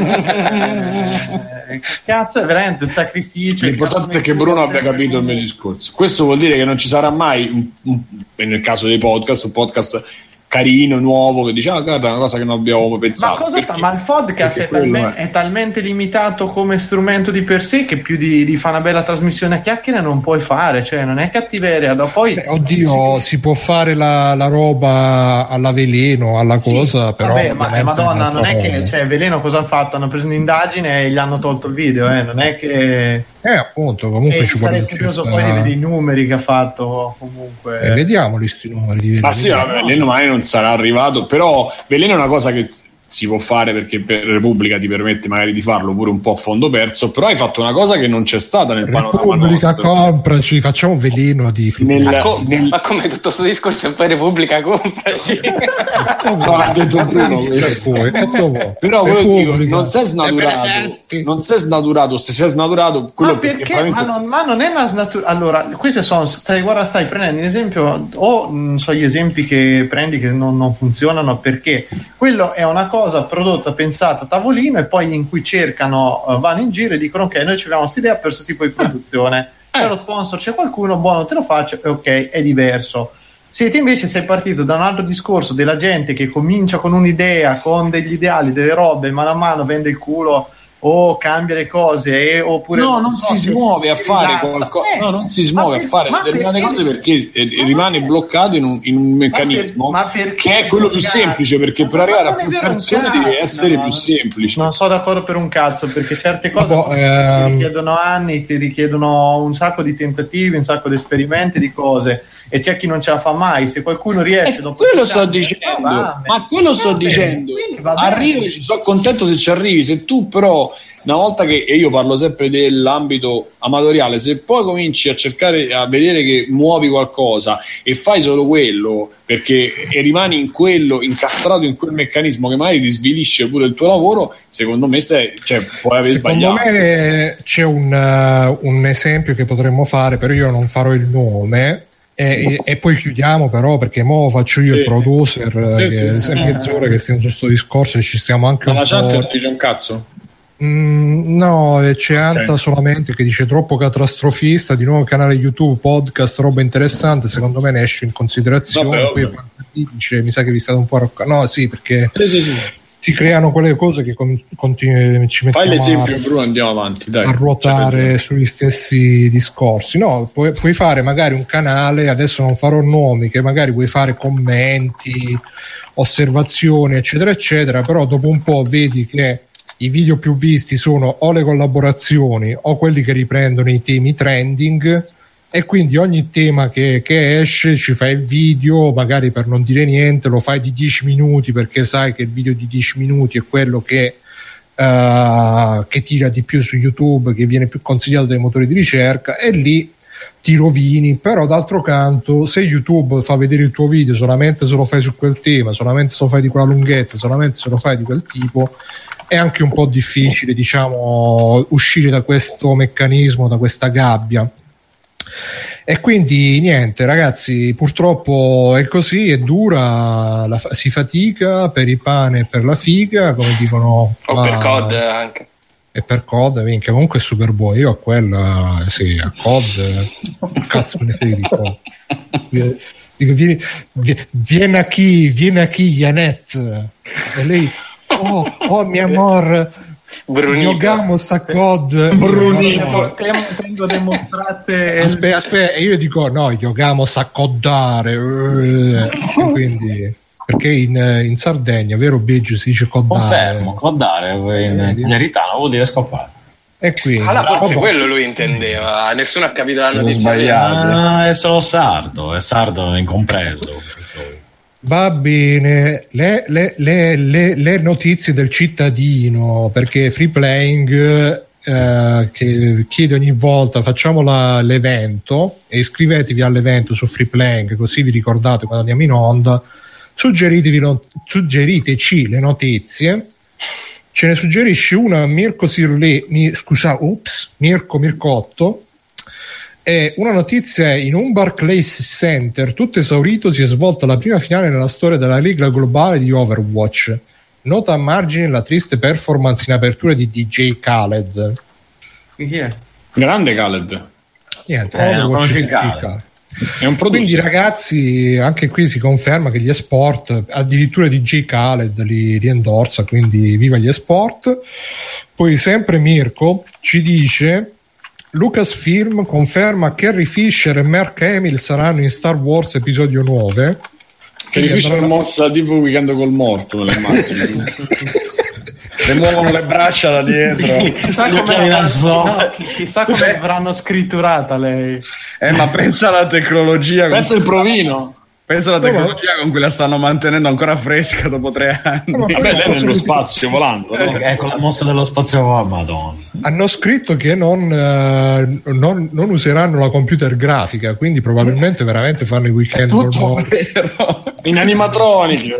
Cazzo, è veramente un sacrificio. L'importante è che Bruno abbia capito il mio discorso. Questo vuol dire che non ci sarà mai nel caso dei podcast, un podcast carino, nuovo, che dice guarda, è una cosa che non abbiamo pensato. Ma cosa fa? Ma il podcast è talmente limitato come strumento di per sé che più di fare una bella trasmissione a chiacchiere non puoi fare, cioè non è cattiveria. Poi si può fare la roba alla Veleno, alla cosa, però Madonna, non è che Veleno cosa ha fatto? Hanno preso un'indagine e gli hanno tolto il video, non è che appunto, comunque ci vuole curioso poi di vedere i numeri che ha fatto comunque. Vediamoli sti numeri di Veleno. Ma sì, Veleno mai non sarà arrivato, però Veleno è una cosa che si può fare perché per Repubblica ti permette magari di farlo pure un po' a fondo perso, però hai fatto una cosa che non c'è stata nel panorama Repubblica nostro. Compraci, facciamo Veleno di ma come tutto questo discorso poi Repubblica Compraci ha detto Bruno però quello dico, non si è snaturato, se si è snaturato quello ma perché ma non è una snaturazione. Allora queste sono stai prendendo un esempio o non so gli esempi che prendi che non funzionano, perché quello è una cosa prodotta, pensata a tavolino e poi in cui cercano, vanno in giro e dicono ok, noi ci abbiamo questa idea per questo tipo di produzione, c'è lo sponsor, c'è qualcuno buono, te lo faccio e ok, è diverso. Siete invece sei partito da un altro discorso della gente che comincia con un'idea, con degli ideali, delle robe, mano a mano vende il culo o cambia le cose oppure non si smuove a fare qualcosa, non si smuove a fare determinate cose perché rimane bloccato in un meccanismo che è quello più semplice, perché per arrivare a più persone deve essere più semplice. Non sono d'accordo per un cazzo, perché certe cose ti richiedono anni, ti richiedono un sacco di tentativi, un sacco di esperimenti, di cose, e c'è chi non ce la fa mai. Se qualcuno riesce dopo quello sto dicendo, arrivi, sono contento se ci arrivi. Se tu però una volta che, e io parlo sempre dell'ambito amatoriale, se poi cominci a cercare a vedere che muovi qualcosa e fai solo quello e rimani in quello, incastrato in quel meccanismo che magari ti svilisce pure il tuo lavoro, secondo me puoi aver sbagliato. Secondo me c'è un esempio che potremmo fare, però io non farò il nome. E poi chiudiamo, però, perché mo faccio io il producer, è mezz'ora che stiamo su sto discorso e ci stiamo anche ma la chat non dice un cazzo. No, c'è Anta solamente che dice troppo catastrofista, di nuovo canale YouTube, podcast, roba interessante, secondo me ne esce in considerazione. Vabbè. Poi dice, mi sa che vi state un po' no, sì, perché Sì. si creano quelle cose che ci mettiamo Fai l'esempio, Bruno, andiamo avanti, dai. a ruotare sugli stessi discorsi. No, puoi fare magari un canale, adesso non farò nomi, che magari puoi fare commenti, osservazioni, eccetera eccetera, però dopo un po' vedi che i video più visti sono o le collaborazioni o quelli che riprendono i temi trending, e quindi ogni tema che esce ci fai il video, magari per non dire niente lo fai di 10 minuti perché sai che il video di 10 minuti è quello che tira di più su YouTube, che viene più consigliato dai motori di ricerca, e lì ti rovini. Però d'altro canto, se YouTube fa vedere il tuo video solamente se lo fai su quel tema, solamente se lo fai di quella lunghezza, solamente se lo fai di quel tipo, è anche un po' difficile, diciamo, uscire da questo meccanismo, da questa gabbia. E quindi niente, ragazzi, purtroppo è così, è dura, si fatica per il pane e per la figa, come dicono, o per COD anche. E per COD, minchia, comunque è super buono. Io a quella, sì, a COD, cazzo me ne frega di COD. Dico, vieni qui Janet, e lei, oh mio amor, giocamos a COD. Brunito, tengo demostrate. Aspetta, e io dico no, giocamos a coddare. Quindi, perché in Sardegna, vero Biggio, si dice coddare. Confermo, coddare in verità vuol dire scopare. E quindi forse quello lui intendeva, nessuno ha capito la notizia. È solo sardo, è sardo incompreso. Va bene, le notizie del cittadino, perché Free Playing che chiede ogni volta facciamo l'evento e iscrivetevi all'evento su Free Playing, così vi ricordate quando andiamo in onda, suggeriteci le notizie. Ce ne suggerisce una Mirko Mircotto. E una notizia è: in un Barclays Center tutto esaurito si è svolta la prima finale nella storia della Liga Globale di Overwatch. Nota a margine la triste performance in apertura di DJ Khaled. Chi è? Grande Khaled. Niente, Overwatch DJ Khaled. È un Quindi ragazzi, anche qui si conferma che gli esport, addirittura DJ Khaled li endorsa, quindi viva gli esport. Poi sempre Mirko ci dice: Lucasfilm conferma che Carrie Fisher e Mark Hamill saranno in Star Wars episodio 9. Carrie Fisher è mossa tipo Weekend col morto, me la immagino. Le muovono le braccia da dietro. Chissà come avranno scritturata lei. Ma pensa alla tecnologia. Pensa il provino. Pensa alla tecnologia con cui la stanno mantenendo ancora fresca dopo 3 anni. Vabbè, lei è nello spazio volando, no? Ecco la mossa dello spazio, madonna. Hanno scritto che non useranno la computer grafica, quindi probabilmente veramente fanno i weekend in animatronic.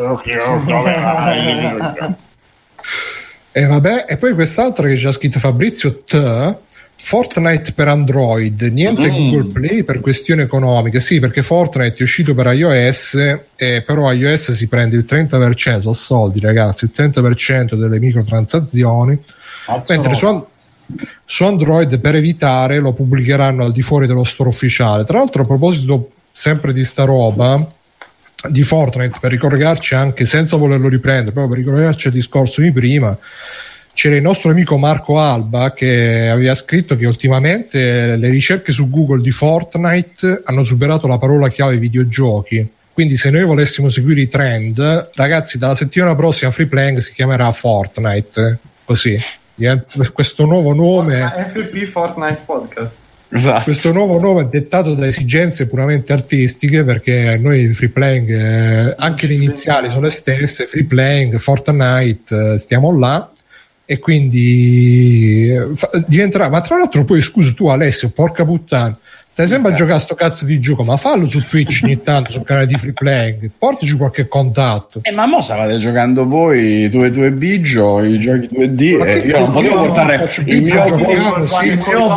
E vabbè, e poi quest'altra che c'ha scritto Fabrizio Fortnite per Android, niente Google Play per questioni economiche. Sì, perché Fortnite è uscito per iOS, però iOS si prende il 30%, sono soldi ragazzi, il 30% delle microtransazioni, mentre su Android per evitare lo pubblicheranno al di fuori dello store ufficiale. Tra l'altro, a proposito sempre di sta roba di Fortnite, per ricollegarci anche senza volerlo riprendere, proprio per ricollegarci al discorso di prima, c'era il nostro amico Marco Alba che aveva scritto che ultimamente le ricerche su Google di Fortnite hanno superato la parola chiave videogiochi. Quindi se noi volessimo seguire i trend, ragazzi, dalla settimana prossima Free Playing si chiamerà Fortnite, così questo nuovo nome, FP Fortnite Podcast. Esatto. Questo nuovo nome è dettato da esigenze puramente artistiche, perché noi Free Playing anche le iniziali sono le stesse, Free Playing, Fortnite, stiamo là, e quindi diventerà. Ma tra l'altro poi, scusa, tu Alessio, porca puttana, stai sempre a giocare a sto cazzo di gioco, ma fallo su Twitch ogni tanto, sul canale di Free Playing, portaci qualche contatto. Ma mo stavate giocando voi 2 Biggio, i giochi 2D, io non potevo portare il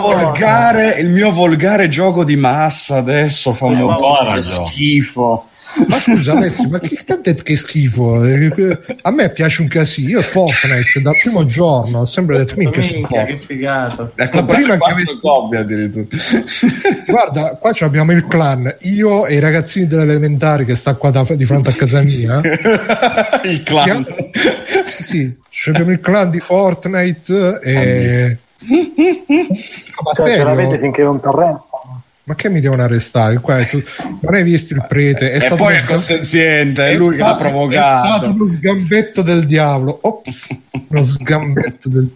mio volgare gioco di massa, adesso fa un po' schifo. Ma scusa Alessio, ma che schifo, a me piace un casino, io Fortnite dal primo giorno ho sempre detto che figata, ecco, prima che coppia addirittura. Guarda, qua abbiamo il clan, io e i ragazzini delle elementari che sta qua di fronte a casa mia. Il clan, sì, abbiamo il clan di Fortnite e ma ce l'avete finché non torrenta. Ma che mi devono arrestare? Qua non hai visto il prete? E poi è consenziente, è lui che l'ha provocato. È stato uno sgambetto del diavolo. Ops, uno sgambetto del...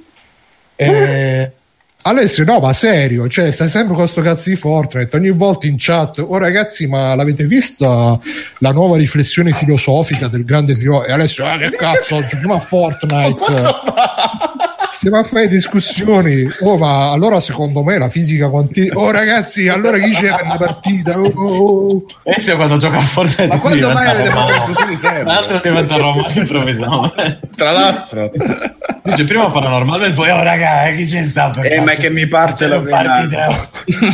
Alessio, no, ma serio, cioè stai sempre con sto cazzo di Fortnite ogni volta in chat. Oh ragazzi, ma l'avete vista la nuova riflessione filosofica del grande filosofo? E Alessio, che cazzo, giochiamo a Fortnite. Stiamo a fare discussioni. Oh, ma allora secondo me la fisica quantistica. Oh ragazzi, allora chi c'è per la partita? Adesso quando gioca a Fortnite, ma quando mai avete fatto discussioni sempre? Tra l'altro diventa romano improvvisamente. Tra l'altro dice prima paranormale e poi raga, chi c'è sta per ma che mi parte la partita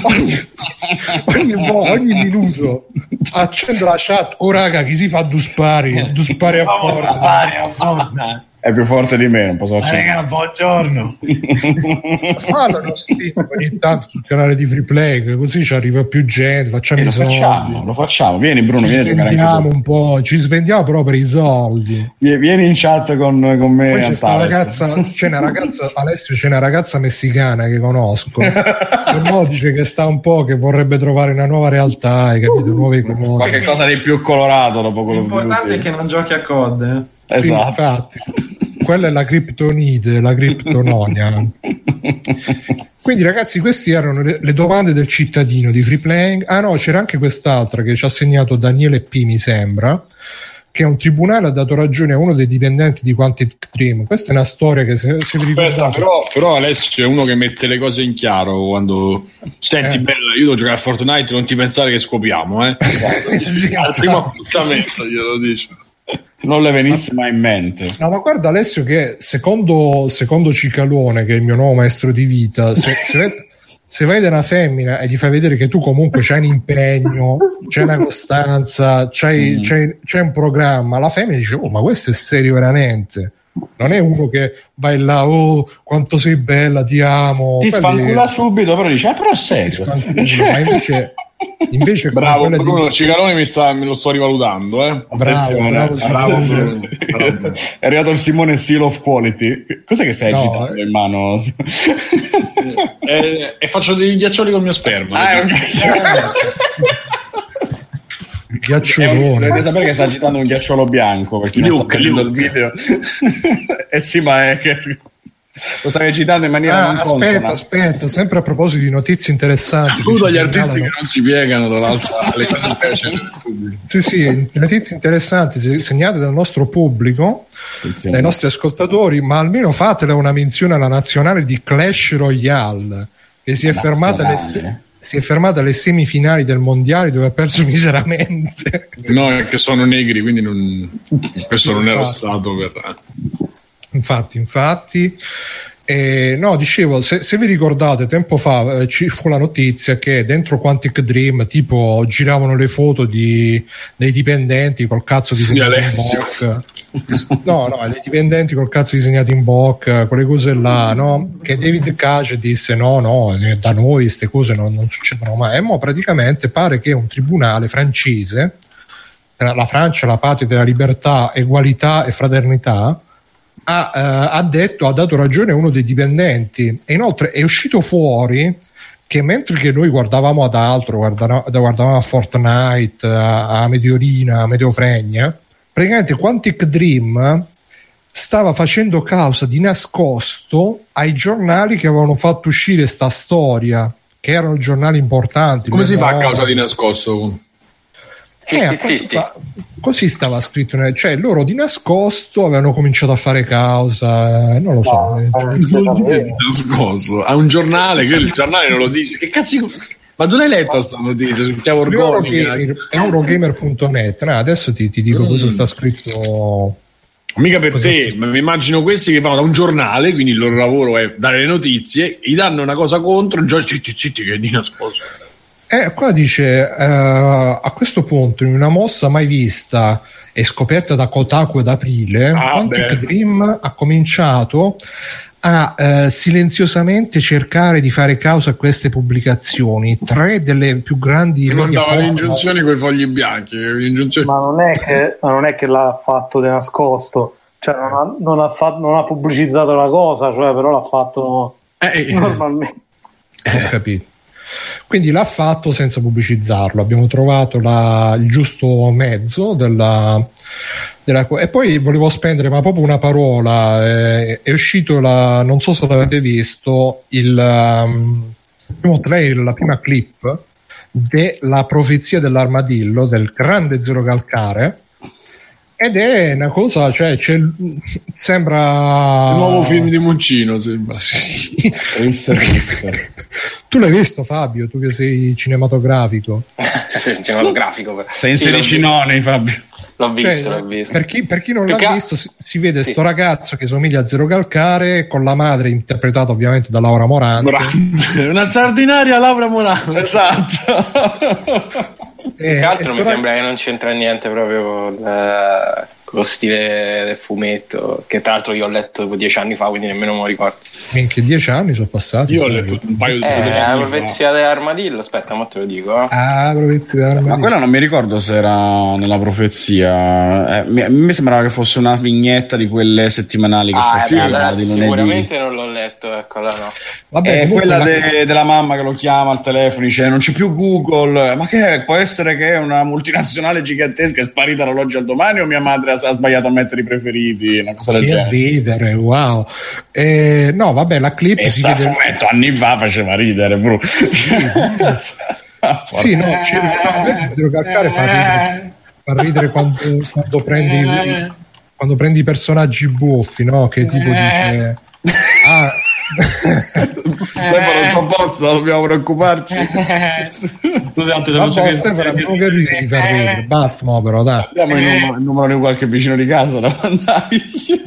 ogni minuto accendo la chat. Oh raga, chi si fa due spari a Fortnite? È più forte di me, non posso accendere. Buongiorno. Fallo lo stream ogni tanto sul canale di Free Play, così ci arriva più gente, facciamo i soldi. Lo facciamo. Vieni Bruno, ci svendiamo un po', ci svendiamo però per i soldi. Vieni in chat con me. Poi c'è una ragazza, Alessio, c'è una ragazza messicana che conosco. Che dice che sta un po', che vorrebbe trovare una nuova realtà, hai capito? Nuove cose. Qualche cosa di più colorato dopo quello. L'importante è che non giochi a COD. Esatto. Sì, quella è la criptonite, la criptononia. Quindi ragazzi, queste erano le domande del cittadino di Free Playing. Ah no, c'era anche quest'altra che ci ha segnato Daniele P, mi sembra, che un tribunale ha dato ragione a uno dei dipendenti di Quantic Dream. Questa è una storia che se vi ricordate... però Alessio è uno che mette le cose in chiaro quando senti bella, io devo giocare a Fortnite, non ti pensare che scopiamo al primo appuntamento glielo dico. Non le venisse mai in mente. No, ma guarda Alessio che secondo Cicalone, che è il mio nuovo maestro di vita, se vai da una femmina e gli fai vedere che tu comunque c'hai un impegno, c'hai una costanza, c'hai un programma, la femmina dice oh ma questo è serio veramente. Non è uno che vai là, oh quanto sei bella, ti amo, ti sfancula subito, però dice però è serio. Ma invece bravo Bruno Cicalone, me lo sto rivalutando bravo. È arrivato il Simone Seal of Quality. Cos'è che stai agitando in mano? E faccio dei ghiaccioli col mio sperma. È un ghiacciolone. Dovete sapere che sta agitando un ghiacciolo bianco perché non sta vedendo il video. Sì, ma è che lo stai agitando in maniera aspetta, sempre a proposito di notizie interessanti. Saluto agli artisti che non si piegano, tra l'altro, alle cose piacciono del pubblico. Sì, notizie interessanti segnate dal nostro pubblico, dai nostri ascoltatori, ma almeno fatele una menzione alla nazionale di Clash Royale, che si è fermata alle semifinali del mondiale dove ha perso miseramente. No, è che sono negri, quindi questo non è lo stato per... Infatti. No, dicevo, se vi ricordate, tempo fa ci fu la notizia che dentro Quantic Dream tipo giravano le foto dei dipendenti col cazzo disegnato in bocca. No, dei dipendenti col cazzo disegnato in bocca, quelle cose là, no? Che David Cage disse no, da noi queste cose non succedono mai. E mo praticamente pare che un tribunale francese, la Francia, la patria della libertà, egualità e fraternità, ha dato ragione a uno dei dipendenti, e inoltre è uscito fuori che mentre che noi guardavamo ad altro, guardavamo a Fortnite, a Mediorina, a Mediofregna, praticamente Quantic Dream stava facendo causa di nascosto ai giornali che avevano fatto uscire sta storia, che erano giornali importanti. Come si fa a causa di nascosto? Così stava scritto, cioè loro di nascosto avevano cominciato a fare causa, non lo so, nascosto a un giornale, che il giornale non lo dice, che cazzo, ma tu l'hai letta questa notizia sul chiavo organica? Eurogamer.net, adesso ti dico cosa sta scritto. Mica per te, ma mi immagino questi che vanno da un giornale, quindi il loro lavoro è dare le notizie, gli danno una cosa contro, zitti che è di nascosto. Qua dice a questo punto, in una mossa mai vista e scoperta da Kotaku ad aprile, Quantic Dream ha cominciato a silenziosamente cercare di fare causa a queste pubblicazioni. 3 delle più grandi mandava le ingiunzioni con i fogli bianchi. Ma non è che l'ha fatto di nascosto, cioè non ha pubblicizzato la cosa, cioè, però l'ha fatto normalmente. Ho capito. Quindi l'ha fatto senza pubblicizzarlo. Abbiamo trovato il giusto mezzo e poi volevo spendere ma proprio una parola. È uscito non so se l'avete visto, il primo trailer, la prima clip della profezia dell'armadillo del grande Zero Calcare, ed è una cosa, cioè sembra il nuovo film di Muccino, sembra. Sì. Tu l'hai visto, Fabio, tu che sei cinematografico? Cinematografico, sei in sericinone, Fabio. L'ho visto. Per chi non l'ha visto, si vede sto ragazzo che somiglia a Zero Calcare, con la madre interpretata ovviamente da Laura Morante. Una straordinaria Laura Morante, esatto. Che altro mi sembra che non c'entra niente proprio con lo stile del fumetto, che tra l'altro io ho letto 10 anni fa, quindi nemmeno me lo ricordo. Minchia, 10 anni sono passati. Io ho letto un paio di la profezia dell'armadillo, aspetta, ma te lo dico. Profezia dell'armadillo. Ma quella non mi ricordo se era nella profezia. Mi sembrava che fosse una vignetta di quelle settimanali che allora sicuramente non l'ho letto, eccola no. Vabbè, quella della mamma che lo chiama al telefono, dice non c'è più Google, ma che può essere che una multinazionale gigantesca è sparita dall'oggi al domani, o mia madre ha sbagliato a mettere i preferiti, una cosa del genere. Ridere, wow. No, vabbè, la clip si vede... fumetto anni fa faceva ridere, bro. Sì, no, Zero Calcare fa ridere quando prendi i personaggi buffi, no? Che tipo dice Stefano, posso, dobbiamo preoccuparci. Scusate, Stefano, abbiamo capito di far ridere, basta, no, però dai. Abbiamo il numero di qualche vicino di casa da mandargli.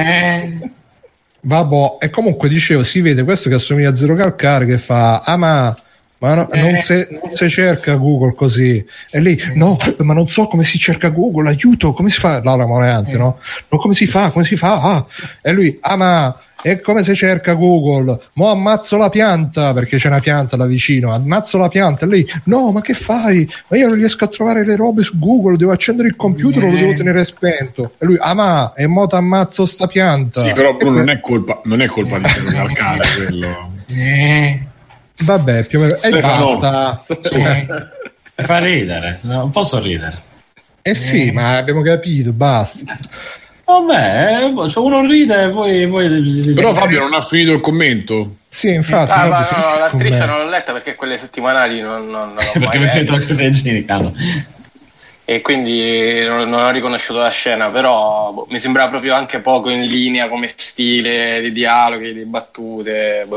Vabbè, e comunque dicevo, si vede questo che assomiglia a Zero Calcare che fa non si cerca Google così, e lei no, ma non so come si cerca Google, aiuto, come si fa? Laura Morante, no, come si fa? E lui ma e come si cerca Google? Mo ammazzo la pianta, perché c'è una pianta là vicino, ammazzo la pianta, e lei no, ma che fai? Ma io non riesco a trovare le robe su Google, devo accendere il computer o lo devo tenere spento, e lui e mo t'ammazzo sta pianta. Sì, però non è colpa di Zero Calcare quello. Vabbè, più o meno. E basta. Fa ridere, non posso ridere. Sì, ma abbiamo capito, basta. Vabbè, uno ride e voi... Però Fabio non ha finito il commento. Sì, infatti. La striscia non l'ho letta perché quelle settimanali non perché mi sento anche igienica, e quindi non ho riconosciuto la scena, però mi sembrava proprio anche poco in linea come stile di dialoghi, di battute.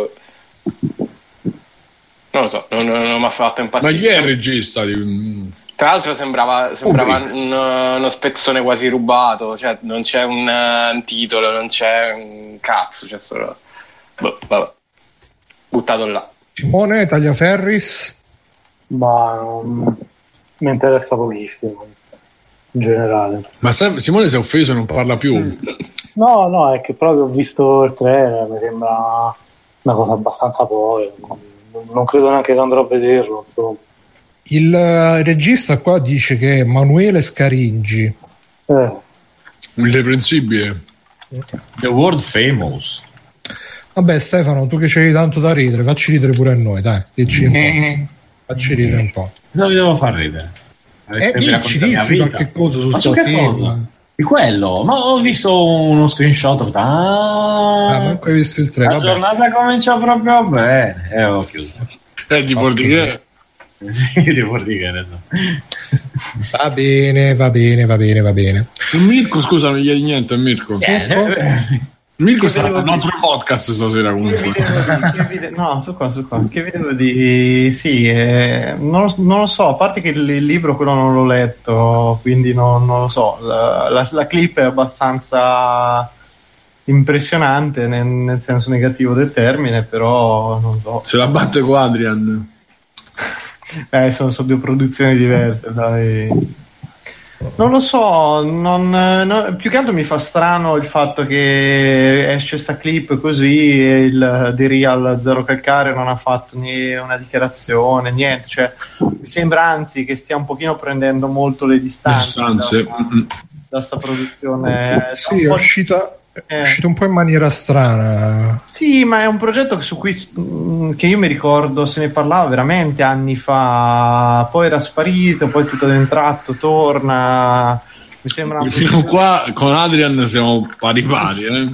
Non lo so, non mi ha fatto impazzire. Ma chi è il regista? Tra l'altro sembrava uno spezzone quasi rubato, cioè non c'è un titolo, non c'è un cazzo, c'è solo vabbè, buttato là. Simone Tagliaferris? Ma non mi interessa pochissimo in generale. Ma Simone si è offeso e non parla più. No, è che proprio ho visto il trailer, mi sembra una cosa abbastanza non credo neanche che andrò a vederlo, insomma. Il regista qua dice che è Emanuele Scaringi. Irreprensibile. The World Famous. Vabbè, Stefano, tu che c'hai tanto da ridere, facci ridere pure a noi, dai, dici un po'. Facci ridere un po'. Non vi devo far ridere. Dici qualche cosa su questo film. Di quello, ma ho visto uno screenshot. Manco hai visto il trailer. La giornata comincia proprio bene e ho chiuso. Di Portighe. Sì, di Portighe. Va bene. Mirko, scusa, non gli hai niente a Mirko. Mirko sta al nostro podcast stasera comunque. No, su qua. Che vedevo di... Sì, non lo so, a parte che il libro quello non l'ho letto, quindi non lo so. La clip è abbastanza impressionante nel senso negativo del termine, però non so. Se la batte con Adrian. Sono due produzioni diverse, dai. Non lo so, più che altro mi fa strano il fatto che esce sta clip così e il The Real Zero Calcare non ha fatto una dichiarazione, niente, cioè mi sembra anzi che stia un pochino prendendo molto le distanze da sta produzione. Sì, è uscito un po' in maniera strana. Sì, ma è un progetto su cui che io mi ricordo se ne parlava veramente anni fa, poi era sparito, poi tutto ad un tratto torna. Mi sembra fino qua con Adrian siamo pari no,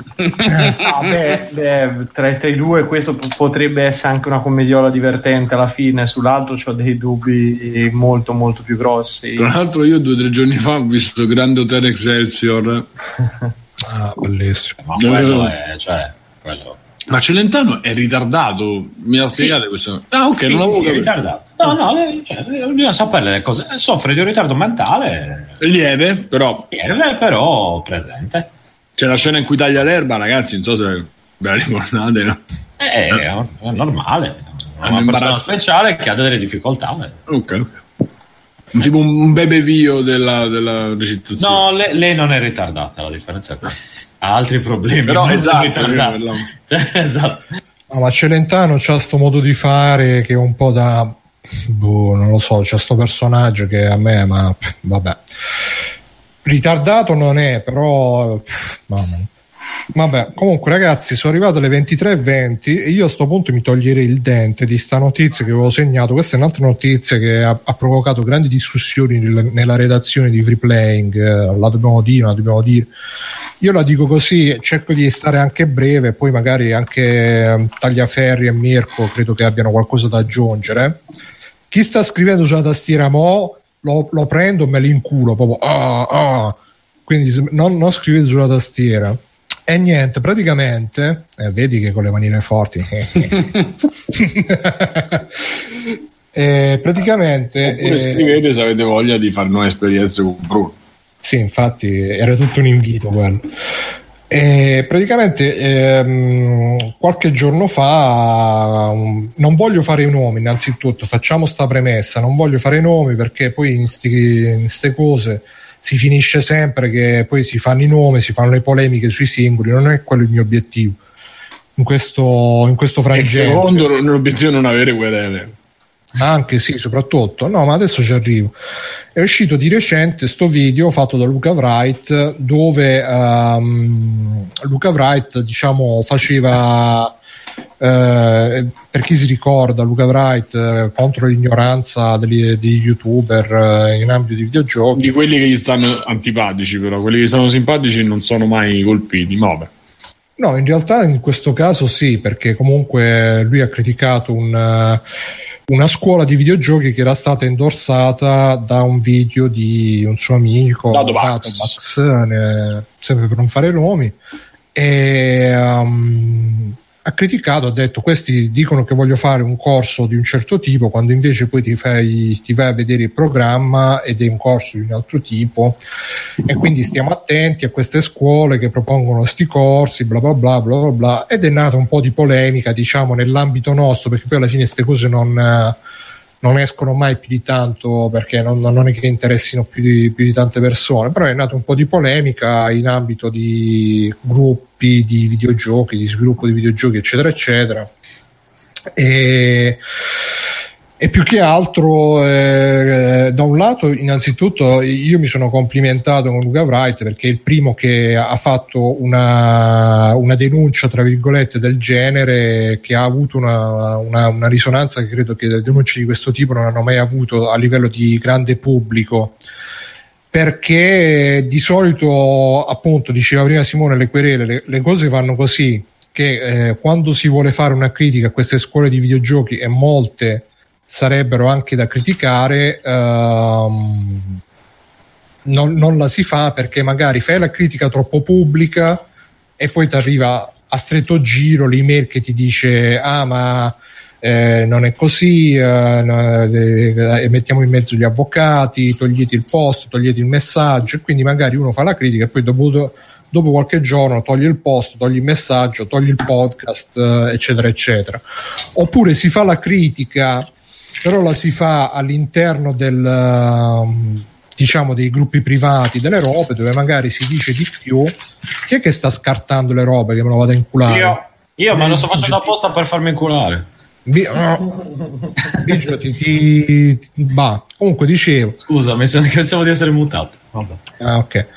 tra i due questo potrebbe essere anche una commediola divertente alla fine, sull'altro ho dei dubbi molto molto più grossi. Tra l'altro io 2 o 3 giorni fa ho visto Grande Hotel Excelsior. Bellissimo. Ma quello è, quello. Ma Celentano è ritardato, mi ha spiegato questo? Ok, non l'avevo capito. È ritardato. No, bisogna sapere le cose. Soffre di un ritardo mentale lieve, però presente. C'è la scena in cui taglia l'erba, ragazzi, non so se ve la ricordate, no? È normale, è una persona speciale che ha delle difficoltà. Ok. Tipo un bebevio della recitazione. No, lei non è ritardata, la differenza è questa. Ha altri problemi. Però esatto. Esatto. No, ma Celentano c'ha sto modo di fare che è un po' da non lo so, c'è sto personaggio che a me, ma vabbè, ritardato non è, però vabbè, comunque ragazzi, sono arrivato alle 23:20 e io a sto punto mi toglierei il dente di sta notizia che avevo segnato. Questa è un'altra notizia che ha provocato grandi discussioni nella redazione di Free Playing. La dobbiamo dire. Io la dico così, cerco di stare anche breve, poi magari anche Tagliaferri e Mirko credo che abbiano qualcosa da aggiungere. Chi sta scrivendo sulla tastiera lo prendo e me l'inculo proprio. Quindi non scrivete sulla tastiera. E niente, praticamente vedi che con le manine forti praticamente oppure scrivete se avete voglia di fare nuove esperienze con Bruno. Sì, infatti era tutto un invito quello. Praticamente qualche giorno fa non voglio fare i nomi, innanzitutto facciamo sta premessa, non voglio fare i nomi perché poi in ste cose si finisce sempre che poi si fanno i nomi, si fanno le polemiche sui singoli, non è quello il mio obiettivo in questo frangente. Il secondo l'obiettivo è non avere querele. Anche sì, soprattutto. No, ma adesso ci arrivo. È uscito di recente sto video fatto da Luca Wright dove Luca Wright, diciamo, faceva per chi si ricorda Luca Wright contro l'ignoranza degli youtuber in ambito di videogiochi, di quelli che gli stanno antipatici, però quelli che stanno simpatici non sono mai colpiti. Vabbè. No, in realtà in questo caso sì, perché comunque lui ha criticato una scuola di videogiochi che era stata endorsata da un video di un suo amico Datobax, sempre per non fare nomi, e ha criticato, ha detto questi dicono che voglio fare un corso di un certo tipo quando invece poi ti vai a vedere il programma ed è un corso di un altro tipo, e quindi stiamo attenti a queste scuole che propongono sti corsi bla bla bla bla bla bla. Ed è nata un po' di polemica, diciamo, nell'ambito nostro, perché poi alla fine queste cose non escono mai più di tanto, perché non è che interessino più di tante persone, però è nata un po' di polemica in ambito di gruppi di videogiochi, di sviluppo di videogiochi eccetera eccetera, e più che altro da un lato innanzitutto io mi sono complimentato con Luca Wright perché è il primo che ha fatto una denuncia tra virgolette del genere, che ha avuto una risonanza che credo che denunce di questo tipo non hanno mai avuto a livello di grande pubblico, perché di solito, appunto, diceva prima Simone, le querele, le cose vanno così, che quando si vuole fare una critica a queste scuole di videogiochi, e molte sarebbero anche da criticare, non la si fa, perché magari fai la critica troppo pubblica e poi ti arriva a stretto giro l'email che ti dice ma non è così, mettiamo in mezzo gli avvocati, togliete il post, togliete il messaggio, e quindi magari uno fa la critica e poi dopo qualche giorno toglie il post, toglie il messaggio, toglie il podcast, eccetera eccetera. Oppure si fa la critica però la si fa all'interno diciamo dei gruppi privati delle robe, dove magari si dice di più. Chi è che sta scartando le robe che me lo vado a inculare? Io me lo sto facendo apposta per farmi inculare. Comunque dicevo, scusa, pensavo di essere mutato. Vabbè. Ok.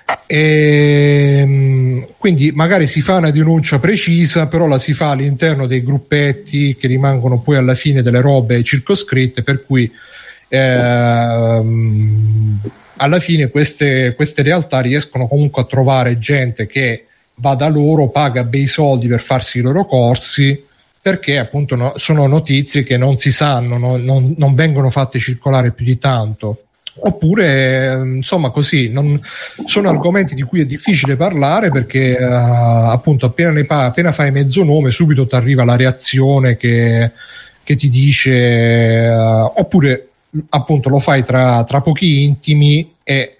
Quindi magari si fa una denuncia precisa, però la si fa all'interno dei gruppetti che rimangono poi alla fine delle robe circoscritte, per cui alla fine queste realtà riescono comunque a trovare gente che va da loro, paga bei soldi per farsi i loro corsi, perché appunto sono notizie che non si sanno, non vengono fatte circolare più di tanto, oppure insomma così, sono argomenti di cui è difficile parlare, perché appunto appena fai mezzo nome subito ti arriva la reazione che ti dice oppure appunto lo fai tra pochi intimi e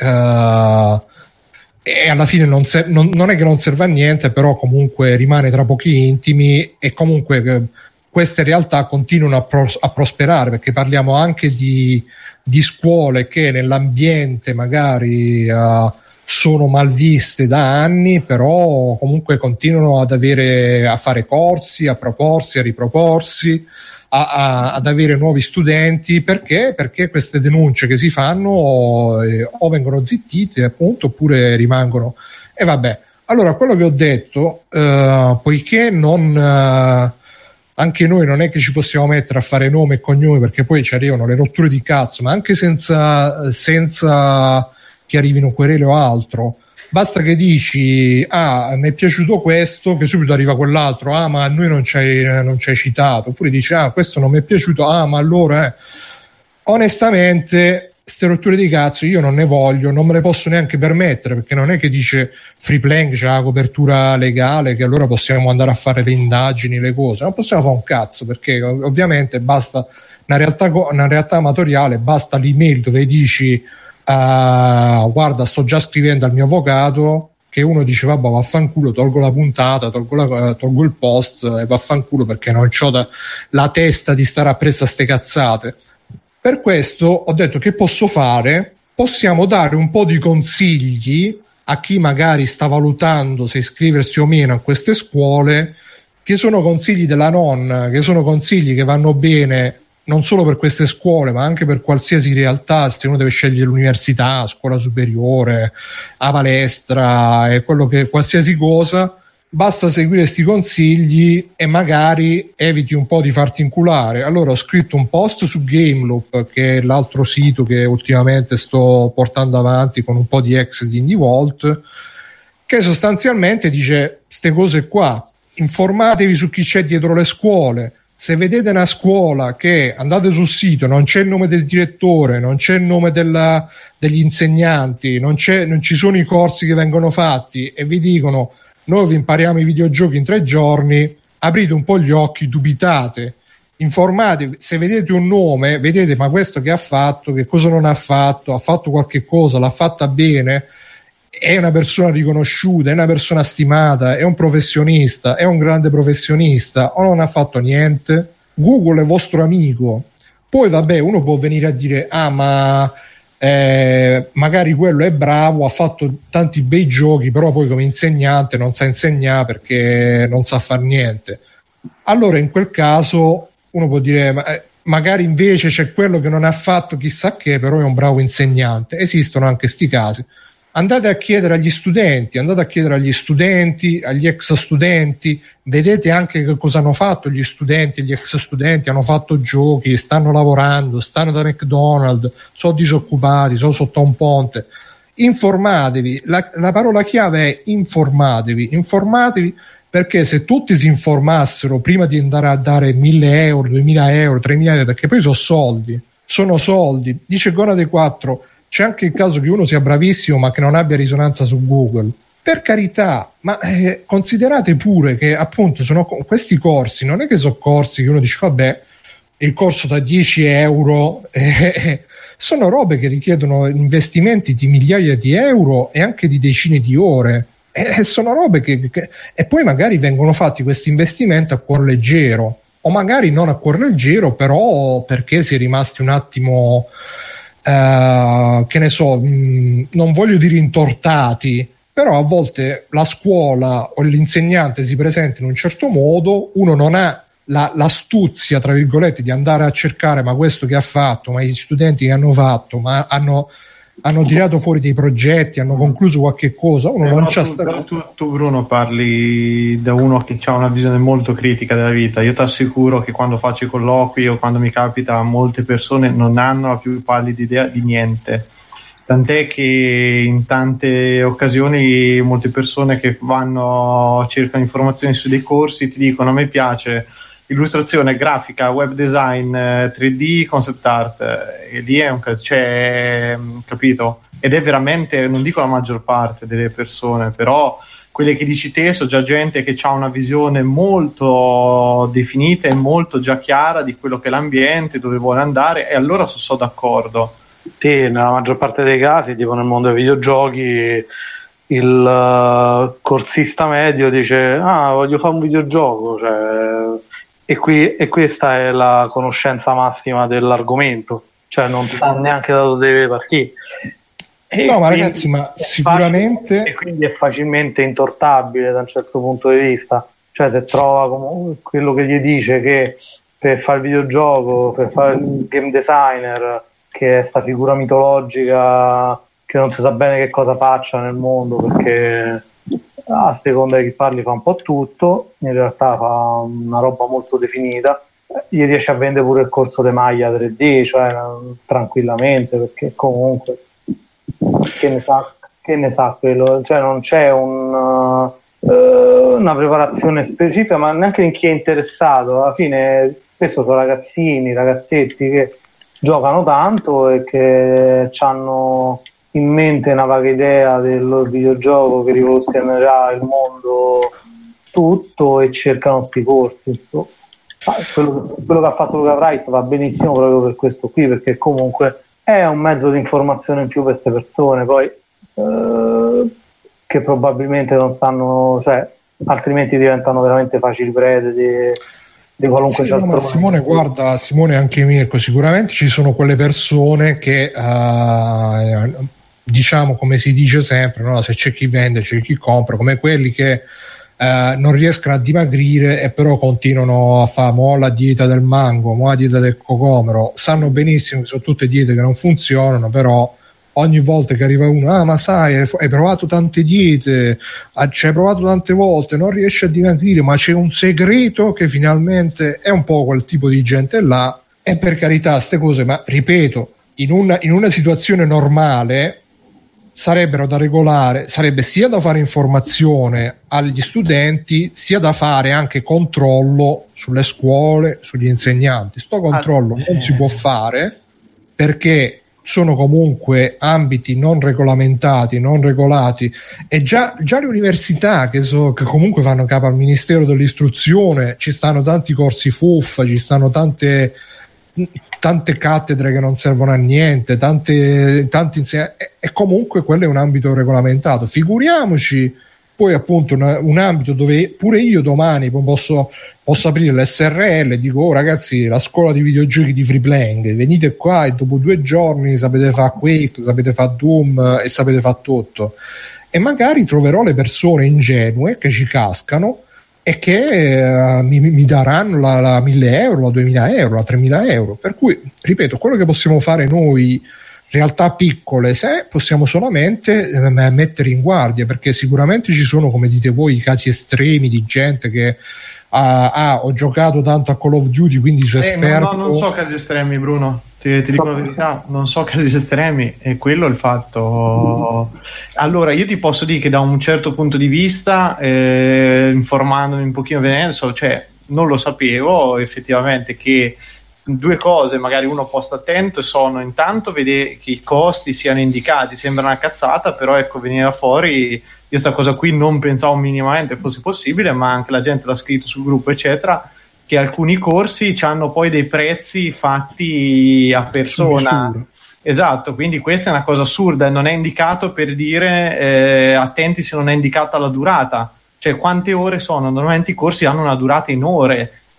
alla fine non è che non serve a niente, però comunque rimane tra pochi intimi, e comunque queste realtà continuano a prosperare, perché parliamo anche di scuole che nell'ambiente magari sono mal viste da anni, però comunque continuano a fare corsi, a proporsi, a riproporsi, ad avere nuovi studenti, perché queste denunce che si fanno o vengono zittite appunto, oppure rimangono. E vabbè, allora quello che ho detto, poiché anche noi non è che ci possiamo mettere a fare nome e cognome, perché poi ci arrivano le rotture di cazzo, ma anche senza che arrivino querele o altro. Basta che dici mi è piaciuto questo, che subito arriva quell'altro, ma a noi non ci hai citato, oppure dici questo non mi è piaciuto, ma allora onestamente queste rotture di cazzo io non ne voglio, non me le posso neanche permettere, perché non è che dice Free Playing c'ha la copertura legale che allora possiamo andare a fare le indagini, le cose, non possiamo fare un cazzo, perché ovviamente basta una realtà amatoriale, basta l'email dove dici guarda, sto già scrivendo al mio avvocato, che uno dice vabbè vaffanculo, tolgo la puntata, tolgo il post e vaffanculo, perché non c'ho la testa di stare appresso a ste cazzate. Per questo ho detto, che posso fare? Possiamo dare un po' di consigli a chi magari sta valutando se iscriversi o meno a queste scuole, che sono consigli della nonna, che sono consigli che vanno bene non solo per queste scuole, ma anche per qualsiasi realtà. Se uno deve scegliere l'università, scuola superiore, a palestra e qualsiasi cosa, basta seguire questi consigli e magari eviti un po' di farti inculare. Allora ho scritto un post su Gameloop, che è l'altro sito che ultimamente sto portando avanti con un po' di ex di Indie Vault, che sostanzialmente dice queste cose qua: informatevi su chi c'è dietro le scuole. Se vedete una scuola che andate sul sito, non c'è il nome del direttore, non c'è il nome degli insegnanti, non ci sono i corsi che vengono fatti, e vi dicono noi vi impariamo i videogiochi in 3 giorni, aprite un po' gli occhi, dubitate, informatevi. Se vedete un nome, vedete ma questo che ha fatto, che cosa non ha fatto qualche cosa, l'ha fatta bene, è una persona riconosciuta, è una persona stimata, è un professionista, è un grande professionista, o non ha fatto niente. Google è vostro amico. Poi vabbè, uno può venire a dire ma magari quello è bravo, ha fatto tanti bei giochi, però poi come insegnante non sa insegnare perché non sa far niente. Allora in quel caso uno può dire magari invece c'è quello che non ha fatto chissà che, però è un bravo insegnante. Esistono anche sti casi. Andate a chiedere agli studenti, agli ex studenti, vedete anche che cosa hanno fatto gli studenti, gli ex studenti. Hanno fatto giochi, stanno lavorando, stanno da McDonald's, sono disoccupati, sono sotto un ponte. Informatevi, la parola chiave è informatevi, perché se tutti si informassero prima di andare a dare 1.000 euro, 2.000 euro, 3.000 euro, perché poi sono soldi, dice Gonade 4. C'è anche il caso che uno sia bravissimo ma che non abbia risonanza su Google. Per carità, ma considerate pure che appunto sono questi corsi, non è che sono corsi che uno dice vabbè, il corso da 10 euro, sono robe che richiedono investimenti di migliaia di euro e anche di decine di ore. Sono robe che e poi magari vengono fatti questi investimenti a cuor leggero. o magari non a cuor leggero, però perché si è rimasti un attimo che ne so, non voglio dire intortati, però a volte la scuola o l'insegnante si presenta in un certo modo, uno non ha l'astuzia, tra virgolette, di andare a cercare ma questo che ha fatto, ma gli studenti che hanno fatto, ma hanno tirato fuori dei progetti, hanno concluso qualche cosa, uno non c'ha tu Bruno parli da uno che ha una visione molto critica della vita. Io ti assicuro che quando faccio i colloqui o quando mi capita, molte persone non hanno la più pallida idea di niente, tant'è che in tante occasioni molte persone che cercano informazioni su dei corsi ti dicono: a me piace illustrazione, grafica, web design, 3D, concept art, e lì è un caso, cioè, capito? Ed è veramente, non dico la maggior parte delle persone, però quelle che dici te sono già gente che ha una visione molto definita e molto già chiara di quello che è l'ambiente, dove vuole andare, e allora sono d'accordo. Sì, nella maggior parte dei casi, tipo nel mondo dei videogiochi, il corsista medio dice: voglio fare un videogioco, cioè, e questa è la conoscenza massima dell'argomento, cioè non sa neanche da dove deve partire. No, ma ragazzi, ma sicuramente e quindi è facilmente intortabile da un certo punto di vista, cioè se trova quello che gli dice che per fare il videogioco, per fare il game designer, che è sta figura mitologica che non si sa bene che cosa faccia nel mondo, perché a seconda di chi parli fa un po' tutto, in realtà fa una roba molto definita, gli riesce a vendere pure il corso di maglia 3D, cioè tranquillamente, perché comunque che ne sa quello, cioè non c'è una preparazione specifica, ma neanche in chi è interessato. Alla fine spesso sono ragazzetti che giocano tanto e che hanno in mente una vaga idea del videogioco che rivoluzionerà il mondo tutto e cercano sti corsi. Quello che ha fatto Luca Wright va benissimo proprio per questo qui, perché comunque è un mezzo di informazione in più per queste persone, poi che probabilmente non sanno, cioè altrimenti diventano veramente facili prede di qualunque sì, ma Simone, guarda, Simone, anche Mirko, sicuramente ci sono quelle persone che diciamo, come si dice sempre, no? Se c'è chi vende c'è chi compra, come quelli che non riescono a dimagrire e però continuano a fare la dieta del mango, la dieta del cocomero, sanno benissimo che sono tutte diete che non funzionano, però ogni volta che arriva uno: ma sai, hai provato tante diete, ci hai provato tante volte, non riesci a dimagrire, ma c'è un segreto, che finalmente è un po' quel tipo di gente là. E per carità, ste cose, ma ripeto, in una situazione normale sarebbero da regolare, sarebbe sia da fare informazione agli studenti, sia da fare anche controllo sulle scuole, sugli insegnanti. Sto controllo non si può fare perché sono comunque ambiti non regolamentati, non regolati, e già le università che comunque fanno capo al Ministero dell'Istruzione, ci stanno tanti corsi fuffa, ci stanno tante cattedre che non servono a niente, tanti insegnanti, e comunque quello è un ambito regolamentato. Figuriamoci poi appunto un ambito dove pure io domani posso aprire l'SRL e dico: oh ragazzi, la scuola di videogiochi di Free Playing, venite qua e dopo 2 giorni sapete fare Quake, sapete fare Doom e sapete fare tutto, e magari troverò le persone ingenue che ci cascano e che mi daranno la 1.000 euro, la 2.000 euro, la 3.000 euro. Per cui, ripeto, quello che possiamo fare noi, realtà piccole, se possiamo solamente mettere in guardia, perché sicuramente ci sono, come dite voi, i casi estremi di gente che ho giocato tanto a Call of Duty, quindi sono esperto. No, non so casi estremi, Bruno, ti dico la verità, non so casi estremi, e quello è il fatto. Allora, io ti posso dire che da un certo punto di vista, informandomi un pochino bene, cioè non lo sapevo effettivamente, che 2 cose magari uno può stare attento sono: intanto vedere che i costi siano indicati, sembra una cazzata, però ecco, veniva fuori, io sta cosa qui non pensavo minimamente fosse possibile, ma anche la gente l'ha scritto sul gruppo eccetera, che alcuni corsi hanno poi dei prezzi fatti a persona. Esatto, quindi questa è una cosa assurda, e non è indicato, per dire attenti se non è indicata la durata, cioè quante ore sono. Normalmente i corsi hanno una durata in ore,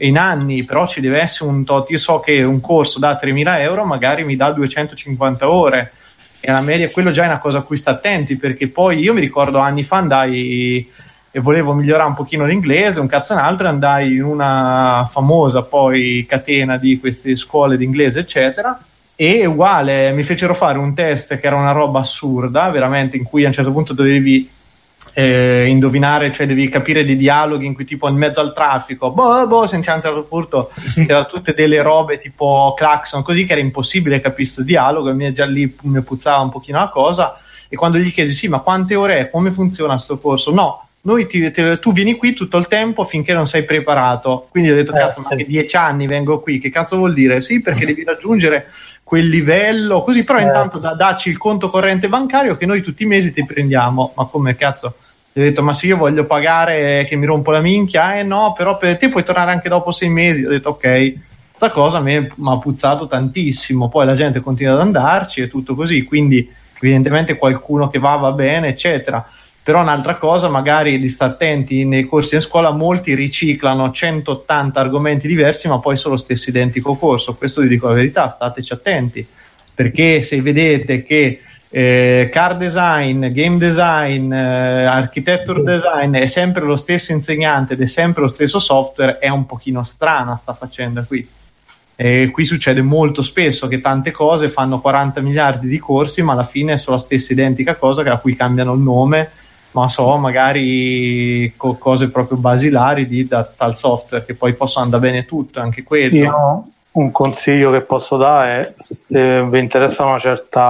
in anni, però ci deve essere un tot. Io so che un corso da 3.000 euro magari mi dà 250 ore, e la media, quello già è una cosa a cui sta attenti, perché poi io mi ricordo anni fa andai e volevo migliorare un pochino l'inglese, un cazzo e un altro, andai in una famosa poi catena di queste scuole d'inglese eccetera, e uguale mi fecero fare un test che era una roba assurda veramente, in cui a un certo punto dovevi indovinare, cioè devi capire dei dialoghi in cui tipo in mezzo al traffico senza un certo punto c'erano tutte delle robe tipo clacson così, che era impossibile capire questo dialogo, e mi già lì mi puzzava un pochino la cosa. E quando gli chiesi sì, ma quante ore è, come funziona sto corso, no, noi tu vieni qui tutto il tempo finché non sei preparato. Quindi ho detto cazzo, ma che 10 anni vengo qui, che cazzo vuol dire? Sì, perché devi raggiungere quel livello così, però intanto dacci il conto corrente bancario che noi tutti i mesi ti prendiamo. Ma come cazzo? Gli ho detto ma se io voglio pagare che mi rompo la minchia, no, però per te puoi tornare anche dopo 6 mesi. Ho detto ok, questa cosa mi ha puzzato tantissimo. Poi la gente continua ad andarci e tutto così, quindi evidentemente qualcuno che va bene eccetera. Però un'altra cosa, magari di stare attenti nei corsi in scuola, molti riciclano 180 argomenti diversi ma poi sono lo stesso identico corso. Questo vi dico la verità, stateci attenti, perché se vedete che car design, game design, architecture design è sempre lo stesso insegnante ed è sempre lo stesso software, è un pochino strana sta faccenda qui. E qui succede molto spesso che tante cose fanno 40 miliardi di corsi ma alla fine sono la stessa identica cosa, a cui cambiano il nome, ma magari cose proprio basilari da tal software, che poi possono andare bene tutto, anche quello. Io un consiglio che posso dare è, se vi interessa una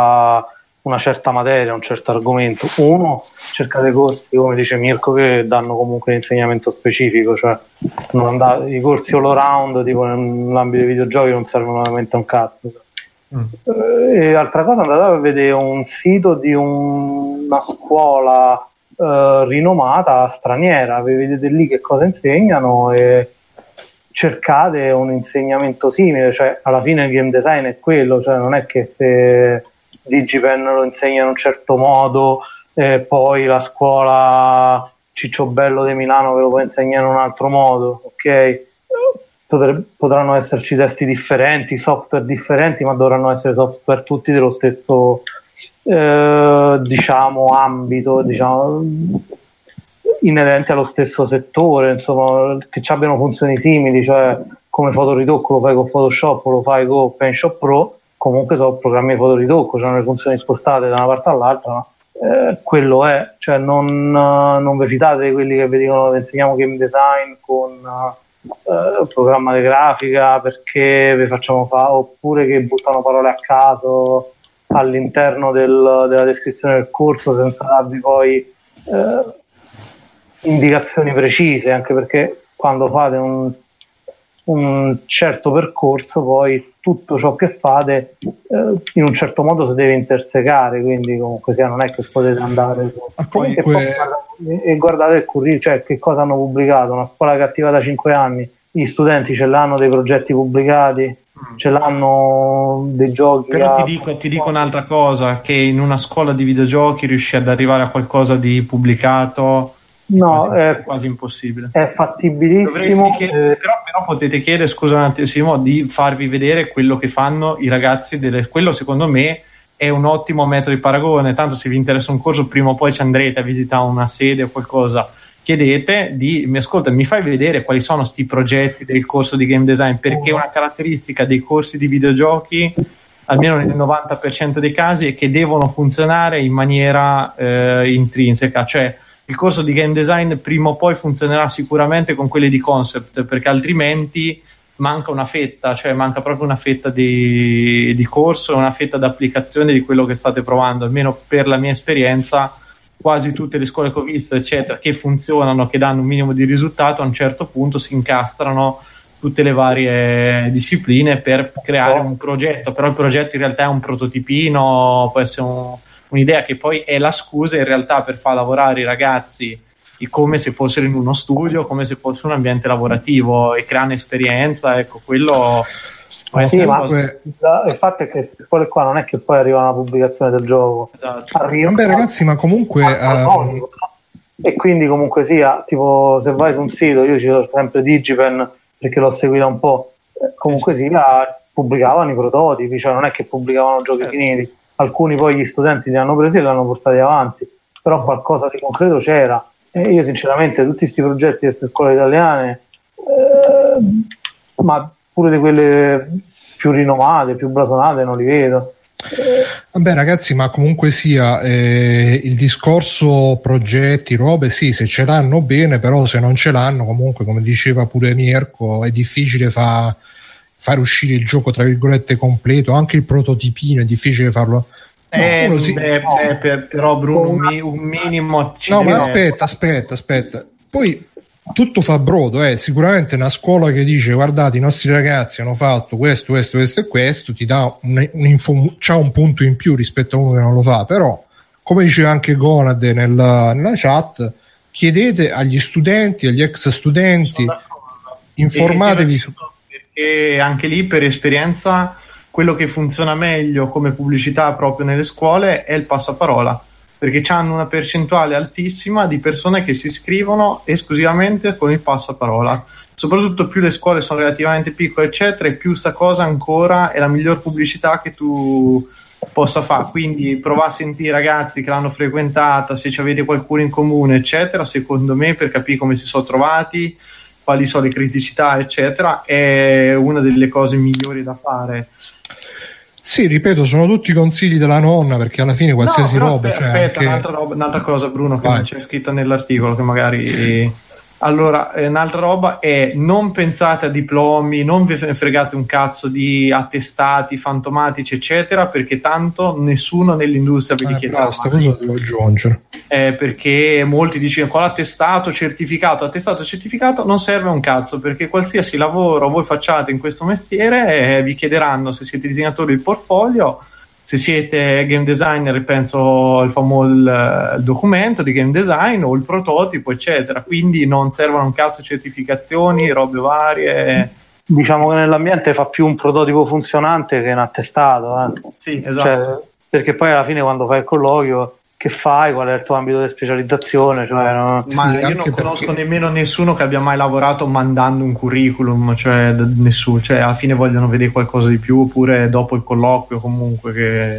certa materia, un certo argomento, uno, cercate corsi, come dice Mirko, che danno comunque l'insegnamento specifico, cioè i corsi all around tipo nell'ambito dei videogiochi non servono veramente a un cazzo. E altra cosa, andate a vedere un sito di una scuola rinomata straniera, vi vedete lì che cosa insegnano e cercate un insegnamento simile, cioè alla fine il game design è quello, cioè non è che se Digipen lo insegna in un certo modo poi la scuola Cicciobello di Milano ve lo può insegnare in un altro modo, ok? Potranno esserci testi differenti, software differenti, ma dovranno essere software tutti dello stesso ambito, inerenti allo stesso settore, insomma, che ci abbiano funzioni simili, cioè come fotoritocco lo fai con Photoshop, lo fai con PenShop Pro, comunque sono programmi di fotoritocco, c'hanno le funzioni spostate da una parte all'altra, ma quello è, cioè non vi fidate di quelli che vi dicono che insegniamo game design con programma di grafica perché vi facciamo fare, oppure che buttano parole a caso all'interno della descrizione del corso senza darvi poi indicazioni precise, anche perché quando fate un certo percorso poi tutto ciò che fate in un certo modo si deve intersecare, quindi comunque sia non è che potete andare e guardate il curriculum, cioè che cosa hanno pubblicato. Una scuola che è attiva da 5 anni, gli studenti ce l'hanno dei progetti pubblicati, ce l'hanno dei giochi. Però ti dico un'altra cosa, che in una scuola di videogiochi riuscire ad arrivare a qualcosa di pubblicato è quasi impossibile. È fattibilissimo. Però potete chiedere, scusa un attimo, di farvi vedere quello che fanno i ragazzi quello secondo me è un ottimo metodo di paragone. Tanto se vi interessa un corso prima o poi ci andrete a visitare una sede o qualcosa, chiedete mi fai vedere quali sono sti progetti del corso di game design, perché una caratteristica dei corsi di videogiochi, almeno nel 90% dei casi, è che devono funzionare in maniera intrinseca, cioè il corso di game design prima o poi funzionerà sicuramente con quelli di concept, perché altrimenti manca una fetta, cioè manca proprio una fetta di corso, una fetta d'applicazione di quello che state provando. Almeno per la mia esperienza, quasi tutte le scuole che ho visto eccetera, che funzionano, che danno un minimo di risultato, a un certo punto si incastrano tutte le varie discipline per creare un progetto. Però il progetto in realtà è un prototipino, può essere un'idea che poi è la scusa in realtà per far lavorare i ragazzi come se fossero in uno studio, come se fosse un ambiente lavorativo, e creare esperienza, ecco, quello il fatto è che quelle qua non è che poi arriva una pubblicazione del gioco, esatto. Vabbè ragazzi, ma comunque e quindi comunque sia, tipo se vai su un sito, io cito sempre Digipen, perché l'ho seguita un po'. Comunque pubblicavano i prototipi, cioè non è che pubblicavano giochi finiti, alcuni poi gli studenti li hanno presi e li hanno portati avanti, però qualcosa di concreto c'era. E io sinceramente tutti questi progetti di queste scuole italiane, ma pure di quelle più rinomate, più blasonate, non li vedo. Vabbè ragazzi, ma comunque sia il discorso progetti, robe, sì, se ce l'hanno bene, però se non ce l'hanno, comunque come diceva pure Mirko, è difficile fare uscire il gioco tra virgolette completo, anche il prototipino è difficile farlo. Però Bruno un minimo ma aspetta, poi tutto fa brodo, sicuramente una scuola che dice guardate i nostri ragazzi hanno fatto questo e questo, ti dà c'ha un punto in più rispetto a uno che non lo fa, però come diceva anche Gonad nella chat, chiedete agli studenti, agli ex studenti, informatevi perché anche lì per esperienza quello che funziona meglio come pubblicità proprio nelle scuole è il passaparola, perché hanno una percentuale altissima di persone che si iscrivono esclusivamente con il passaparola. Soprattutto più le scuole sono relativamente piccole eccetera, e più sta cosa ancora è la miglior pubblicità che tu possa fare. Quindi prova a sentire i ragazzi che l'hanno frequentata, se ci avete qualcuno in comune eccetera, secondo me, per capire come si sono trovati, quali sono le criticità eccetera, è una delle cose migliori da fare. Sì, ripeto, sono tutti consigli della nonna, perché alla fine qualsiasi roba. Aspetta, un'altra cosa, Bruno, che non c'è scritta nell'articolo, che magari. Allora, un'altra roba è: non pensate a diplomi, non vi fregate un cazzo di attestati fantomatici, eccetera, perché tanto nessuno nell'industria ve li chiederà. Basta, cosa devo aggiungere? Perché molti dicono con l'attestato certificato non serve un cazzo, perché qualsiasi lavoro voi facciate in questo mestiere vi chiederanno, se siete disegnatori, il portfolio, se siete game designer penso il documento di game design o il prototipo eccetera, quindi non servono un cazzo certificazioni, robe varie. Diciamo che nell'ambiente fa più un prototipo funzionante che un attestato. Sì, esatto. Perché poi alla fine quando fai il colloquio, che fai, qual è il tuo ambito di specializzazione, ma io non conosco nemmeno nessuno che abbia mai lavorato mandando un curriculum, cioè nessuno, cioè alla fine vogliono vedere qualcosa di più, oppure dopo il colloquio comunque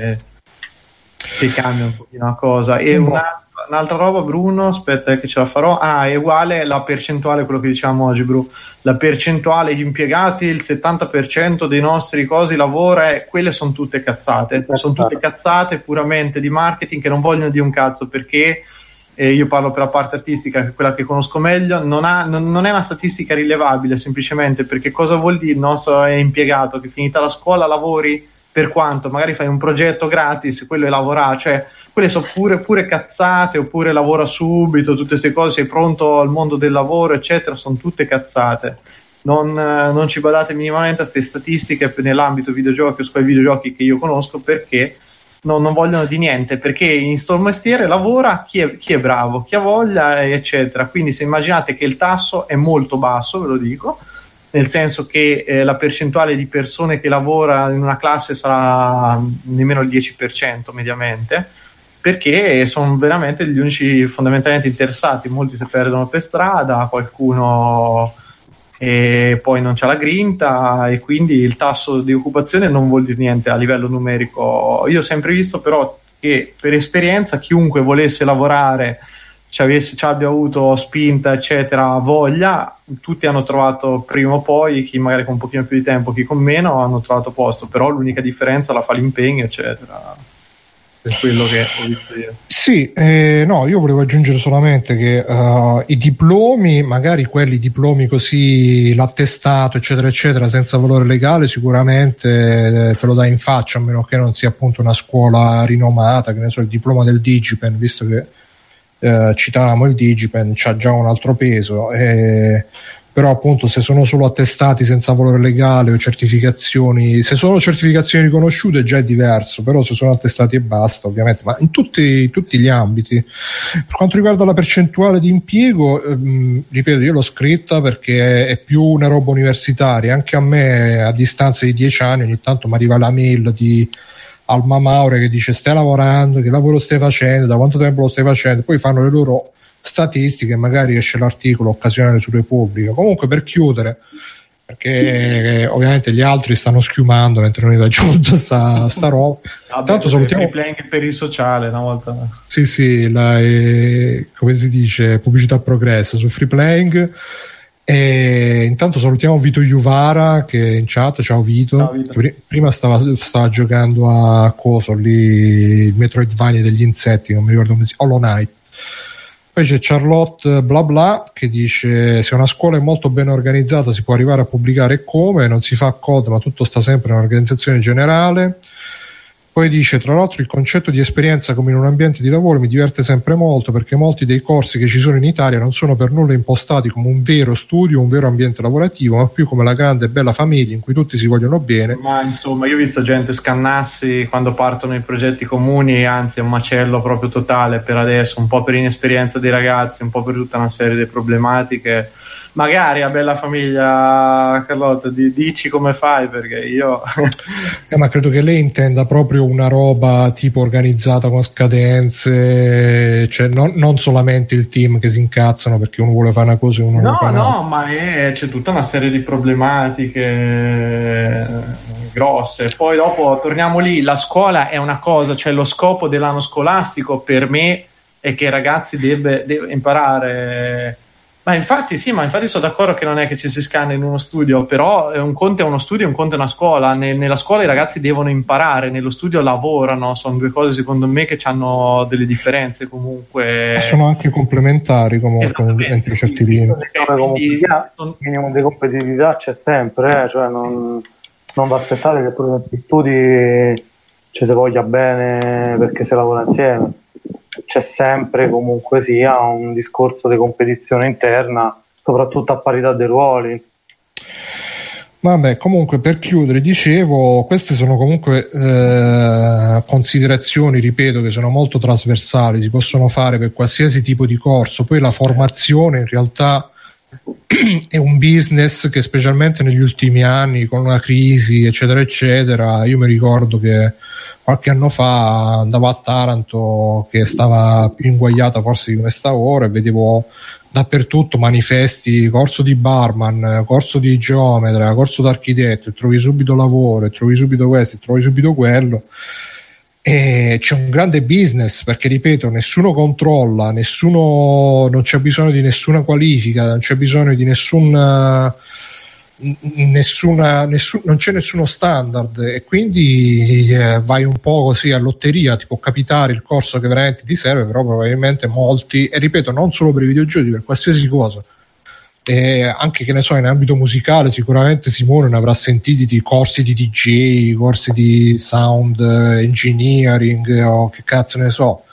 che cambia un pochino la cosa. E un'altra roba, Bruno, aspetta che ce la farò, è uguale la percentuale, quello che diciamo oggi, Bruno, la percentuale di impiegati, il 70% dei nostri cosi lavora, quelle sono tutte cazzate, puramente di marketing, che non vogliono dire un cazzo, perché io parlo per la parte artistica, che è quella che conosco meglio, non è una statistica rilevabile, semplicemente perché cosa vuol dire il nostro impiegato che finita la scuola lavori per quanto, magari fai un progetto gratis, quello è lavorare, cioè quelle sono pure cazzate, oppure lavora subito, tutte queste cose, sei pronto al mondo del lavoro eccetera, sono tutte cazzate. Non ci badate minimamente a queste statistiche nell'ambito videogiochi o scuole videogiochi che io conosco, perché non vogliono di niente, perché in sto mestiere lavora chi è bravo, chi ha voglia eccetera. Quindi se immaginate che il tasso è molto basso, ve lo dico, nel senso che la percentuale di persone che lavora in una classe sarà nemmeno il 10% mediamente, perché sono veramente gli unici fondamentalmente interessati. Molti si perdono per strada, qualcuno poi non c'ha la grinta, e quindi il tasso di occupazione non vuol dire niente a livello numerico. Io ho sempre visto però che per esperienza chiunque volesse lavorare, ci abbia avuto spinta eccetera, voglia, tutti hanno trovato prima o poi, chi magari con un pochino più di tempo, chi con meno, hanno trovato posto. Però l'unica differenza la fa l'impegno eccetera, per quello che ho visto io. Sì, no, io volevo aggiungere solamente che i diplomi, magari quelli diplomi così, l'attestato eccetera eccetera, senza valore legale, sicuramente te lo dai in faccia, a meno che non sia appunto una scuola rinomata, che ne so, il diploma del Digipen, visto che citavamo il Digipen, c'ha già un altro peso, però appunto se sono solo attestati senza valore legale o certificazioni, se sono certificazioni riconosciute già è diverso, però se sono attestati e basta, ovviamente, ma in tutti gli ambiti. Per quanto riguarda la percentuale di impiego, ripeto, io l'ho scritta perché è più una roba universitaria. Anche a me, a distanza di 10 anni, ogni tanto mi arriva la mail di Alma Maure che dice stai lavorando, che lavoro stai facendo, da quanto tempo lo stai facendo, poi fanno le loro statistiche, magari esce l'articolo occasionale su Repubblica. Comunque, per chiudere, perché ovviamente gli altri stanno schiumando mentre noi facciamo sta roba. Tanto salutiamo Free per il sociale una volta. Sì, come si dice, pubblicità progresso su Free Playing. E intanto salutiamo Vito Juvara che è in chat. Ciao Vito. Ciao, Vito. Prima stava giocando a coso lì, il Metroidvania degli insetti, non mi ricordo come si chiama, Hollow Knight. Poi c'è Charlotte bla bla che dice: se una scuola è molto ben organizzata si può arrivare a pubblicare come, non si fa code ma tutto sta sempre in un'organizzazione generale. Poi dice: tra l'altro il concetto di esperienza come in un ambiente di lavoro mi diverte sempre molto, perché molti dei corsi che ci sono in Italia non sono per nulla impostati come un vero studio, un vero ambiente lavorativo, ma più come la grande e bella famiglia in cui tutti si vogliono bene. Ma insomma, io ho visto gente scannarsi quando partono i progetti comuni, anzi è un macello proprio totale per adesso, un po' per inesperienza dei ragazzi, un po' per tutta una serie di problematiche. Magari a bella famiglia, Carlotta, dici come fai, perché io ma credo che lei intenda proprio una roba tipo organizzata con scadenze, cioè non solamente il team che si incazzano perché uno vuole fare una cosa e uno vuole fare un'altra. Ma c'è tutta una serie di problematiche grosse. Poi dopo torniamo lì, la scuola è una cosa, cioè lo scopo dell'anno scolastico per me è che i ragazzi deve imparare. Ma infatti sono d'accordo che non è che ci si scanna in uno studio, però un conto è uno studio, un conto è una scuola. Nella scuola i ragazzi devono imparare, nello studio lavorano, sono due cose secondo me che hanno delle differenze comunque. Sono anche complementari comunque entro certi limiti. Il minimo di competitività c'è sempre, cioè non va aspettare che pure gli studi ci si voglia bene perché si lavora insieme. C'è sempre comunque sia un discorso di competizione interna, soprattutto a parità dei ruoli. Vabbè, comunque per chiudere, dicevo, queste sono comunque considerazioni, ripeto, che sono molto trasversali, si possono fare per qualsiasi tipo di corso. Poi la formazione in realtà è un business che specialmente negli ultimi anni con la crisi eccetera eccetera, io mi ricordo che qualche anno fa andavo a Taranto che stava più inguagliata forse di come sta ora e vedevo dappertutto manifesti, corso di barman, corso di geometra, corso d'architetto, e trovi subito lavoro, e trovi subito questo, e trovi subito quello. E c'è un grande business perché, ripeto, nessuno controlla, non c'è bisogno di nessuna qualifica, non c'è bisogno di non c'è nessuno standard, e quindi vai un po' così a lotteria, ti può capitare il corso che veramente ti serve, però probabilmente molti, e ripeto, non solo per i videogiochi, per qualsiasi cosa. E anche, che ne so, in ambito musicale sicuramente Simone ne avrà sentiti di corsi di DJ, corsi di sound engineering o che cazzo ne so.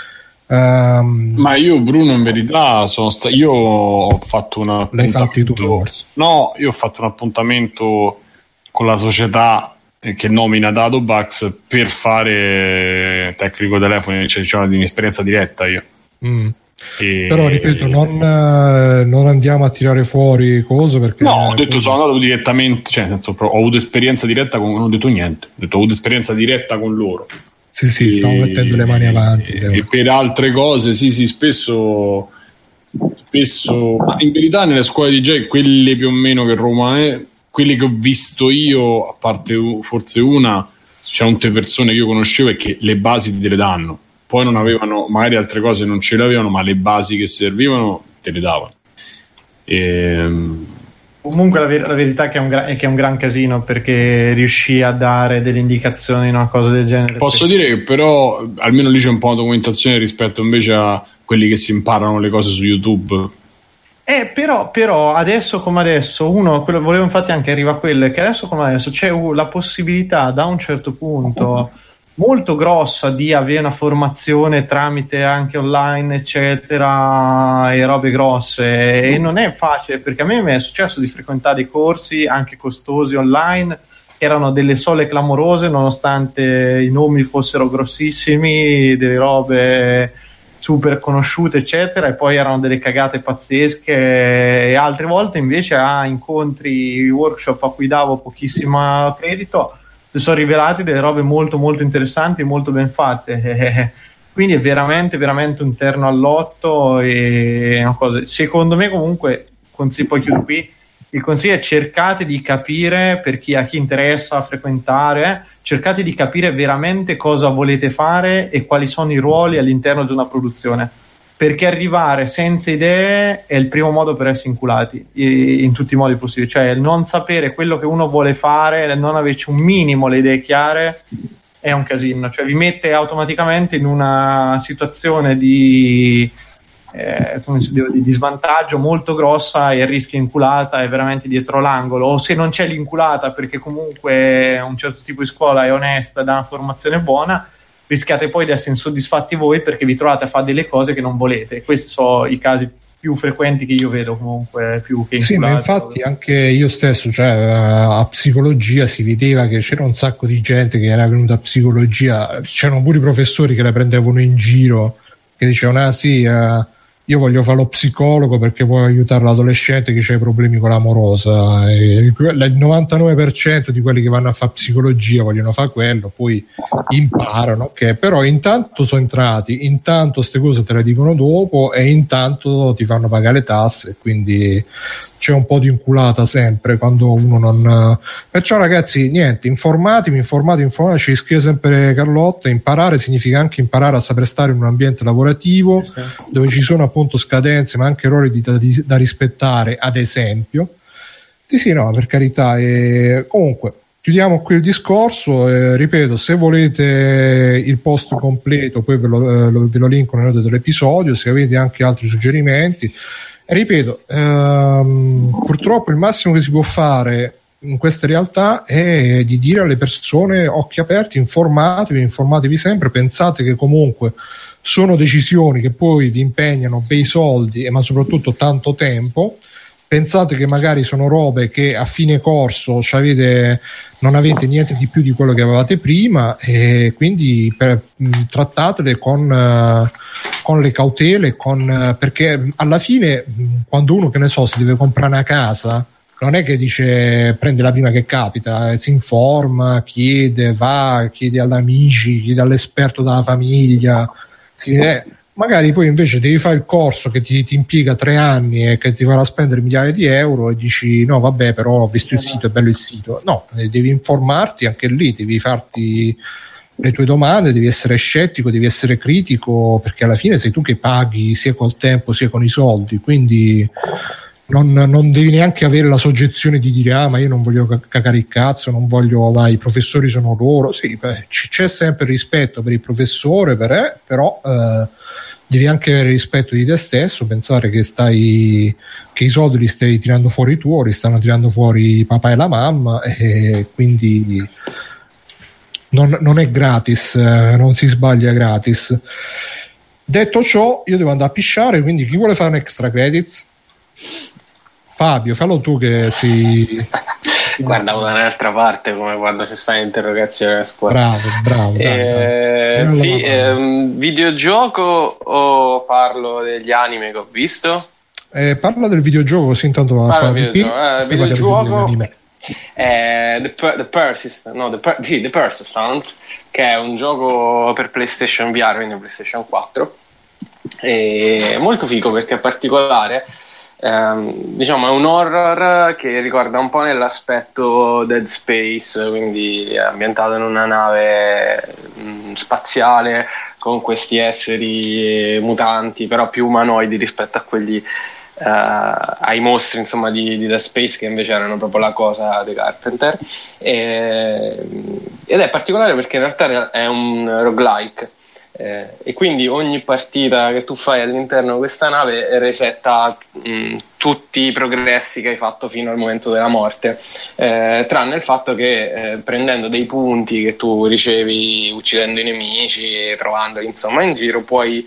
Ma io, Bruno, in verità io ho fatto un appuntamento. No, io ho fatto un appuntamento con la società che nomina Dadobax per fare tecnico telefoni, cioè diciamo di un'esperienza diretta io. Però ripeto, non andiamo a tirare fuori cose, perché no, ho detto sono andato direttamente, cioè nel senso, ho avuto esperienza diretta con, non ho detto niente, ho avuto esperienza diretta con loro. Sì, stavo mettendo le mani avanti. E per altre cose, sì, spesso, ma in verità nelle scuole DJ, quelle più o meno che Roma è, quelle che ho visto io, a parte forse una, c'è molte persone che io conoscevo e che le basi te le danno. Poi non avevano, magari altre cose non ce le avevano, ma le basi che servivano te le davano. Comunque la verità è che è un gran casino, perché riuscì a dare delle indicazioni in una cosa del genere. Posso dire che però almeno lì c'è un po' di documentazione rispetto invece a quelli che si imparano le cose su YouTube. Però adesso come adesso, quello volevo infatti anche arriva a quello, che adesso come adesso c'è la possibilità da un certo punto molto grossa di avere una formazione tramite anche online eccetera e robe grosse, e non è facile, perché a me mi è successo di frequentare dei corsi anche costosi online, erano delle sole clamorose nonostante i nomi fossero grossissimi, delle robe super conosciute eccetera, e poi erano delle cagate pazzesche, e altre volte invece a incontri, workshop a cui davo pochissimo credito, si sono rivelati delle robe molto molto interessanti e molto ben fatte. Quindi è veramente veramente un terno all'otto, e una cosa, secondo me comunque, poi chiudo qui, il consiglio è: cercate di capire, per a chi interessa frequentare, cercate di capire veramente cosa volete fare e quali sono i ruoli all'interno di una produzione, perché arrivare senza idee è il primo modo per essere inculati in tutti i modi possibili. Cioè il non sapere quello che uno vuole fare, non averci un minimo le idee chiare è un casino, cioè vi mette automaticamente in una situazione di di svantaggio molto grossa, e il rischio inculata è veramente dietro l'angolo. O se non c'è l'inculata, perché comunque un certo tipo di scuola è onesta, dà una formazione buona, rischiate poi di essere insoddisfatti voi perché vi trovate a fare delle cose che non volete. Questi sono i casi più frequenti che io vedo, comunque, più che inculati. Sì, ma infatti anche io stesso, cioè a psicologia si vedeva che c'era un sacco di gente che era venuta a psicologia, c'erano pure i professori che la prendevano in giro, che dicevano io voglio fare lo psicologo perché voglio aiutare l'adolescente che ha i problemi con l'amorosa, e il 99% di quelli che vanno a fare psicologia vogliono fare quello, poi imparano, ok, però intanto sono entrati, intanto ste cose te le dicono dopo e intanto ti fanno pagare le tasse, quindi c'è un po' di inculata sempre quando uno non... Perciò ragazzi, niente, informatevi, ci scrive sempre Carlotta. Imparare significa anche imparare a saper stare in un ambiente lavorativo dove ci sono appunto scadenze ma anche errori da rispettare, ad esempio. Sì, no, per carità. Comunque chiudiamo qui il discorso, ripeto, se volete il post completo poi ve lo linko nelle note dell'episodio, se avete anche altri suggerimenti. Ripeto, purtroppo il massimo che si può fare in queste realtà è di dire alle persone: occhi aperti, informatevi sempre, pensate che comunque sono decisioni che poi vi impegnano bei soldi ma soprattutto tanto tempo. Pensate che magari sono robe che a fine corso non avete niente di più di quello che avevate prima, e quindi trattatele con le cautele, perché alla fine quando uno, che ne so, si deve comprare una casa, non è che dice prende la prima che capita, si informa, chiede agli amici, chiede all'esperto della famiglia, magari poi invece devi fare il corso che ti impiega 3 anni e che ti farà spendere migliaia di euro, e dici no vabbè, però ho visto il sito, è bello il sito. No, devi informarti anche lì, devi farti le tue domande, devi essere scettico, devi essere critico, perché alla fine sei tu che paghi sia col tempo sia con i soldi, quindi non devi neanche avere la soggezione di dire ma io non voglio cagare il cazzo, non voglio, i professori sono loro. Sì, c'è sempre rispetto per il professore, però devi anche avere rispetto di te stesso, pensare che i soldi li stai tirando fuori tu, o li stanno tirando fuori papà e la mamma, e quindi non è gratis, non si sbaglia gratis. Detto ciò, io devo andare a pisciare, quindi chi vuole fare un extra credits? Fabio, fallo tu che si... Guardavo da un'altra parte, come quando c'è stata l'interrogazione a scuola. Bravo. Videogioco o parlo degli anime che ho visto? Parla del videogioco, così intanto va a fare videogioco. The Persistent, che è un gioco per PlayStation VR, quindi PlayStation 4, è molto figo perché è particolare. Diciamo è un horror che ricorda un po' nell'aspetto Dead Space, quindi è ambientato in una nave spaziale con questi esseri mutanti, però più umanoidi rispetto a quelli ai mostri, insomma, di Dead Space, che invece erano proprio la cosa dei Carpenter, ed è particolare perché in realtà è un roguelike. E quindi ogni partita che tu fai all'interno di questa nave resetta tutti i progressi che hai fatto fino al momento della morte, tranne il fatto che prendendo dei punti che tu ricevi uccidendo i nemici e trovandoli insomma in giro, puoi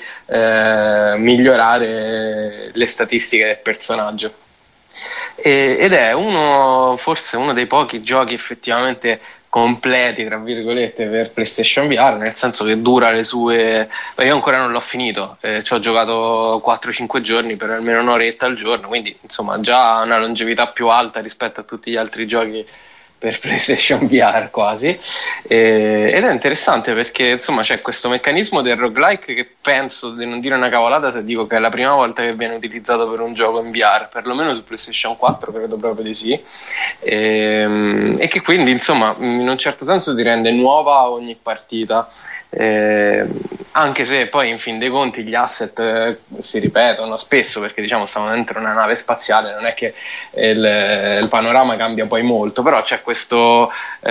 migliorare le statistiche del personaggio. Ed è forse uno dei pochi giochi effettivamente completi, tra virgolette, per PlayStation VR, nel senso che dura le sue... Io ancora non l'ho finito, ci ho giocato 4-5 giorni per almeno un'oretta al giorno, quindi insomma già una longevità più alta rispetto a tutti gli altri giochi per PlayStation VR quasi, ed è interessante perché insomma c'è questo meccanismo del roguelike che penso di non dire una cavolata se dico che è la prima volta che viene utilizzato per un gioco in VR, perlomeno su PlayStation 4 credo proprio di sì, e che quindi insomma in un certo senso ti rende nuova ogni partita, anche se poi in fin dei conti gli asset si ripetono spesso, perché diciamo stiamo dentro una nave spaziale, non è che il panorama cambia poi molto, però c'è questa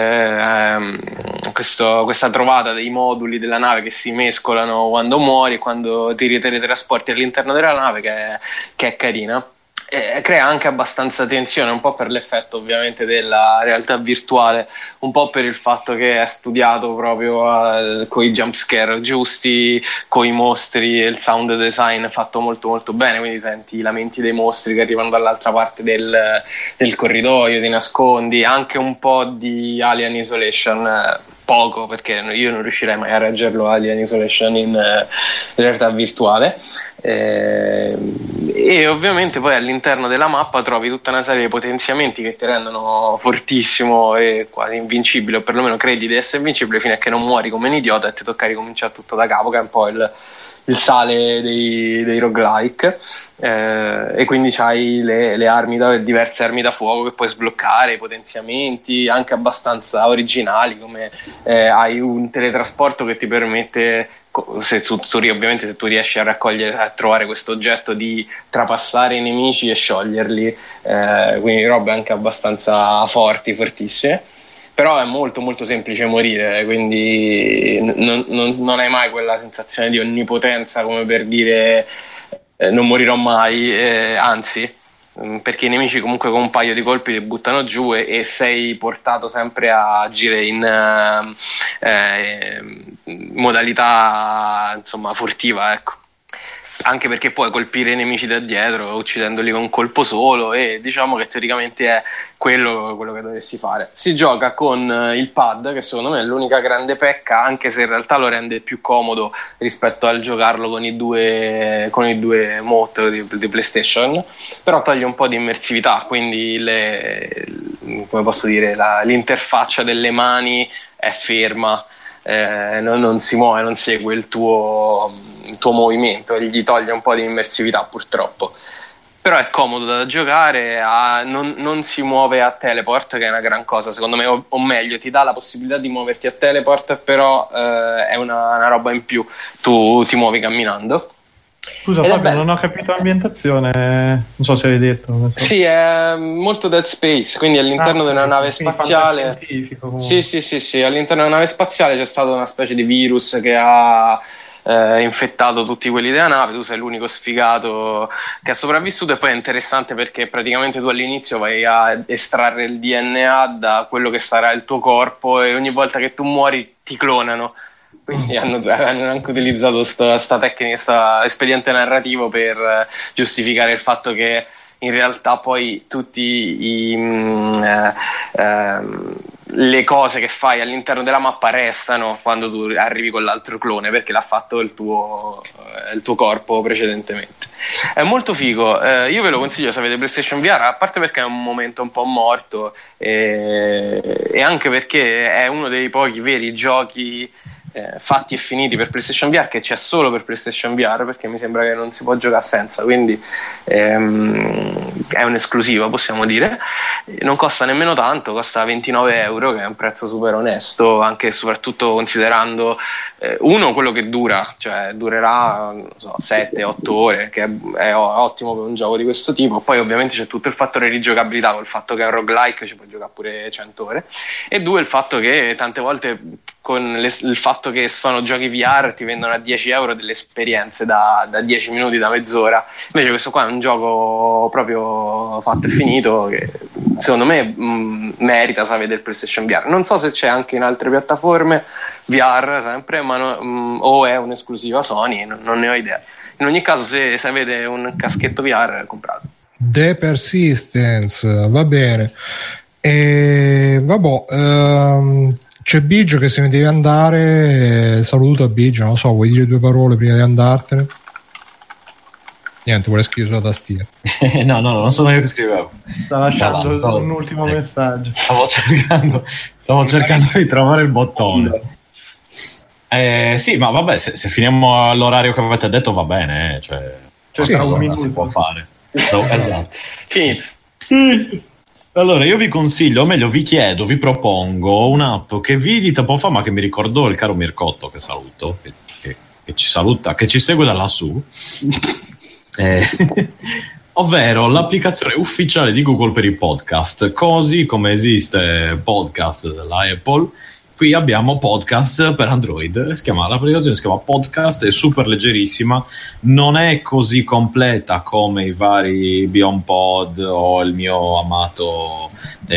trovata dei moduli della nave che si mescolano quando muori e quando ti teletrasporti all'interno della nave che è carina. Crea anche abbastanza tensione, un po' per l'effetto ovviamente della realtà virtuale, un po' per il fatto che è studiato proprio con i jump scare giusti, con i mostri, e il sound design è fatto molto molto bene, quindi senti i lamenti dei mostri che arrivano dall'altra parte del corridoio, ti nascondi, anche un po' di Alien Isolation, poco, perché io non riuscirei mai a reggerlo Alien Isolation in realtà virtuale, e ovviamente poi all'interno della mappa trovi tutta una serie di potenziamenti che ti rendono fortissimo e quasi invincibile, o perlomeno credi di essere invincibile fino a che non muori come un idiota e ti tocca ricominciare tutto da capo, che è un po' il sale dei roguelike, e quindi c'hai le armi diverse armi da fuoco che puoi sbloccare, i potenziamenti anche abbastanza originali, come hai un teletrasporto che ti permette, ovviamente se tu riesci a trovare questo oggetto, di trapassare i nemici e scioglierli, quindi robe anche abbastanza fortissime. Però è molto molto semplice morire, quindi non hai mai quella sensazione di onnipotenza come per dire non morirò mai, anzi, perché i nemici comunque con un paio di colpi ti buttano giù e sei portato sempre a agire in modalità insomma furtiva, ecco. Anche perché puoi colpire i nemici da dietro uccidendoli con un colpo solo, e diciamo che teoricamente è quello che dovresti fare. Si gioca con il pad, che secondo me è l'unica grande pecca, anche se in realtà lo rende più comodo rispetto al giocarlo con i due motor di PlayStation, però toglie un po' di immersività, quindi come posso dire, l'interfaccia delle mani è ferma, non si muove, non segue il tuo movimento, e gli toglie un po' di immersività purtroppo. Però è comodo da giocare, non si muove a teleport, che è una gran cosa secondo me, o meglio ti dà la possibilità di muoverti a teleport, però è una roba in più, tu ti muovi camminando. Scusa Fabio, non ho capito l'ambientazione, non so se hai detto. Sì, è molto Dead Space, quindi all'interno di una nave spaziale. Sì, all'interno di una nave spaziale c'è stata una specie di virus che ha infettato tutti quelli della nave, tu sei l'unico sfigato che ha sopravvissuto, e poi è interessante perché praticamente tu all'inizio vai a estrarre il DNA da quello che sarà il tuo corpo, e ogni volta che tu muori ti clonano. Quindi hanno anche utilizzato questa tecnica, questo espediente narrativo per giustificare il fatto che in realtà poi tutti le cose che fai all'interno della mappa restano quando tu arrivi con l'altro clone, perché l'ha fatto il tuo corpo precedentemente. È molto figo, io ve lo consiglio se avete PlayStation VR, a parte perché è un momento un po' morto, e anche perché è uno dei pochi veri giochi fatti e finiti per PlayStation VR che c'è solo per PlayStation VR, perché mi sembra che non si può giocare senza, quindi è un'esclusiva, possiamo dire. Non costa nemmeno tanto, costa 29 euro, che è un prezzo super onesto, anche e soprattutto considerando quello che dura, cioè durerà 7-8 ore, che è ottimo per un gioco di questo tipo. Poi ovviamente c'è tutto il fattore rigiocabilità, col fatto che è un roguelike, ci puoi giocare pure 100 ore, e due, il fatto che tante volte con il fatto che sono giochi VR ti vendono a 10 euro delle esperienze da 10 minuti, da mezz'ora. Invece questo qua è un gioco proprio fatto e finito, che secondo me merita se avete il PlayStation VR. Non so se c'è anche in altre piattaforme VR sempre, ma o è un'esclusiva Sony, non ne ho idea. In ogni caso, se avete un caschetto VR, comprate. The Persistence, va bene. C'è Biggio che se ne deve andare, saluto a Biggio, non so, vuoi dire due parole prima di andartene? Niente, vuole scrivere sulla tastiera. No, non sono io che scrivevo. Sta lasciando un ultimo messaggio. Stavo cercando di trovare il bottone. Sì, ma vabbè, se finiamo all'orario che avete detto va bene, cioè sì, un minuto si può fare. No, esatto. Finito. Allora, io vi consiglio, o meglio vi chiedo, vi propongo un'app che vidi tempo fa, ma che mi ricordò il caro Mircotto, che saluto, che ci saluta, che ci segue da lassù, ovvero l'applicazione ufficiale di Google per i podcast. Così come esiste podcast della Apple, qui abbiamo podcast per Android. L'applicazione si chiama Podcast, è super leggerissima, non è così completa come i vari BeyondPod o il mio amato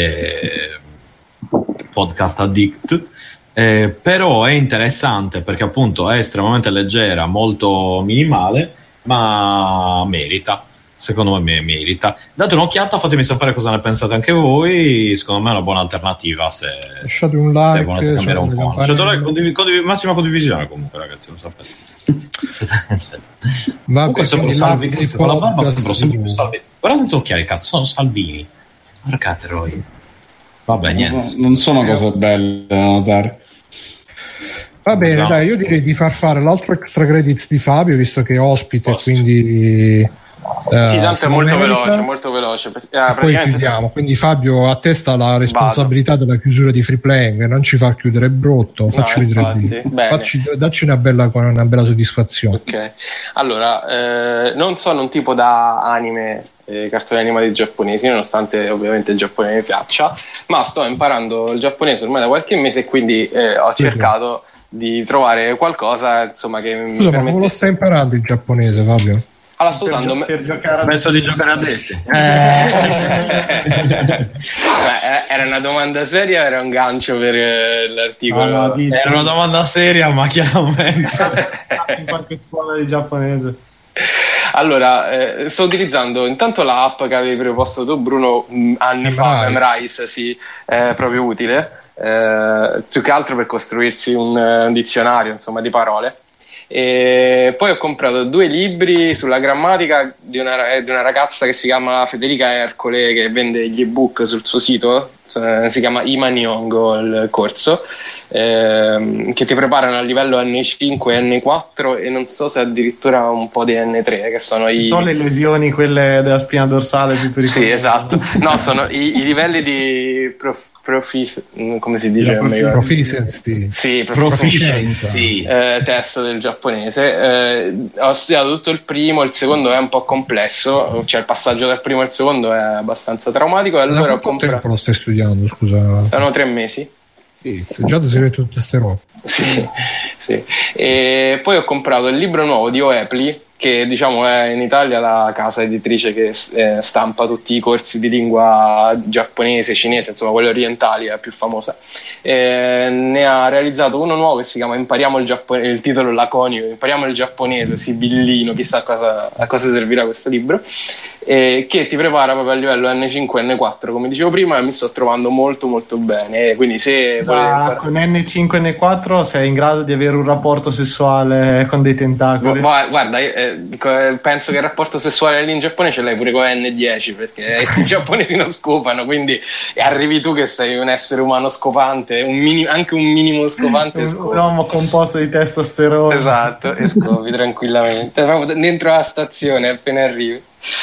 Podcast Addict, però è interessante perché appunto è estremamente leggera, molto minimale, ma merita. Secondo me merita. Date un'occhiata, fatemi sapere cosa ne pensate anche voi. Secondo me è una buona alternativa se lasciate un like, se volete cambiare un po'. Massima condivisione comunque, ragazzi, lo sapete. Comunque sembro Salvini con la barba, sembro sempre più Salvini. Guarda senza occhiali, cazzo, sono Salvini. Porca troia. Vabbè, niente. Non sono cose belle da notare. Va bene, dai, io direi di far fare l'altro extra credits di Fabio, visto che è ospite, quindi sì, tanto è molto veloce. Poi chiudiamo, quindi Fabio, a te sta la responsabilità della chiusura di Free Playing, non ci fa chiudere brutto, facci vedere, dacci una bella soddisfazione. Ok, allora non sono un tipo da anime, cartoni animati giapponesi, nonostante ovviamente il Giappone mi piaccia, ma sto imparando il giapponese ormai da qualche mese e quindi ho cercato di trovare qualcosa, insomma, che mi permette... ma come lo stai imparando il giapponese, Fabio? Allora, sto usando per giocare penso di giocare a destra. Era una domanda seria o era un gancio per l'articolo? Era una domanda seria, ma chiaramente in qualche scuola di giapponese. Allora, sto utilizzando intanto l'app che avevi proposto tu, Bruno, anni fa, Memrise, sì, è proprio utile, più che altro per costruirsi un dizionario, insomma, di parole. E poi ho comprato 2 libri sulla grammatica di una ragazza che si chiama Federica Ercole, che vende gli ebook sul suo sito, si chiama Imaniongo il corso, che ti preparano a livello N5 e N4 e non so se addirittura un po' di N3, che sono sono le lesioni, quelle della spina dorsale più pericolose. Sì, esatto. No, sono i livelli di come si dice? Proficiency. Sì, proficiency. Testo del giapponese. Ho studiato tutto il primo, il secondo è un po' complesso, cioè il passaggio dal primo al secondo è abbastanza traumatico, e allora ho comprato... tempo lo stai studiando, scusa? Sono 3 mesi. Sì, già ti sei letto tutte queste robe. Sì. E poi ho comprato il libro nuovo di Oepli, che diciamo è in Italia la casa editrice che stampa tutti i corsi di lingua giapponese, cinese, insomma quelle orientali, è più famosa. Ne ha realizzato uno nuovo che si chiama Impariamo il giapponese, il titolo laconico, Impariamo il giapponese, sibillino, chissà a cosa servirà questo libro, che ti prepara proprio a livello N5 e N4, come dicevo prima, e mi sto trovando molto molto bene, quindi se con N5 e N4 sei in grado di avere un rapporto sessuale con dei tentacoli? Guarda, penso che il rapporto sessuale lì in Giappone ce l'hai pure con N10, perché i giapponesi non scopano, quindi arrivi tu che sei un essere umano scopante, anche un minimo scopante, un uomo composto di testosterone. Esatto, e scopi tranquillamente proprio dentro la stazione appena arrivi.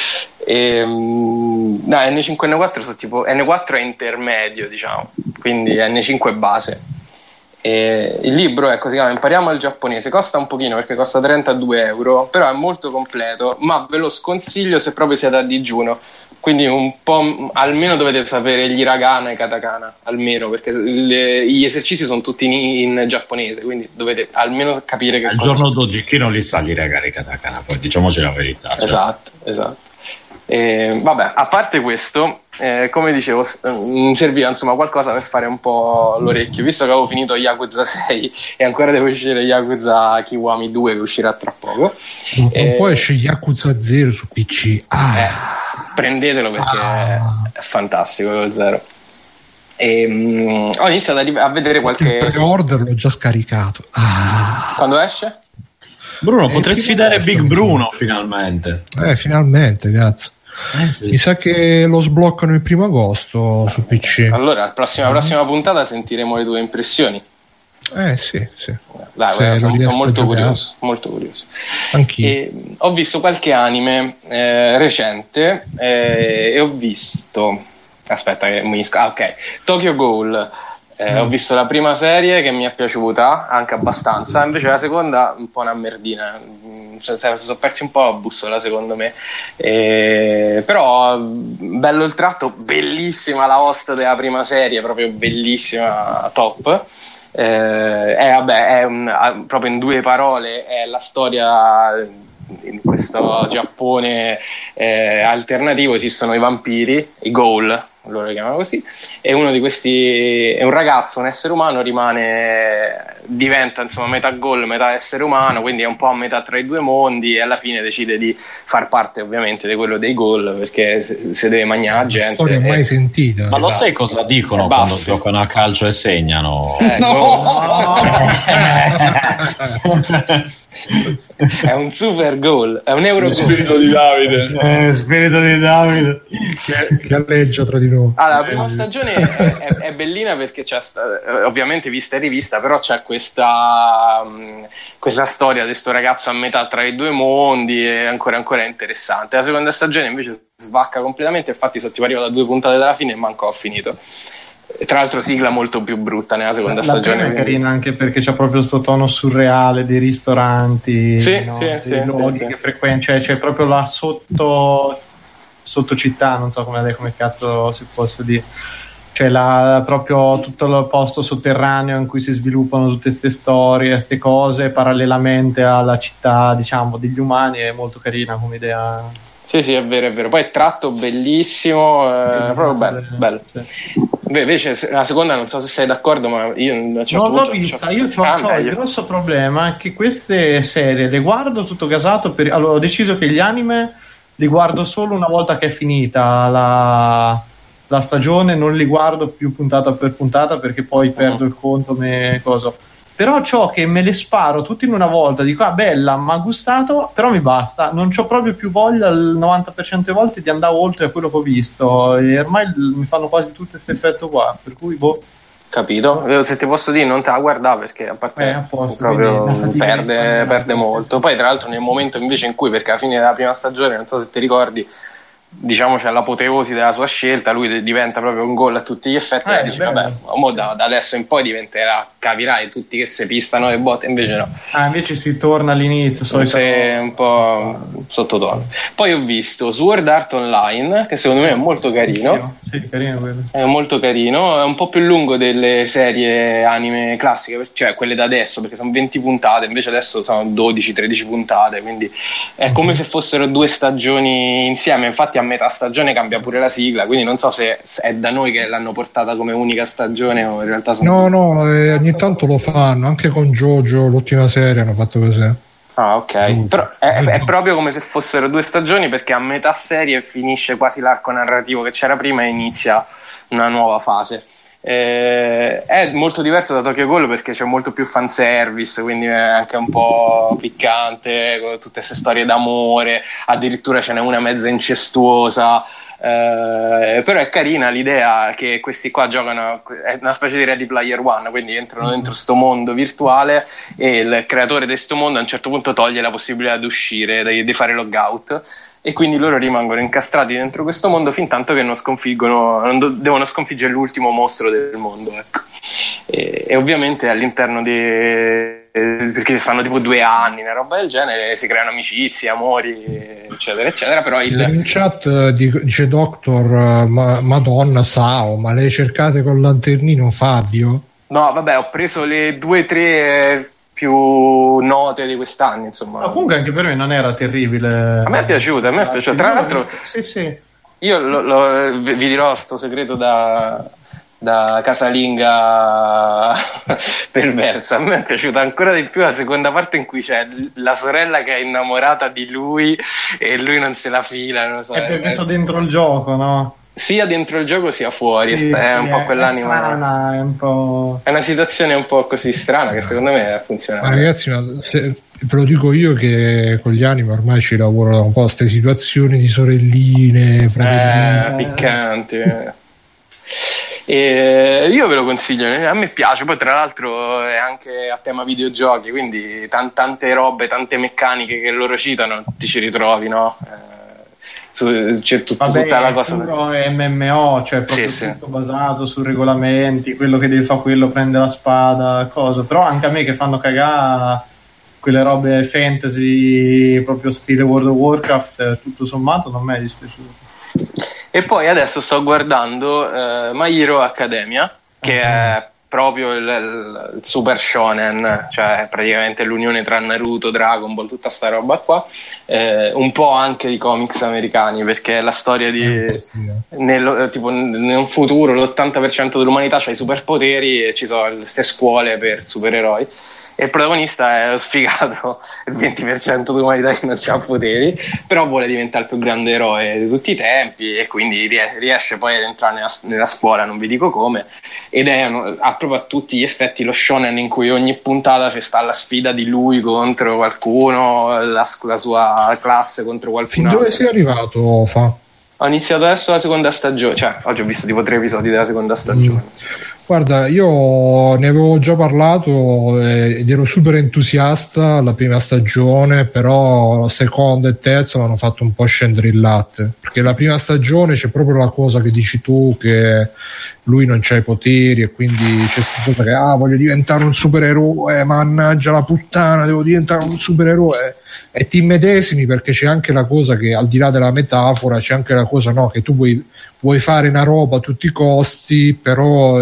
No, N5 e N4 sono tipo, N4 è intermedio, diciamo, quindi N5 è base. Il libro, ecco, si chiama Impariamo il giapponese, costa un pochino perché costa 32 euro, però è molto completo, ma ve lo sconsiglio se proprio siete a digiuno, quindi un po' almeno dovete sapere gli hiragana e katakana, almeno, perché gli esercizi sono tutti in giapponese, quindi dovete almeno capire che al giorno d'oggi chi non li sa gli hiragana e katakana, poi diciamoci la verità, cioè. Esatto. Vabbè, a parte questo, come dicevo, mi serviva insomma qualcosa per fare un po' l'orecchio, visto che avevo finito Yakuza 6 e ancora devo uscire Yakuza Kiwami 2 che uscirà tra poco. Poi esce Yakuza 0 su PC. Prendetelo perché è fantastico lo 0. Ho iniziato a vedere qualche pre-order, l'ho già scaricato. Quando esce? Bruno, potrei sfidare Big Bruno finalmente. Finalmente, cazzo. Sì. Mi sa che lo sbloccano il 1 agosto su PC. Allora, la prossima puntata sentiremo le tue impressioni. Sì. Dai, sono molto curioso. Anch'io. Ho visto qualche anime recente e ho visto. Aspetta, che unisco. Ok, Tokyo Ghoul. Ho visto la prima serie che mi è piaciuta anche abbastanza, invece la seconda un po' una merdina, cioè, sono persi un po' a bussola secondo me, però bello il tratto, bellissima la host della prima serie, proprio bellissima, top. Proprio in 2 parole è la storia in questo Giappone alternativo. Esistono i vampiri, i ghoul, loro li chiamano così, e uno di questi è un ragazzo, un essere umano, diventa insomma metà ghoul, metà essere umano, quindi è un po' a metà tra i 2 mondi, e alla fine decide di far parte ovviamente di quello dei ghoul, perché se deve mangiare la gente. Storia mai sentita. Ma lo sai cosa dicono quando giocano a calcio e segnano? È un super goal, è un euro goal. Spirito di Davide. Spirito di Davide che alleggia tra di noi. Allora, la prima stagione è bellina perché c'è ovviamente vista e rivista, però c'è questa storia di questo ragazzo a metà tra i 2 mondi, e ancora interessante. La seconda stagione invece svacca completamente, infatti sono tipo arrivato a 2 puntate dalla fine e manco ho finito. Tra l'altro sigla molto più brutta nella seconda stagione. È carina anche perché c'è proprio questo tono surreale dei ristoranti, dei luoghi che frequenti, c'è proprio la sotto città, non so come cazzo si possa dire, cioè proprio tutto il posto sotterraneo in cui si sviluppano tutte queste storie, queste cose parallelamente alla città, diciamo, degli umani. È molto carina come idea. Sì, è vero. Poi è tratto bellissimo, proprio bello. Sì. Beh, invece la seconda non so se sei d'accordo, ma io non l'ho vista. Io ho il grosso problema che queste serie le guardo tutto gasato. Allora ho deciso che gli anime li guardo solo una volta che è finita la stagione, non li guardo più puntata per puntata perché poi perdo il conto Però ciò che me le sparo tutti in una volta, dico bella, mi ha gustato, però mi basta, non c'ho proprio più voglia il 90% delle volte di andare oltre a quello che ho visto, e ormai mi fanno quasi tutto questo effetto qua, per cui Capito? Se ti posso dire, non te la guarda perché a parte proprio perde molto. Poi tra l'altro nel momento invece in cui, perché alla fine della prima stagione, non so se ti ricordi, diciamo c'è l'apoteosi della sua scelta, lui diventa proprio un gol a tutti gli effetti, e dici vabbè, da adesso in poi diventerà, capirai, tutti che si pistano le botte, invece no. Invece si torna all'inizio, sei un po' sottotono. Poi ho visto Sword Art Online, che secondo me è molto carino. Sì, carino quello. È molto carino, è un po' più lungo delle serie anime classiche, cioè quelle da adesso, perché sono 20 puntate, invece adesso sono 12-13 puntate, quindi è come se fossero 2 stagioni insieme. Infatti a metà stagione cambia pure la sigla, quindi non so se è da noi che l'hanno portata come unica stagione o in realtà ogni tanto lo fanno, anche con JoJo l'ultima serie hanno fatto così. Ok, però è proprio come se fossero 2 stagioni, perché a metà serie finisce quasi l'arco narrativo che c'era prima e inizia una nuova fase. È molto diverso da Tokyo Ghoul perché c'è molto più fanservice, quindi è anche un po' piccante, con tutte queste storie d'amore, addirittura ce n'è una mezza incestuosa. Però è carina l'idea che questi qua giocano, è una specie di Ready Player One, quindi entrano dentro sto mondo virtuale e il creatore di sto mondo a un certo punto toglie la possibilità di uscire, di fare logout, e quindi loro rimangono incastrati dentro questo mondo fin tanto che devono sconfiggere l'ultimo mostro del mondo, ecco. E ovviamente all'interno perché stanno tipo 2 anni, una roba del genere, si creano amicizie, amori, eccetera eccetera. Però in chat dice Doctor Madonna Sao, ma le cercate col lanternino Fabio? No, vabbè, ho preso le 2-3 più note di quest'anno, insomma. Ma comunque anche per me non era terribile. A me è piaciuto. Tra l'altro sì. Io vi dirò sto segreto da casalinga perversa. A me è piaciuta ancora di più la seconda parte, in cui c'è la sorella che è innamorata di lui e lui non se la fila, non so. È perché sto dentro il gioco, no? Sia dentro il gioco sia fuori, è un po' quell'anima strana, è un po'... È una situazione un po' così strana che secondo me funziona. Ma ragazzi, Ve lo dico io che con gli anime ormai ci lavoro da un po' queste situazioni di sorelline, fratellini. Piccanti. E io ve lo consiglio, a me piace, poi tra l'altro è anche a tema videogiochi, quindi tante robe, tante meccaniche che loro citano ti ci ritrovi, no? C'è tutta la cosa MMO, cioè proprio tutto basato su regolamenti, quello che deve fare quello prende la spada, cosa. Però anche a me che fanno cagare quelle robe fantasy proprio stile World of Warcraft, tutto sommato non mi è dispiaciuto. E poi adesso sto guardando My Hero Academia, che è proprio il super shonen, cioè praticamente l'unione tra Naruto, Dragon Ball, tutta sta roba qua, un po' anche di comics americani, perché è la storia di tipo in un futuro l'80% dell'umanità ha i superpoteri e ci sono queste scuole per supereroi. E il protagonista è lo sfigato, il 20% dell'umanità che non ha poteri, però vuole diventare il più grande eroe di tutti i tempi e quindi riesce poi ad entrare nella scuola, non vi dico come, ed ha proprio a tutti gli effetti lo shonen in cui ogni puntata c'è sta la sfida di lui contro qualcuno, la sua classe contro qualcun altro. Dove sei arrivato, Ho iniziato adesso la seconda stagione, cioè oggi ho visto tipo 3 episodi della seconda stagione. Guarda, io ne avevo già parlato ed ero super entusiasta la prima stagione, però seconda e terza mi hanno fatto un po' scendere il latte, perché la prima stagione c'è proprio la cosa che dici tu, che lui non c'ha i poteri e quindi c'è questa cosa che voglio diventare un supereroe, mannaggia la puttana, devo diventare un supereroe, e ti immedesimi, perché c'è anche la cosa che al di là della metafora c'è anche la cosa, no, che tu vuoi fare una roba a tutti i costi, però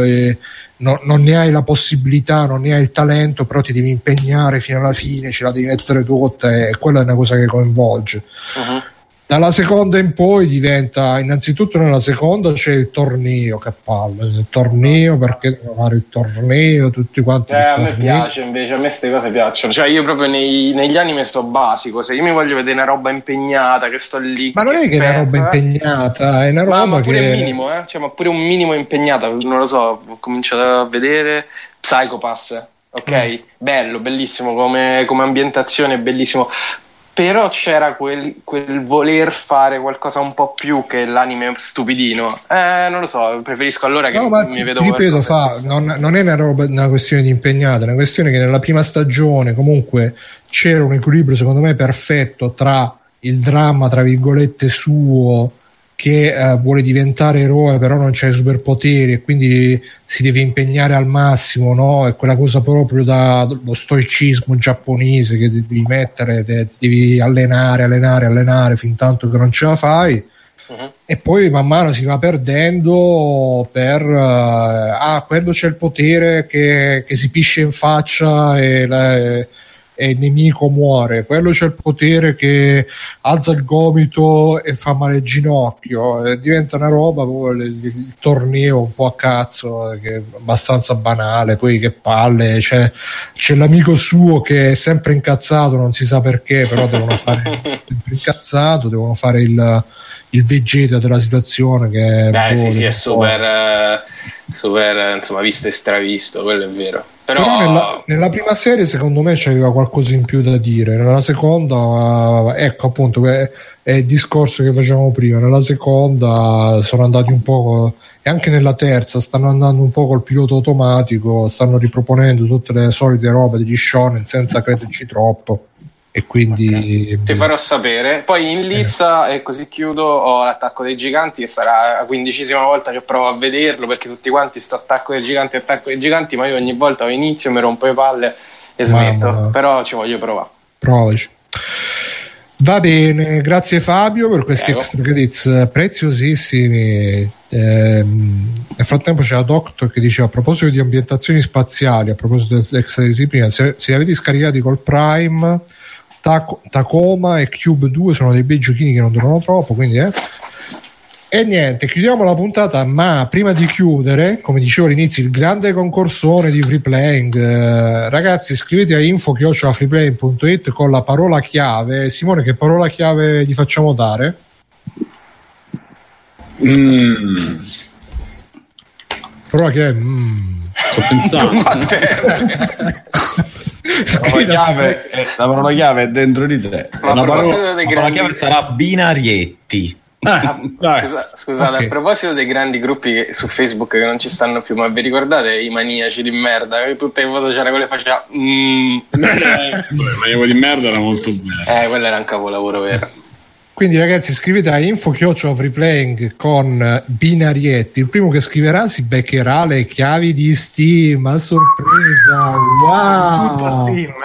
non ne hai la possibilità, non ne hai il talento, però ti devi impegnare fino alla fine, ce la devi mettere tutta, e quella è una cosa che coinvolge. Dalla seconda in poi diventa, innanzitutto nella seconda c'è il torneo, che palle, il torneo, perché devono fare il torneo tutti quanti. A me piace, invece a me queste cose piacciono, cioè io proprio negli anime sto basico, se io mi voglio vedere una roba impegnata che sto lì, ma non è che è una roba impegnata, è una roba ma pure che un minimo, cioè, ma pure un minimo impegnata, non lo so, ho cominciato a vedere Psycho-Pass, ok, bello, bellissimo come ambientazione, bellissimo. Però c'era quel voler fare qualcosa un po' più che l'anime stupidino. Non lo so, preferisco allora che mi vedo. Ripeto, non è una questione di impegnata, è una questione che nella prima stagione comunque c'era un equilibrio secondo me perfetto tra il dramma tra virgolette suo, che vuole diventare eroe però non c'ha i superpoteri e quindi si deve impegnare al massimo, no? È quella cosa proprio lo stoicismo giapponese che devi mettere, devi allenare fin tanto che non ce la fai. E poi man mano si va perdendo per quando c'è il potere che si pisce in faccia e il nemico muore, quello c'è il potere che alza il gomito e fa male il ginocchio, diventa una roba, il torneo un po' a cazzo, che è abbastanza banale. Poi che palle, c'è l'amico suo che è sempre incazzato, non si sa perché, però devono fare sempre incazzato, devono fare il Vegeta della situazione, che sì, è super insomma visto e stravisto, quello è vero. Però nella prima serie secondo me c'aveva qualcosa in più da dire, nella seconda ecco appunto è il discorso che facevamo prima, nella seconda sono andati un po', e anche nella terza stanno andando un po' col pilota automatico, stanno riproponendo tutte le solite robe degli shonen senza crederci troppo. E quindi ti farò sapere. Poi in Lizza, e così chiudo, ho l'Attacco dei Giganti, che sarà la 15ª volta che provo a vederlo, perché tutti quanti sto Attacco dei Giganti, ma io ogni volta ho inizio, mi rompo le palle e smetto. Però ci voglio provare. Provaci. Va bene, grazie Fabio per questi extra credits preziosissimi. Nel frattempo c'era Doctor che diceva, a proposito di ambientazioni spaziali, a proposito dell'extra disciplina, se li avete scaricati col Prime, Tacoma e Cube 2 sono dei bei giochini che non durano troppo, quindi e niente, chiudiamo la puntata, ma prima di chiudere, come dicevo all'inizio, il grande concorsone di Free Playing, ragazzi, scrivete a info@freeplaying.it con la parola chiave. Simone, che parola chiave gli facciamo dare? Parola chiave sto pensando. La parola chiave è dentro di te. La chiave sarà binarietti. Scusate, okay. A proposito dei grandi gruppi su Facebook che non ci stanno più, ma vi ricordate i maniaci di merda? Tutte le foto c'era quelle faceva il maniaco di merda era molto bello. Quello era un capolavoro vero. Quindi ragazzi, scrivete a info@freeplaying con binarietti. Il primo che scriverà si beccherà le chiavi di Steam a sorpresa. Wow!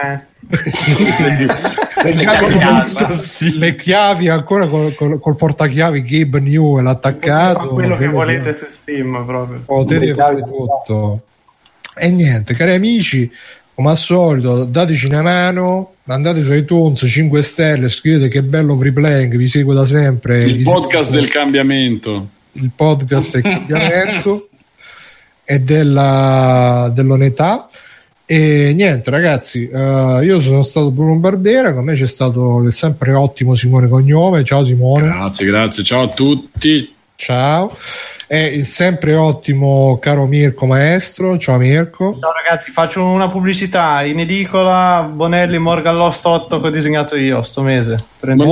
Le chiavi ancora col portachiavi Gabe Newell attaccato, quello che volete su Steam proprio potete fare tutto. E niente, cari amici, come al solito dateci una mano, andate su iTunes 5 stelle, scrivete che bello Freeplaying, vi seguo da sempre, il podcast del cambiamento, il podcast del cambiamento e dell'onestà. E niente ragazzi, io sono stato Bruno Barbera, con me c'è stato il sempre ottimo Simone Cognome. Ciao Simone. Grazie, ciao a tutti. Ciao. E il sempre ottimo caro Mirko Maestro. Ciao Mirko. Ciao ragazzi, faccio una pubblicità in edicola: Bonelli Morgan Lost 8 che ho disegnato io sto mese. Non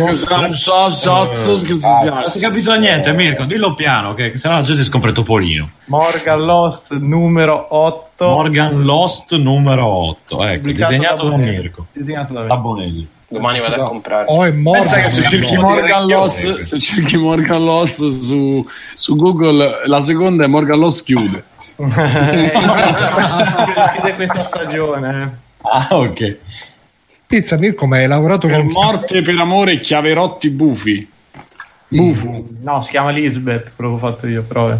ho capito niente, Mirko, dillo piano che sennò la gente scopre Topolino. Morgan Lost numero 8. Morgan Lost numero 8, ecco, disegnato da Mirko. Disegnato da Bonelli. Domani vado a comprare. Pensa che se cerchi Morgan Lost su Google, la seconda è Morgan Lost chiude. Chiude questa stagione. Ah, ok. Pizza Mirko, ma hai lavorato per morte, per amore, Chiaverotti Bufi. Bufu. No, si chiama Lisbeth, quello che ho fatto io, però.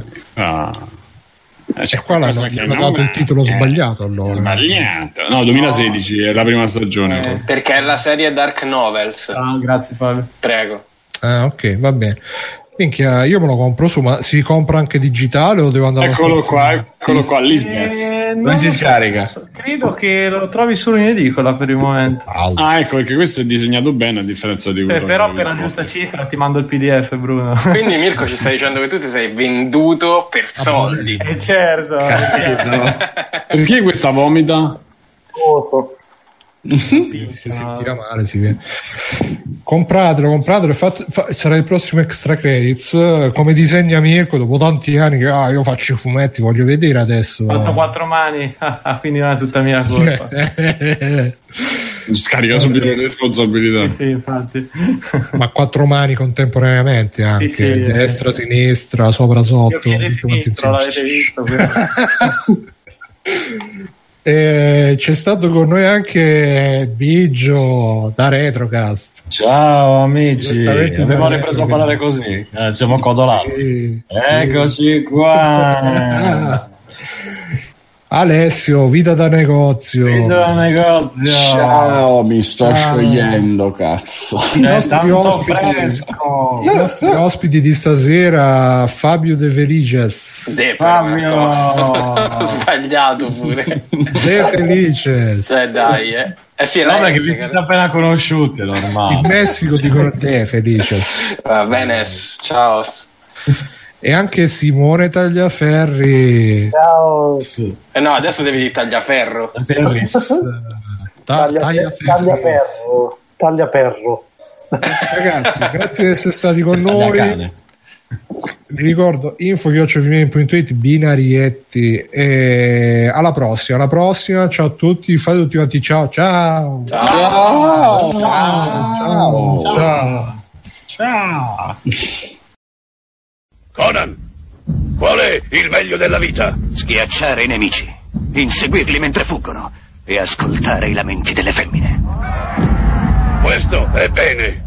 Qua l'hanno dato il titolo sbagliato allora. Sbagliato. No, 2016 è la prima stagione. Perché è la serie Dark Novels. Grazie Fabio. Prego. Ok, va bene. Minchia, io me lo compro su, ma si compra anche digitale o devo andare eccolo qua, Lisbeth. Non si scarica. Credo che lo trovi solo in edicola per il momento. Ecco, perché questo è disegnato bene a differenza di quello. Però per la giusta cifra ti mando il PDF, Bruno. Quindi Mirko ci stai dicendo che tu ti sei venduto per soldi. Certo. Perché questa vomita? Si sentirà male, si vede. Compratelo, sarà il prossimo Extra Credits. Come disegna Mirko dopo tanti anni che io faccio i fumetti, voglio vedere adesso. Ho fatto 4 mani, quindi non è tutta mia colpa. Scarica subito le responsabilità. Sì, infatti. Ma 4 mani contemporaneamente anche, sì, destra, sinistra, sopra, sotto. Io piede sinistro, l'avete visto. C'è stato con noi anche Biggio da Retrocast. Ciao amici, abbiamo ripreso a parlare così, siamo codolati. Eccoci qua. Alessio, vita da negozio. Ciao, mi sto sciogliendo, cazzo. I nostri ospiti di stasera, Fabio De Felices. Fabio sbagliato pure. De Felices. Dai, sì, no, perché vi siete appena conosciuti, normale. In Messico dicono De Felices. Va bene, ciao. E anche Simone Tagliaferri. Ciao. No, adesso devi dire Tagliaferro. Tagliaferro. Ragazzi, grazie di essere stati con noi. Vi ricordo info@freeplaying.it, binarietti, e alla prossima. Ciao a tutti, fate tutti quanti ciao. Conan, qual è il meglio della vita? Schiacciare i nemici, inseguirli mentre fuggono e ascoltare i lamenti delle femmine. Questo è bene.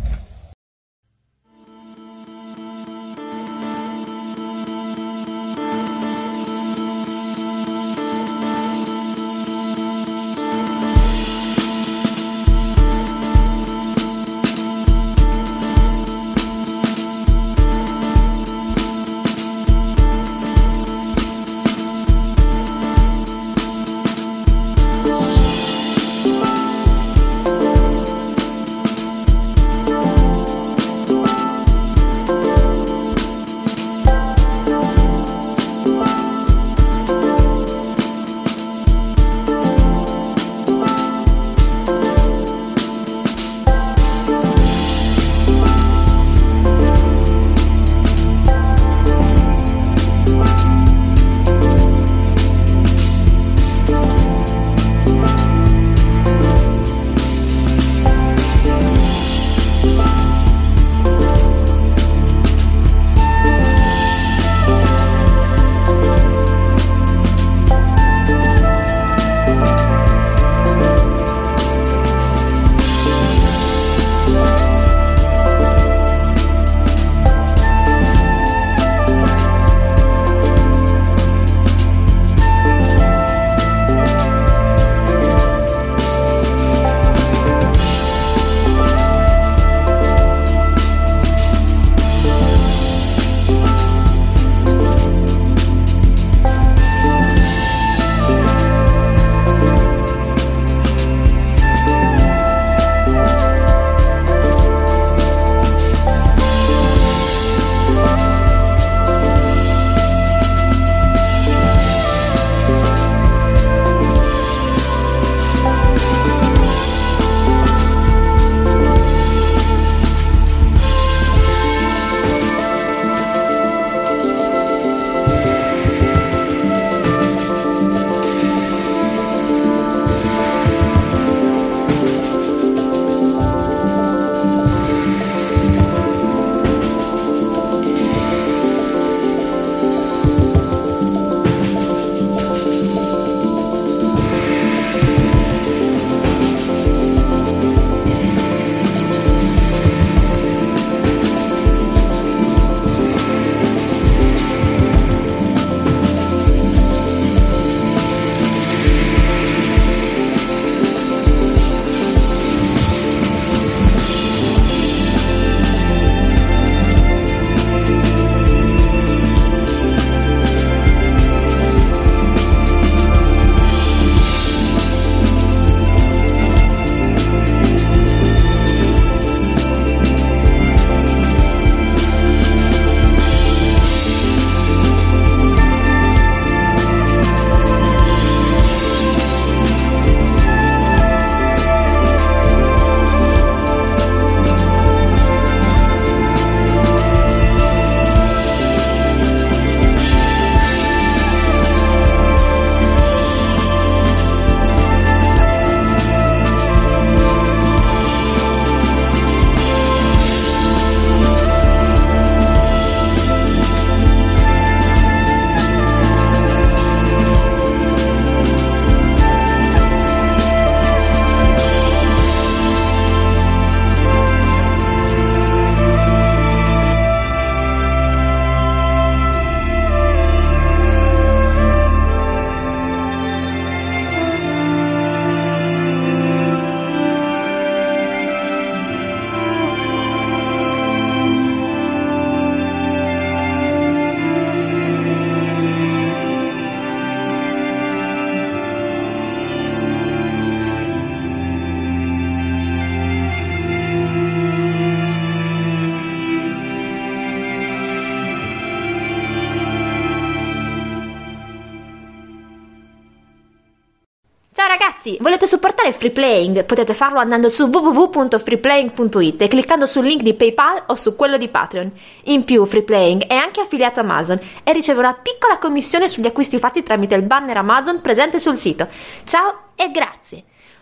Ragazzi, volete supportare Free Playing? Potete farlo andando su www.freeplaying.it e cliccando sul link di PayPal o su quello di Patreon. In più, Free Playing è anche affiliato a Amazon e riceve una piccola commissione sugli acquisti fatti tramite il banner Amazon presente sul sito. Ciao e grazie!